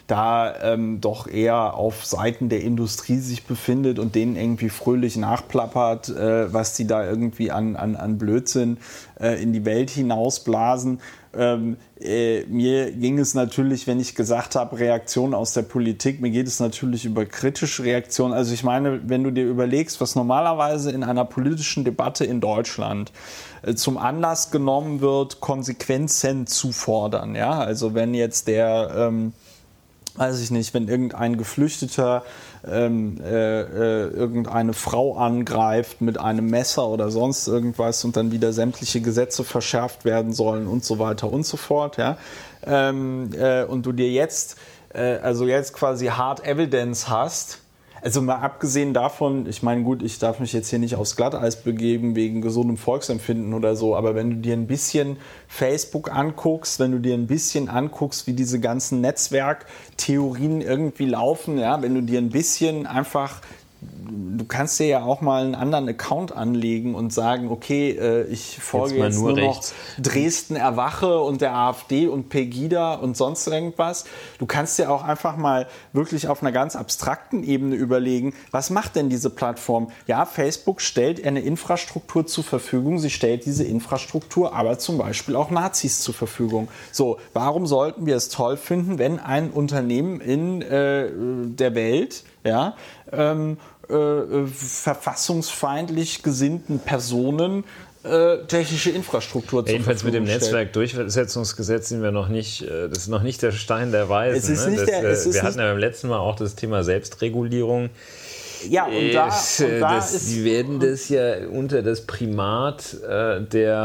Speaker 1: da ähm, doch eher auf Seiten der Industrie sich befindet und denen irgendwie fröhlich nachplappert, äh, was die da irgendwie an, an, an Blödsinn äh, in die Welt hinausblasen. Ähm, äh, mir ging es natürlich, wenn ich gesagt habe, Reaktionen aus der Politik, mir geht es natürlich über kritische Reaktionen. Also ich meine, wenn du dir überlegst, was normalerweise in einer politischen Debatte in Deutschland äh, zum Anlass genommen wird, Konsequenzen zu fordern. Ja? Also wenn jetzt der... Ähm, weiß ich nicht, wenn irgendein Geflüchteter ähm, äh, äh, irgendeine Frau angreift mit einem Messer oder sonst irgendwas und dann wieder sämtliche Gesetze verschärft werden sollen und so weiter und so fort, ja, ähm, äh, und du dir jetzt, äh, also jetzt quasi Hard Evidence hast, also mal abgesehen davon, ich meine gut, ich darf mich jetzt hier nicht aufs Glatteis begeben wegen gesundem Volksempfinden oder so, aber wenn du dir ein bisschen Facebook anguckst, wenn du dir ein bisschen anguckst, wie diese ganzen Netzwerktheorien irgendwie laufen, ja, wenn du dir ein bisschen einfach, du kannst dir ja auch mal einen anderen Account anlegen und sagen, okay, äh, ich folge jetzt, jetzt nur, nur noch Dresden Erwache und der AfD und Pegida und sonst irgendwas. Du kannst dir auch einfach mal wirklich auf einer ganz abstrakten Ebene überlegen, was macht denn diese Plattform? Ja, Facebook stellt eine Infrastruktur zur Verfügung, sie stellt diese Infrastruktur aber zum Beispiel auch Nazis zur Verfügung. So, warum sollten wir es toll finden, wenn ein Unternehmen in äh, der Welt, ja, ähm, äh, verfassungsfeindlich gesinnten Personen äh, technische Infrastruktur zur
Speaker 2: Jedenfalls
Speaker 1: Verfügung
Speaker 2: mit dem Netzwerkdurchsetzungsgesetz sind wir noch nicht, das ist noch nicht der Stein der Weisen.
Speaker 1: Es ist
Speaker 2: ne?
Speaker 1: nicht
Speaker 2: das,
Speaker 1: der, es
Speaker 2: wir
Speaker 1: ist
Speaker 2: hatten
Speaker 1: nicht
Speaker 2: ja beim letzten Mal auch das Thema Selbstregulierung.
Speaker 1: Ja, und da, und da
Speaker 2: das,
Speaker 1: ist...
Speaker 2: Die werden das ja unter das Primat äh, der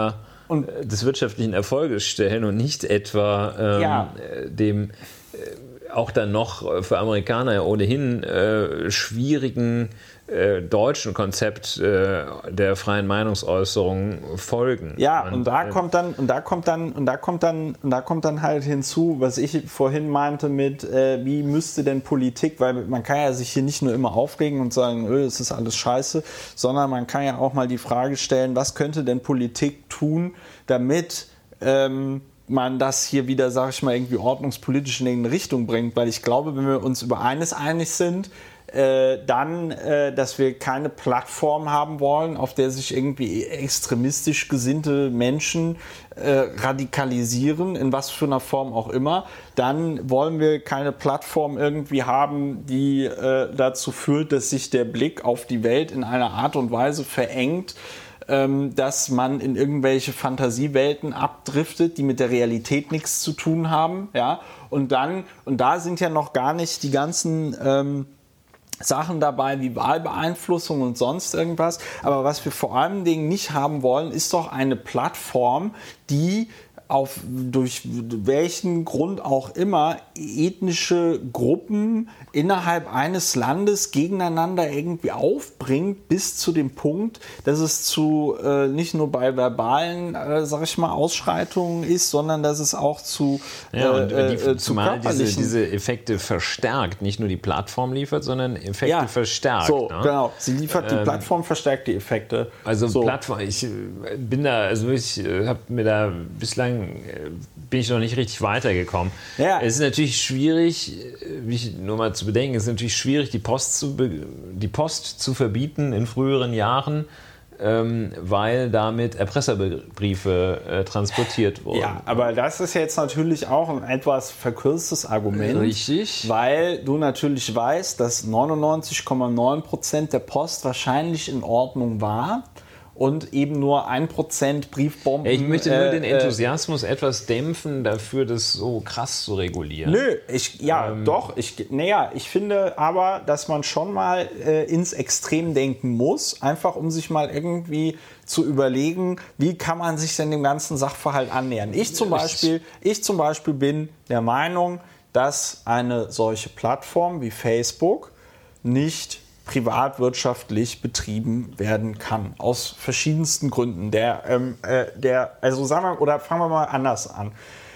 Speaker 1: und
Speaker 2: des wirtschaftlichen Erfolges stellen und nicht etwa ähm,
Speaker 1: ja.
Speaker 2: dem äh, auch dann noch für Amerikaner ja ohnehin äh, schwierigen äh, deutschen Konzept äh, der freien Meinungsäußerung folgen.
Speaker 1: Ja,
Speaker 2: und,
Speaker 1: und da
Speaker 2: äh,
Speaker 1: kommt dann und da kommt dann und da kommt dann und da kommt dann halt hinzu, was ich vorhin meinte mit äh, wie müsste denn Politik, weil man kann ja sich hier nicht nur immer aufregen und sagen, öh, es ist alles scheiße, sondern man kann ja auch mal die Frage stellen, was könnte denn Politik tun, damit ähm, man das hier wieder, sag ich mal, irgendwie ordnungspolitisch in irgendeine Richtung bringt, weil ich glaube, wenn wir uns über eines einig sind, Äh, dann, äh, dass wir keine Plattform haben wollen, auf der sich irgendwie extremistisch gesinnte Menschen äh, radikalisieren, in was für einer Form auch immer, dann wollen wir keine Plattform irgendwie haben, die äh, dazu führt, dass sich der Blick auf die Welt in einer Art und Weise verengt, ähm, dass man in irgendwelche Fantasiewelten abdriftet, die mit der Realität nichts zu tun haben. Ja? Und dann, und da sind ja noch gar nicht die ganzen ähm, Sachen dabei wie Wahlbeeinflussung und sonst irgendwas. Aber was wir vor allen Dingen nicht haben wollen, ist doch eine Plattform, die auf durch welchen Grund auch immer ethnische Gruppen innerhalb eines Landes gegeneinander irgendwie aufbringt, bis zu dem Punkt, dass es zu äh, nicht nur bei verbalen, äh, sag ich mal, Ausschreitungen ist, sondern dass es auch zu äh,
Speaker 2: ja, und die,
Speaker 1: äh, zu
Speaker 2: zumal diese,
Speaker 1: körperlichen
Speaker 2: diese Effekte verstärkt, nicht nur die Plattform liefert, sondern Effekte
Speaker 1: ja,
Speaker 2: verstärkt.
Speaker 1: So,
Speaker 2: ne?
Speaker 1: genau. Sie liefert, die
Speaker 2: Ähm,
Speaker 1: Plattform verstärkt die Effekte.
Speaker 2: Also
Speaker 1: so.
Speaker 2: Plattform, ich äh, bin da, also ich äh, habe mir da bislang bin ich noch nicht richtig weitergekommen.
Speaker 1: Ja.
Speaker 2: Es ist natürlich schwierig, wie nur mal zu bedenken, es ist natürlich schwierig, die Post zu, die Post zu verbieten in früheren Jahren, ähm, weil damit Erpresserbriefe äh, transportiert wurden.
Speaker 1: Ja, aber das ist jetzt natürlich auch ein etwas verkürztes Argument.
Speaker 2: Richtig.
Speaker 1: Weil du natürlich weißt, dass neunundneunzig Komma neun Prozent der Post wahrscheinlich in Ordnung war. Und eben nur ein Prozent Briefbomben.
Speaker 2: Ja, ich möchte nur
Speaker 1: äh,
Speaker 2: den Enthusiasmus äh, etwas dämpfen, dafür das so krass zu regulieren.
Speaker 1: Nö, ich, ja,
Speaker 2: ähm,
Speaker 1: doch. Ich, naja, ich finde aber, dass man schon mal äh, ins Extrem denken muss, einfach um sich mal irgendwie zu überlegen, wie kann man sich denn dem ganzen Sachverhalt annähern. Ich zum Beispiel, ich zum Beispiel bin der Meinung, dass eine solche Plattform wie Facebook nicht privatwirtschaftlich betrieben werden kann. Aus verschiedensten Gründen. Der, ähm, äh, der, also sagen wir, oder fangen wir mal anders an.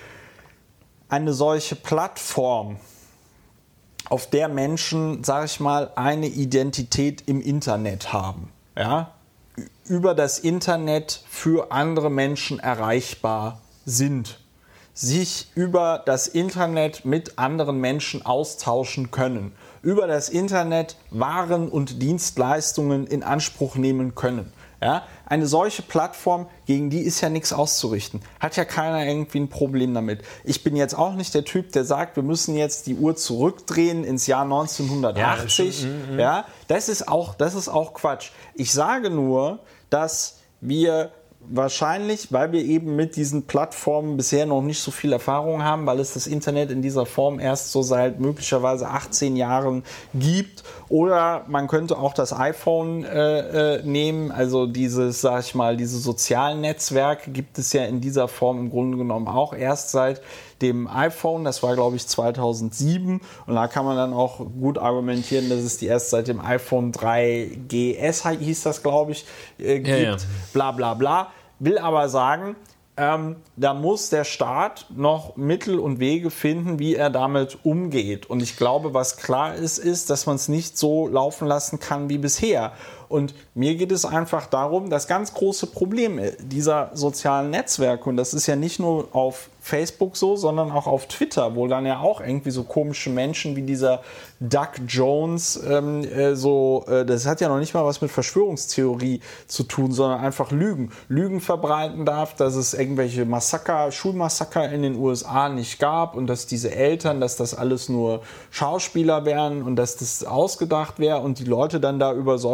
Speaker 1: Eine solche Plattform, auf der Menschen, sage ich mal, eine Identität im Internet haben, ja, über das Internet für andere Menschen erreichbar sind, sich über das Internet mit anderen Menschen austauschen können, über das Internet Waren und Dienstleistungen in Anspruch nehmen können. Ja, eine solche Plattform, gegen die ist ja nichts auszurichten. Hat ja keiner irgendwie ein Problem damit. Ich bin jetzt auch nicht der Typ, der sagt, wir müssen jetzt die Uhr zurückdrehen ins Jahr neunzehnhundertachtzig. Ja, ja, das ist auch, das ist auch Quatsch. Ich sage nur, dass wir wahrscheinlich, weil wir eben mit diesen Plattformen bisher noch nicht so viel Erfahrung haben, weil es das Internet in dieser Form erst so seit möglicherweise achtzehn Jahren gibt. Oder man könnte auch das iPhone äh, äh, nehmen, also dieses, sag ich mal, diese sozialen Netzwerke gibt es ja in dieser Form im Grunde genommen auch erst seit dem iPhone, das war glaube ich zweitausendsieben und da kann man dann auch gut argumentieren, dass es die erst seit dem iPhone drei G S hieß das glaube ich, äh, gibt, ja, ja. bla bla bla. Will aber sagen, ähm, da muss der Staat noch Mittel und Wege finden, wie er damit umgeht. Und ich glaube, was klar ist, ist, dass man es nicht so laufen lassen kann wie bisher. Und mir geht es einfach darum, das ganz große Problem dieser sozialen Netzwerke, und das ist ja nicht nur auf Facebook so, sondern auch auf Twitter, wo dann ja auch irgendwie so komische Menschen wie dieser Doug Jones, ähm, äh, so, äh, das hat ja noch nicht mal was mit Verschwörungstheorie zu tun, sondern einfach Lügen. Lügen verbreiten darf, dass es irgendwelche Massaker, Schulmassaker in den U S A nicht gab und dass diese Eltern, dass das alles nur Schauspieler wären und dass das ausgedacht wäre und die Leute dann da über solche Leute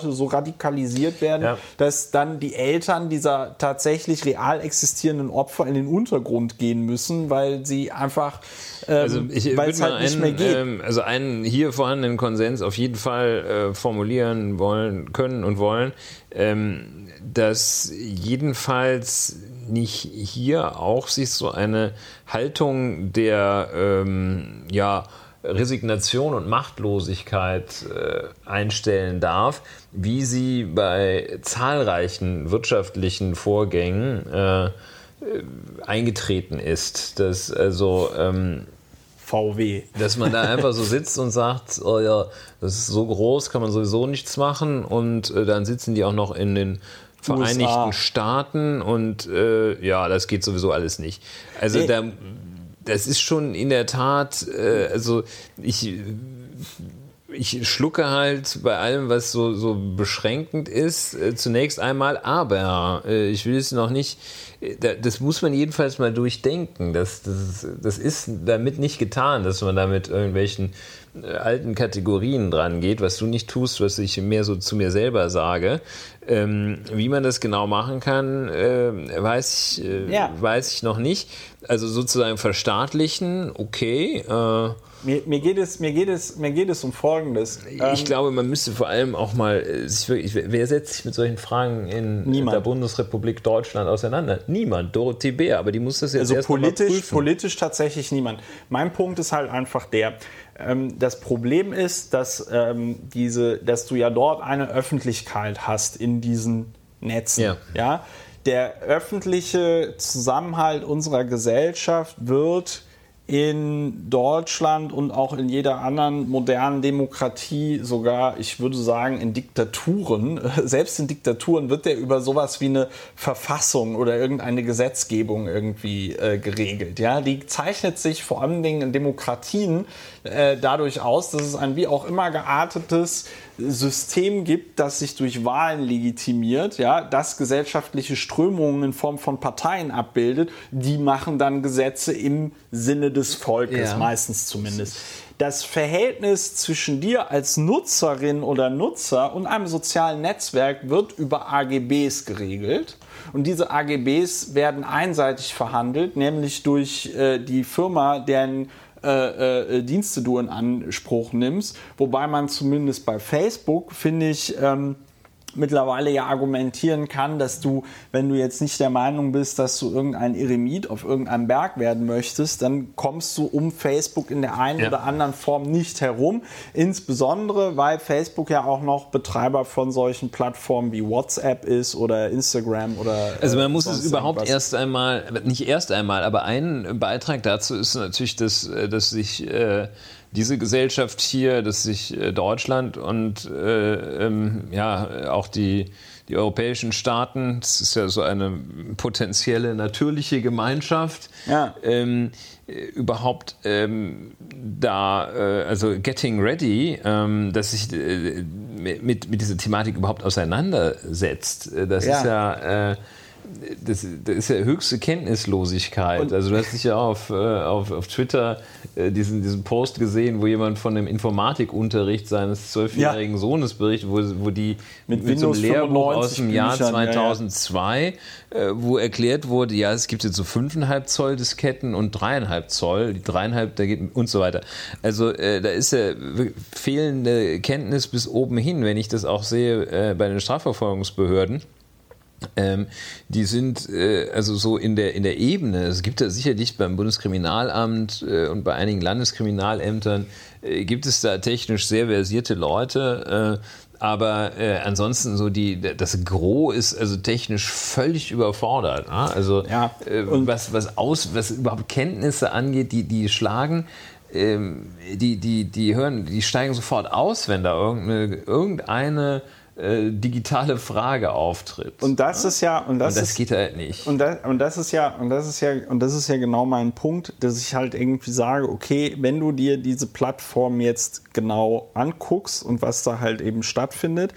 Speaker 1: Leute so radikalisiert werden, ja. dass dann die Eltern dieser tatsächlich real existierenden Opfer in den Untergrund gehen müssen, weil sie einfach, ähm,
Speaker 2: also ich
Speaker 1: weil es halt
Speaker 2: einen,
Speaker 1: nicht mehr geht.
Speaker 2: Ähm, also einen hier vorhandenen Konsens auf jeden Fall äh, formulieren wollen, können und wollen, ähm, dass jedenfalls nicht hier auch sich so eine Haltung der ähm, ja, Resignation und Machtlosigkeit äh, einstellen darf, wie sie bei zahlreichen wirtschaftlichen Vorgängen äh, eingetreten ist. Dass also ähm,
Speaker 1: V W.
Speaker 2: Dass man da einfach so sitzt und sagt, oh ja, das ist so groß, kann man sowieso nichts machen, und äh, dann sitzen die auch noch in den Vereinigten U S A. Staaten und äh, ja, das geht sowieso alles nicht. Also nee. da, das ist schon in der Tat, äh, also ich, ich schlucke halt bei allem, was so, so beschränkend ist, äh, zunächst einmal, aber äh, ich will es noch nicht, äh, das muss man jedenfalls mal durchdenken. Das, das, das ist damit nicht getan, dass man da mit irgendwelchen alten Kategorien dran geht, was du nicht tust, was ich mehr so zu mir selber sage. Ähm, wie man das genau machen kann, äh, weiß, ich, äh, ja. weiß ich noch nicht. Also sozusagen verstaatlichen, okay. Äh,
Speaker 1: Mir, mir, geht es, mir, geht es, mir geht es um Folgendes.
Speaker 2: Ich ähm, glaube, man müsste vor allem auch mal, sich wirklich, wer setzt sich mit solchen Fragen in niemand. der Bundesrepublik Deutschland auseinander? Niemand. Dorothee Bär, aber die muss das jetzt
Speaker 1: also
Speaker 2: erst
Speaker 1: politisch,
Speaker 2: mal prüfen.
Speaker 1: Politisch tatsächlich niemand. Mein Punkt ist halt einfach der, ähm, das Problem ist, dass, ähm, diese, dass du ja dort eine Öffentlichkeit hast in diesen Netzen. Ja. Ja? Der öffentliche Zusammenhalt unserer Gesellschaft wird in Deutschland und auch in jeder anderen modernen Demokratie, sogar, ich würde sagen, in Diktaturen, selbst in Diktaturen wird der über sowas wie eine Verfassung oder irgendeine Gesetzgebung irgendwie äh, geregelt. Ja? Die zeichnet sich vor allen Dingen in Demokratien äh, dadurch aus, dass es ein wie auch immer geartetes System gibt, das sich durch Wahlen legitimiert, ja, das gesellschaftliche Strömungen in Form von Parteien abbildet, die machen dann Gesetze im Sinne des Volkes, ja. meistens zumindest. Das Verhältnis zwischen dir als Nutzerin oder Nutzer und einem sozialen Netzwerk wird über A G Bs geregelt. Und diese A G Bs werden einseitig verhandelt, nämlich durch äh, die Firma, deren Äh, äh, Dienste du in Anspruch nimmst, wobei man zumindest bei Facebook, finde ich, ähm, mittlerweile ja argumentieren kann, dass du, wenn du jetzt nicht der Meinung bist, dass du irgendein Eremit auf irgendeinem Berg werden möchtest, dann kommst du um Facebook in der einen ja. oder anderen Form nicht herum. Insbesondere, weil Facebook ja auch noch Betreiber von solchen Plattformen wie WhatsApp ist oder Instagram oder
Speaker 2: Also man muss es überhaupt irgendwas. erst einmal, nicht erst einmal, aber ein Beitrag dazu ist natürlich, dass, dass sich äh, diese Gesellschaft hier, dass sich äh, Deutschland und äh, ähm, ja auch die, die europäischen Staaten, das ist ja so eine potenzielle natürliche Gemeinschaft, ja. ähm, überhaupt ähm, da, äh, also getting ready, ähm, dass sich äh, mit, mit dieser Thematik überhaupt auseinandersetzt. Das ja. ist ja... Äh, Das, das ist ja höchste Kenntnislosigkeit. Und also du hast dich ja auf, auf, auf Twitter diesen, diesen Post gesehen, wo jemand von dem Informatikunterricht seines zwölfjährigen ja. Sohnes berichtet, wo, wo die mit, mit so einem Lehrbuch aus dem Jahr zweitausendzwei, ja, ja. wo erklärt wurde, ja, es gibt jetzt so fünfeinhalb Zoll Disketten und dreieinhalb Zoll, die dreieinhalb, da geht und so weiter. Also äh, da ist ja fehlende Kenntnis bis oben hin, wenn ich das auch sehe äh, bei den Strafverfolgungsbehörden. Ähm, die sind äh, also so in der, in der Ebene, es gibt da sicherlich beim Bundeskriminalamt äh, und bei einigen Landeskriminalämtern äh, gibt es da technisch sehr versierte Leute, äh, aber äh, ansonsten so die, das Gros ist also technisch völlig überfordert. Ne? Also ja. äh, was, was, aus, was überhaupt Kenntnisse angeht, die, die schlagen ähm, die, die, die hören, die steigen sofort aus, wenn da irgendeine, irgendeine digitale Frage auftritt.
Speaker 1: Und das ist ja und das,
Speaker 2: und das
Speaker 1: ist,
Speaker 2: geht halt nicht.
Speaker 1: Und das, und das ist ja und das ist ja und das ist ja genau mein Punkt, dass ich halt irgendwie sage, okay, wenn du dir diese Plattform jetzt genau anguckst und was da halt eben stattfindet,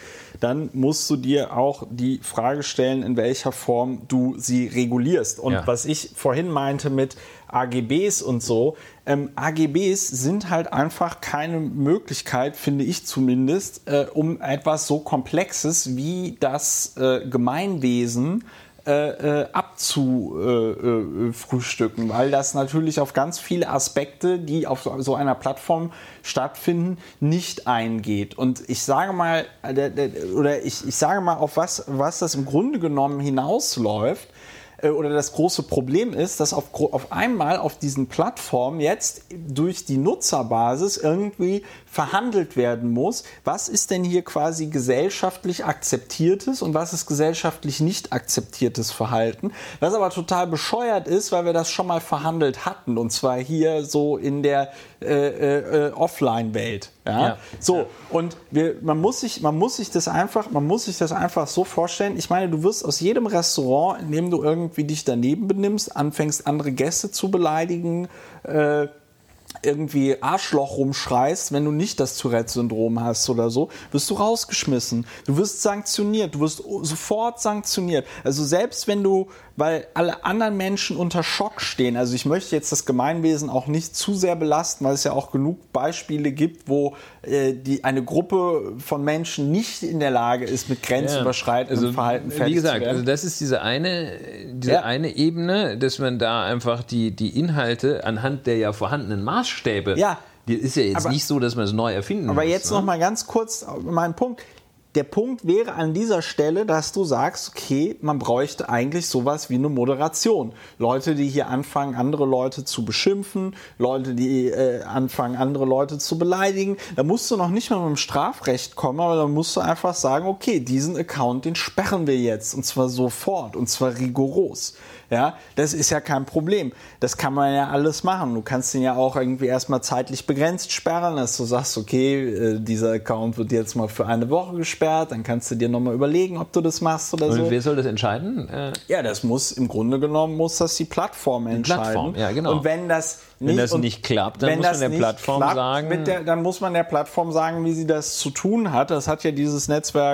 Speaker 1: dann musst du dir auch die Frage stellen, in welcher Form du sie regulierst. Und
Speaker 2: ja.
Speaker 1: was ich vorhin meinte mit A G Bs und so, ähm, A G Bs sind halt einfach keine Möglichkeit, finde ich zumindest, äh, um etwas so Komplexes wie das äh, Gemeinwesen Äh, äh, abzufrühstücken, äh, weil das natürlich auf ganz viele Aspekte, die auf so einer Plattform stattfinden, nicht eingeht. Und ich sage mal, oder ich, ich sage mal, auf was, was das im Grunde genommen hinausläuft, oder das große Problem ist, dass auf, auf einmal auf diesen Plattformen jetzt durch die Nutzerbasis irgendwie verhandelt werden muss, was ist denn hier quasi gesellschaftlich akzeptiertes und was ist gesellschaftlich nicht akzeptiertes Verhalten, was aber total bescheuert ist, weil wir das schon mal verhandelt hatten und zwar hier so in der äh, äh, Offline-Welt. Ja? Ja. So, und wir, man, muss sich, man, muss sich das einfach, man muss sich das einfach so vorstellen, ich meine, du wirst aus jedem Restaurant, in dem du irgendwie dich daneben benimmst, anfängst andere Gäste zu beleidigen, äh, irgendwie Arschloch rumschreist, wenn du nicht das Tourette-Syndrom hast oder so, wirst du rausgeschmissen. Du wirst sanktioniert, du wirst sofort sanktioniert. Also selbst wenn du, weil alle anderen Menschen unter Schock stehen, also ich möchte jetzt das Gemeinwesen auch nicht zu sehr belasten, weil es ja auch genug Beispiele gibt, wo äh, die, eine Gruppe von Menschen nicht in der Lage ist, mit grenzüberschreitendem
Speaker 2: ja, also,
Speaker 1: Verhalten fertig
Speaker 2: wie gesagt,
Speaker 1: zu werden.
Speaker 2: Also das ist diese eine, diese
Speaker 1: ja.
Speaker 2: eine Ebene, dass man da einfach die, die Inhalte anhand der ja vorhandenen Maßstäbe,
Speaker 1: ja,
Speaker 2: die ist ja jetzt
Speaker 1: aber,
Speaker 2: nicht so, dass man es neu erfinden
Speaker 1: aber
Speaker 2: muss.
Speaker 1: Aber jetzt
Speaker 2: ne?
Speaker 1: noch mal ganz kurz mein Punkt. Der Punkt wäre an dieser Stelle, dass du sagst, okay, man bräuchte eigentlich sowas wie eine Moderation. Leute, die hier anfangen, andere Leute zu beschimpfen, Leute, die äh, anfangen, andere Leute zu beleidigen. Da musst du noch nicht mal mit dem Strafrecht kommen, aber dann musst du einfach sagen, okay, diesen Account, den sperren wir jetzt und zwar sofort und zwar rigoros. Ja, das ist ja kein Problem. Das kann man ja alles machen. Du kannst den ja auch irgendwie erstmal zeitlich begrenzt sperren, dass du sagst, okay, dieser Account wird jetzt mal für eine Woche gesperrt, dann kannst du dir nochmal überlegen, ob du das machst oder
Speaker 2: Und
Speaker 1: so.
Speaker 2: Und wer soll das entscheiden? Äh
Speaker 1: ja, das muss, im Grunde genommen muss das die Plattform die entscheiden.
Speaker 2: Plattform, ja, genau.
Speaker 1: Und wenn das nicht,
Speaker 2: wenn das nicht klappt, dann muss man der Plattform klappt, sagen...
Speaker 1: Der, dann muss man der Plattform sagen, wie sie das zu tun hat. Das hat ja dieses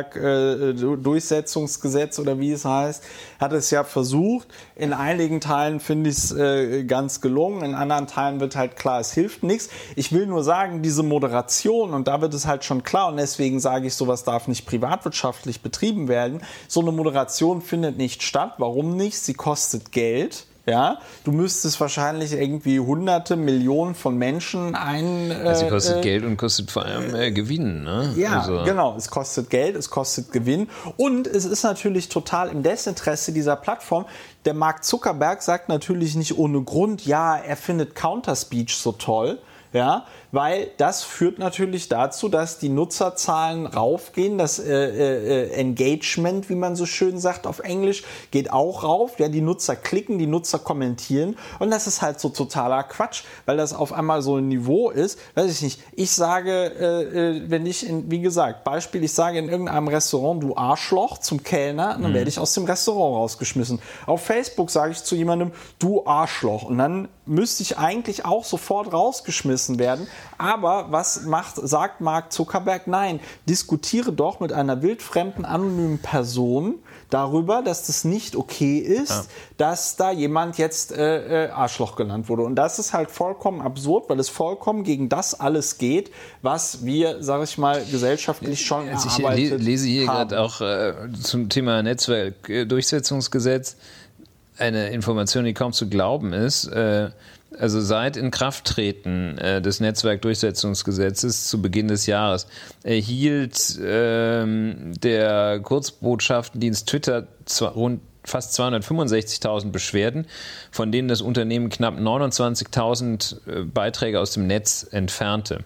Speaker 1: Netzwerk-Durchsetzungsgesetz äh, oder wie es heißt, hat es ja versucht. In einigen Teilen finde ich es äh, ganz gelungen, in anderen Teilen wird halt klar, es hilft nichts. Ich will nur sagen, diese Moderation, und da wird es halt schon klar, und deswegen sage ich, sowas darf nicht privatwirtschaftlich betrieben werden. So eine Moderation findet nicht statt. Warum nicht? Sie kostet Geld. Ja, du müsstest wahrscheinlich irgendwie hunderte Millionen von Menschen ein... Äh,
Speaker 2: Sie kostet
Speaker 1: äh,
Speaker 2: Geld und kostet vor allem äh, Gewinn. Ne?
Speaker 1: Ja,
Speaker 2: also.
Speaker 1: genau. Es kostet Geld, es kostet Gewinn. Und es ist natürlich total im Desinteresse dieser Plattform. Der Mark Zuckerberg sagt natürlich nicht ohne Grund, ja, er findet Counterspeech so toll. Ja, weil das führt natürlich dazu, dass die Nutzerzahlen raufgehen, das äh, äh, Engagement, wie man so schön sagt auf Englisch, geht auch rauf. Ja, die Nutzer klicken, die Nutzer kommentieren und das ist halt so totaler Quatsch, weil das auf einmal so ein Niveau ist, weiß ich nicht. Ich sage, äh, wenn ich, in, wie gesagt, Beispiel, ich sage in irgendeinem Restaurant, du Arschloch zum Kellner, dann mhm. werde ich aus dem Restaurant rausgeschmissen. Auf Facebook sage ich zu jemandem, du Arschloch und dann müsste ich eigentlich auch sofort rausgeschmissen werden. Aber was macht, sagt Mark Zuckerberg? Nein, diskutiere doch mit einer wildfremden, anonymen Person darüber, dass das nicht okay ist, ja. dass da jemand jetzt äh, äh, Arschloch genannt wurde. Und das ist halt vollkommen absurd, weil es vollkommen gegen das alles geht, was wir, sag ich mal, gesellschaftlich schon
Speaker 2: also
Speaker 1: erarbeitet haben.
Speaker 2: Ich lese hier gerade auch äh, zum Thema Netzwerkdurchsetzungsgesetz eine Information, die kaum zu glauben ist. Äh, Also seit Inkrafttreten äh, des Netzwerkdurchsetzungsgesetzes zu Beginn des Jahres erhielt ähm, der Kurzbotschaftendienst Twitter zwar rund fast zweihundertfünfundsechzigtausend Beschwerden, von denen das Unternehmen knapp neunundzwanzigtausend äh, Beiträge aus dem Netz entfernte.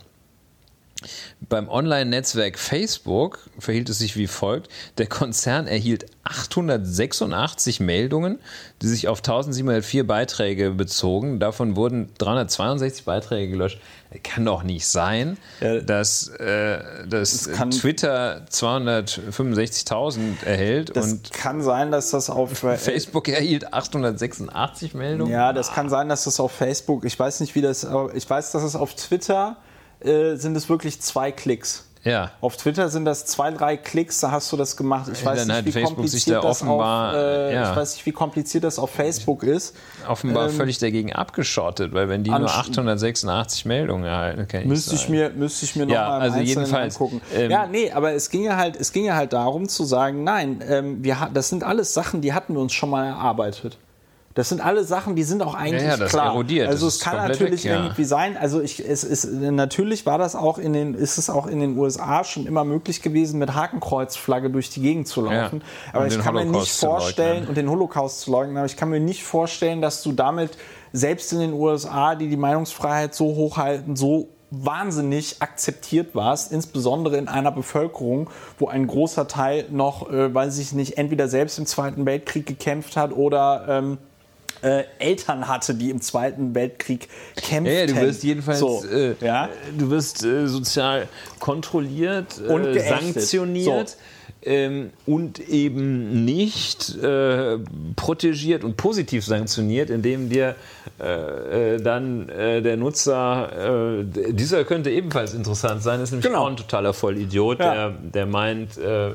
Speaker 2: Beim Online-Netzwerk Facebook verhielt es sich wie folgt. Der Konzern erhielt achthundertsechsundachtzig Meldungen, die sich auf eintausendsiebenhundertvier Beiträge bezogen. Davon wurden dreihundertzweiundsechzig Beiträge gelöscht. Kann doch nicht sein, ja, dass, äh, dass das Twitter zweihundertfünfundsechzigtausend erhält.
Speaker 1: Das
Speaker 2: und
Speaker 1: kann sein, dass das auf...
Speaker 2: Facebook erhielt achthundertsechsundachtzig Meldungen.
Speaker 1: Ja, das kann sein, dass das auf Facebook... Ich weiß nicht, wie das... Ich weiß, dass es auf Twitter... sind es wirklich zwei Klicks.
Speaker 2: Ja.
Speaker 1: Auf Twitter sind das zwei, drei Klicks, da hast du das gemacht. Ich weiß
Speaker 2: Dann
Speaker 1: nicht,
Speaker 2: hat
Speaker 1: wie
Speaker 2: Facebook
Speaker 1: kompliziert
Speaker 2: sich da
Speaker 1: das
Speaker 2: offenbar,
Speaker 1: auf, äh,
Speaker 2: ja.
Speaker 1: ich weiß nicht, wie kompliziert das auf Facebook ist.
Speaker 2: Offenbar
Speaker 1: Ähm,
Speaker 2: völlig dagegen abgeschottet, weil wenn die nur achthundertsechsundachtzig Meldungen erhalten, kann ich
Speaker 1: Müsste ich mir, müsste ich mir
Speaker 2: Ja,
Speaker 1: nochmal
Speaker 2: also
Speaker 1: im Einzelnen
Speaker 2: jedenfalls,
Speaker 1: angucken.
Speaker 2: ähm,
Speaker 1: ja, nee, aber es ging ja halt, es ging ja halt darum zu sagen, nein, ähm, wir, ha- das sind alles Sachen, die hatten wir uns schon mal erarbeitet. Das sind alle Sachen, die sind auch eigentlich
Speaker 2: Ja, ja, das
Speaker 1: klar.
Speaker 2: erodiert,
Speaker 1: Also
Speaker 2: das
Speaker 1: es
Speaker 2: ist
Speaker 1: kann
Speaker 2: komplett
Speaker 1: natürlich
Speaker 2: weg, ja.
Speaker 1: irgendwie sein. Also ich, es ist natürlich war das auch in den, ist es auch in den U S A schon immer möglich gewesen, mit Hakenkreuzflagge durch die Gegend zu laufen.
Speaker 2: Ja,
Speaker 1: aber
Speaker 2: um
Speaker 1: ich
Speaker 2: den
Speaker 1: kann mir nicht
Speaker 2: Holocaust zu
Speaker 1: vorstellen
Speaker 2: leugnen.
Speaker 1: und den Holocaust zu leugnen. Aber ich kann mir nicht vorstellen, dass du damit selbst in den U S A, die die Meinungsfreiheit so hochhalten, so wahnsinnig akzeptiert warst, insbesondere in einer Bevölkerung, wo ein großer Teil noch, äh, weiß ich nicht, entweder selbst im Zweiten Weltkrieg gekämpft hat oder ähm, äh, Eltern hatte, die im Zweiten Weltkrieg kämpften.
Speaker 2: Ja, ja, du wirst jedenfalls
Speaker 1: so,
Speaker 2: äh,
Speaker 1: ja?
Speaker 2: du wirst äh, sozial kontrolliert,
Speaker 1: Und
Speaker 2: äh,
Speaker 1: geächtet.
Speaker 2: sanktioniert.
Speaker 1: So.
Speaker 2: Ähm, und eben nicht äh, protegiert und positiv sanktioniert, indem dir äh, äh, dann äh, der Nutzer, äh, dieser könnte ebenfalls interessant sein, ist nämlich
Speaker 1: Genau.
Speaker 2: auch ein totaler Vollidiot,
Speaker 1: Ja.
Speaker 2: der, der meint, äh,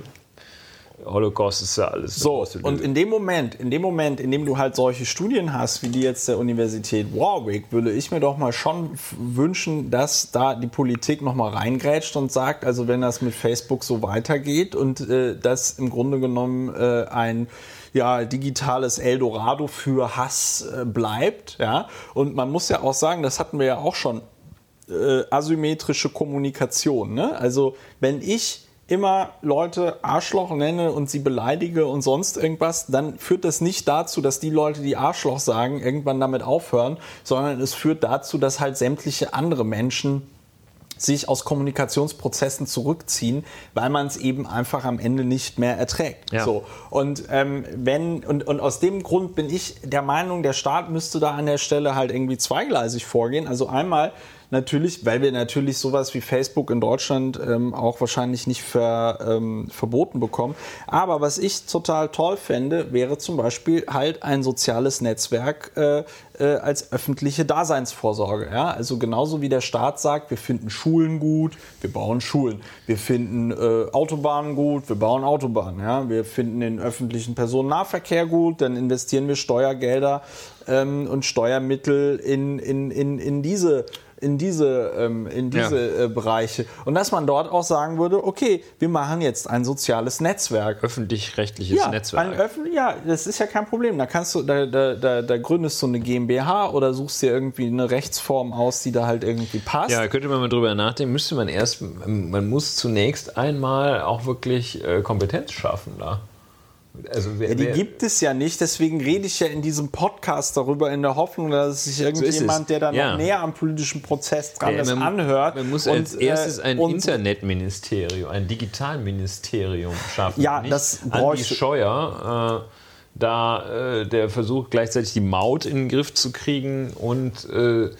Speaker 2: Holocaust ist ja alles
Speaker 1: So,
Speaker 2: große
Speaker 1: und
Speaker 2: Lüge.
Speaker 1: in dem Moment, in dem Moment, in dem du halt solche Studien hast, wie die jetzt der Universität Warwick, würde ich mir doch mal schon f- wünschen, dass da die Politik noch mal reingrätscht und sagt, also wenn das mit Facebook so weitergeht und äh, das im Grunde genommen äh, ein ja, digitales Eldorado für Hass äh, bleibt, ja, und man muss ja auch sagen, das hatten wir ja auch schon, äh, asymmetrische Kommunikation, ne? Also wenn ich immer Leute Arschloch nenne und sie beleidige und sonst irgendwas, dann führt das nicht dazu, dass die Leute, die Arschloch sagen, irgendwann damit aufhören, sondern es führt dazu, dass halt sämtliche andere Menschen sich aus Kommunikationsprozessen zurückziehen, weil man es eben einfach am Ende nicht mehr erträgt.
Speaker 2: Ja.
Speaker 1: So. Und, ähm, wenn, und, und aus dem Grund bin ich der Meinung, der Staat müsste da an der Stelle halt irgendwie zweigleisig vorgehen. Also einmal natürlich, weil wir natürlich sowas wie Facebook in Deutschland ähm, auch wahrscheinlich nicht ver, ähm, verboten bekommen. Aber was ich total toll fände, wäre zum Beispiel halt ein soziales Netzwerk äh, äh, als öffentliche Daseinsvorsorge. Ja? Also genauso wie der Staat sagt, wir finden Schulen gut, wir bauen Schulen. Wir finden äh, Autobahnen gut, wir bauen Autobahnen. Ja? Wir finden den öffentlichen Personennahverkehr gut, dann investieren wir Steuergelder ähm, und Steuermittel in, in, in, in diese in diese, ähm, in diese
Speaker 2: Ja.
Speaker 1: äh, Bereiche. Und dass man dort auch sagen würde, okay, wir machen jetzt ein soziales Netzwerk.
Speaker 2: Öffentlich-rechtliches
Speaker 1: Ja,
Speaker 2: Netzwerk.
Speaker 1: ein Öffn- ja, das ist ja kein Problem. Da kannst du, da, da, da, da gründest du eine GmbH oder suchst dir irgendwie eine Rechtsform aus, die da halt irgendwie passt.
Speaker 2: Ja, könnte man mal drüber nachdenken, müsste man erst, man muss zunächst einmal auch wirklich äh, Kompetenz schaffen da. Also wer,
Speaker 1: Ja, die
Speaker 2: wer,
Speaker 1: gibt es ja nicht, deswegen rede ich ja in diesem Podcast darüber, in der Hoffnung, dass sich
Speaker 2: So ist
Speaker 1: irgendjemand,
Speaker 2: es.
Speaker 1: der da
Speaker 2: Ja.
Speaker 1: noch näher am politischen Prozess dran
Speaker 2: Ja,
Speaker 1: ist,
Speaker 2: man,
Speaker 1: anhört.
Speaker 2: Man muss
Speaker 1: und,
Speaker 2: als erstes
Speaker 1: äh,
Speaker 2: ein
Speaker 1: und-
Speaker 2: Internetministerium, ein Digitalministerium schaffen.
Speaker 1: Ja,
Speaker 2: Nicht
Speaker 1: das
Speaker 2: Andi
Speaker 1: bräuchte-
Speaker 2: Scheuer, äh, da äh, der versucht gleichzeitig die Maut in den Griff zu kriegen und äh,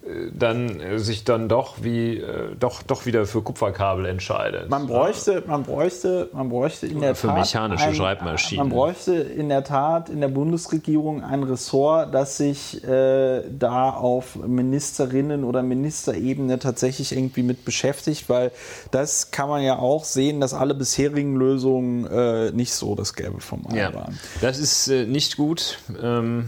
Speaker 2: dann äh, sich dann doch wie äh, doch doch wieder für Kupferkabel entscheidet.
Speaker 1: Man bräuchte, man bräuchte, man bräuchte in der
Speaker 2: für
Speaker 1: Tat
Speaker 2: mechanische
Speaker 1: ein,
Speaker 2: Schreibmaschinen.
Speaker 1: Man bräuchte in der Tat in der Bundesregierung ein Ressort, das sich äh, da auf Ministerinnen oder Ministerebene tatsächlich irgendwie mit beschäftigt, weil das kann man ja auch sehen, dass alle bisherigen Lösungen äh, nicht so das Gelbe vom Ei
Speaker 2: Ja,
Speaker 1: waren.
Speaker 2: das ist äh, nicht gut. Ähm,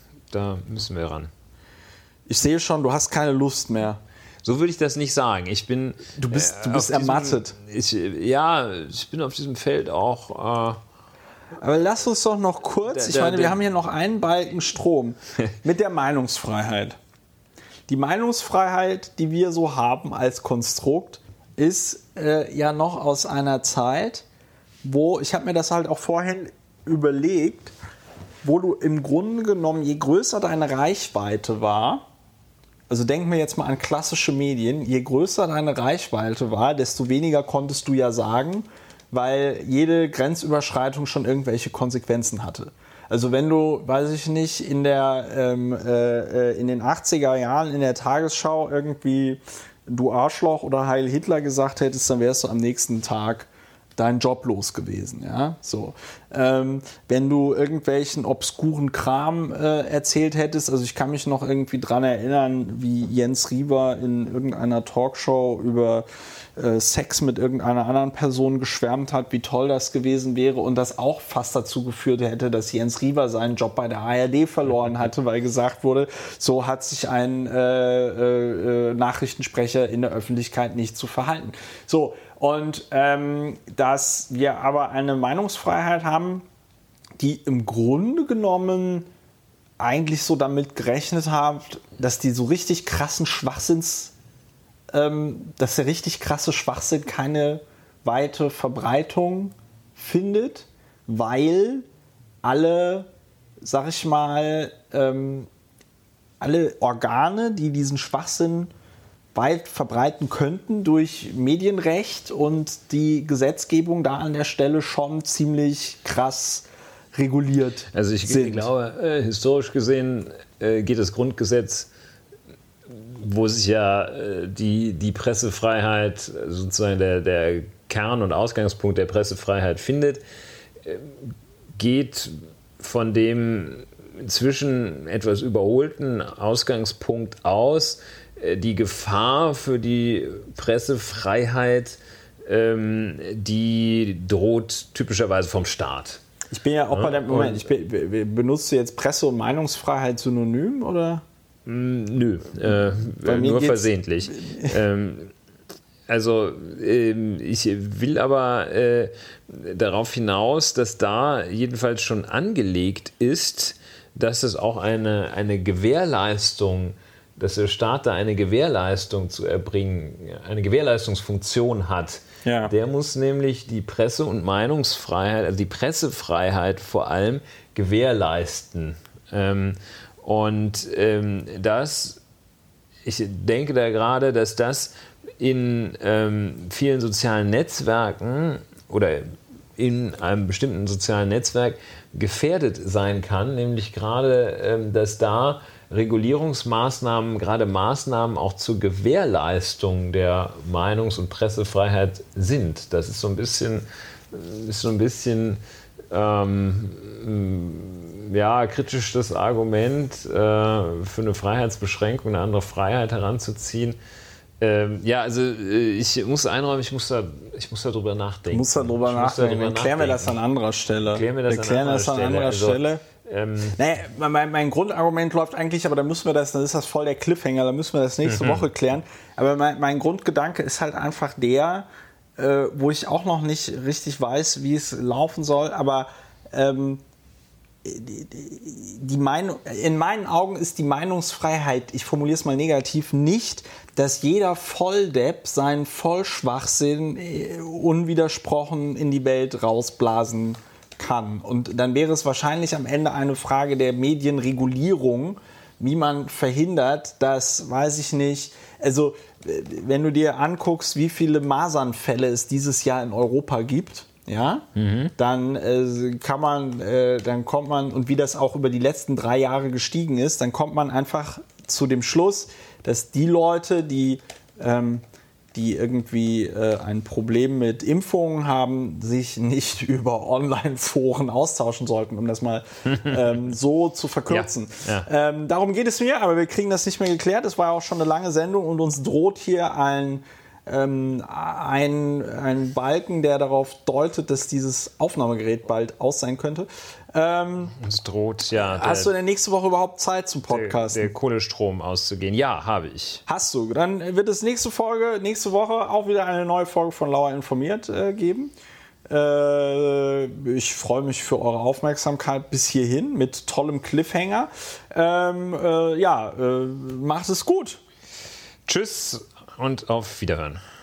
Speaker 2: da müssen wir ran.
Speaker 1: Ich sehe schon, du hast keine Lust mehr.
Speaker 2: So würde ich das nicht sagen. Ich bin.
Speaker 1: Du bist, du
Speaker 2: äh,
Speaker 1: bist
Speaker 2: auf diesem-
Speaker 1: ermattet.
Speaker 2: Ich, ja, ich bin auf diesem Feld auch. Äh,
Speaker 1: Aber lass uns doch noch kurz,
Speaker 2: Da-
Speaker 1: ich
Speaker 2: da-
Speaker 1: meine,
Speaker 2: da-
Speaker 1: wir haben hier noch einen Balken Strom mit der Meinungsfreiheit. Die Meinungsfreiheit, die wir so haben als Konstrukt, ist äh, ja noch aus einer Zeit, wo, ich habe mir das halt auch vorhin überlegt, wo du im Grunde genommen, je größer deine Reichweite war, also denken wir jetzt mal an klassische Medien, je größer deine Reichweite war, desto weniger konntest du ja sagen, weil jede Grenzüberschreitung schon irgendwelche Konsequenzen hatte. Also wenn du, weiß ich nicht, in, der, ähm, äh, in den achtziger Jahren in der Tagesschau irgendwie du Arschloch oder Heil Hitler gesagt hättest, dann wärst du am nächsten Tag deinen Job los gewesen. Ja? So. Ähm, wenn du irgendwelchen obskuren Kram äh, erzählt hättest, also ich kann mich noch irgendwie dran erinnern, wie Jens Riewer in irgendeiner Talkshow über äh, Sex mit irgendeiner anderen Person geschwärmt hat, wie toll das gewesen wäre und das auch fast dazu geführt hätte, dass Jens Riewer seinen Job bei der A R D verloren hatte, weil gesagt wurde, so hat sich ein äh, äh, Nachrichtensprecher in der Öffentlichkeit nicht zu verhalten. So. Und ähm, dass wir aber eine Meinungsfreiheit haben, die im Grunde genommen eigentlich so damit gerechnet hat, dass die so richtig krassen Schwachsinns, ähm, dass der richtig krasse Schwachsinn keine weite Verbreitung findet, weil alle, sag ich mal, ähm, alle Organe, die diesen Schwachsinn weit verbreiten könnten durch Medienrecht und die Gesetzgebung da an der Stelle schon ziemlich krass reguliert
Speaker 2: Also ich
Speaker 1: sind.
Speaker 2: glaube, äh, historisch gesehen äh, geht das Grundgesetz, wo sich ja äh, die, die Pressefreiheit, sozusagen der, der Kern und Ausgangspunkt der Pressefreiheit findet, äh, geht von dem inzwischen etwas überholten Ausgangspunkt aus, die Gefahr für die Pressefreiheit, ähm, die droht typischerweise vom Staat.
Speaker 1: Ich bin ja auch ja, bei der Moment, ich bin, benutzt du jetzt Presse- und Meinungsfreiheit synonym oder?
Speaker 2: Nö, äh, nur versehentlich. ähm, also äh, ich will aber äh, darauf hinaus, dass da jedenfalls schon angelegt ist, dass es auch eine, eine Gewährleistung, dass der Staat da eine Gewährleistung zu erbringen, eine Gewährleistungsfunktion hat.
Speaker 1: Ja.
Speaker 2: Der muss nämlich die Presse- und Meinungsfreiheit, also die Pressefreiheit vor allem, gewährleisten. Ähm, und ähm, das, ich denke da gerade, dass das in ähm, vielen sozialen Netzwerken oder in einem bestimmten sozialen Netzwerk gefährdet sein kann, nämlich gerade, ähm, dass da Regulierungsmaßnahmen, gerade Maßnahmen auch zur Gewährleistung der Meinungs- und Pressefreiheit sind. Das ist so ein bisschen, ist so ein bisschen ähm, ja, kritisch das Argument, äh, für eine Freiheitsbeschränkung eine andere Freiheit heranzuziehen. Ähm, ja, also ich muss einräumen, ich muss da, ich muss darüber nachdenken.
Speaker 1: Muss darüber
Speaker 2: ich
Speaker 1: nachdenken.
Speaker 2: Darüber
Speaker 1: Klären wir das an anderer Stelle.
Speaker 2: Klären wir das,
Speaker 1: wir klären
Speaker 2: an,
Speaker 1: das an
Speaker 2: anderer
Speaker 1: anderer
Speaker 2: Stelle.
Speaker 1: Stelle.
Speaker 2: Also, ähm,
Speaker 1: naja, mein, mein Grundargument läuft eigentlich, aber da müssen wir das, dann ist das voll der Cliffhanger, da müssen wir das nächste mhm. Woche klären. Aber mein, mein Grundgedanke ist halt einfach der, äh, wo ich auch noch nicht richtig weiß, wie es laufen soll, aber ähm, die, die Meinung, in meinen Augen ist die Meinungsfreiheit, ich formuliere es mal negativ, nicht, dass jeder Volldepp seinen Vollschwachsinn unwidersprochen in die Welt rausblasen kann. Und dann wäre es wahrscheinlich am Ende eine Frage der Medienregulierung, wie man verhindert, dass, weiß ich nicht, also wenn du dir anguckst, wie viele Masernfälle es dieses Jahr in Europa gibt, ja, mhm. dann äh, kann man, äh, dann kommt man, und wie das auch über die letzten drei Jahre gestiegen ist, dann kommt man einfach zu dem Schluss, dass die Leute, die, ähm, die irgendwie äh, ein Problem mit Impfungen haben, sich nicht über Online-Foren austauschen sollten, um das mal ähm, so zu verkürzen. Ja, ja. Ähm, darum geht es mir, aber wir kriegen das nicht mehr geklärt. Es war auch schon eine lange Sendung und uns droht hier ein Ähm, ein, ein Balken, der darauf deutet, dass dieses Aufnahmegerät bald aus sein könnte. Ähm,
Speaker 2: es droht, ja. Der,
Speaker 1: hast du denn nächste Woche überhaupt Zeit zum Podcasten?
Speaker 2: Der, der Kohlestrom auszugehen. Ja, habe ich.
Speaker 1: Hast du. Dann wird es nächste Folge, nächste Woche auch wieder eine neue Folge von Lauer informiert äh, geben. Äh, ich freue mich für eure Aufmerksamkeit bis hierhin mit tollem Cliffhanger. Ähm, äh, ja, äh, macht es gut.
Speaker 2: Tschüss. Und auf Wiederhören.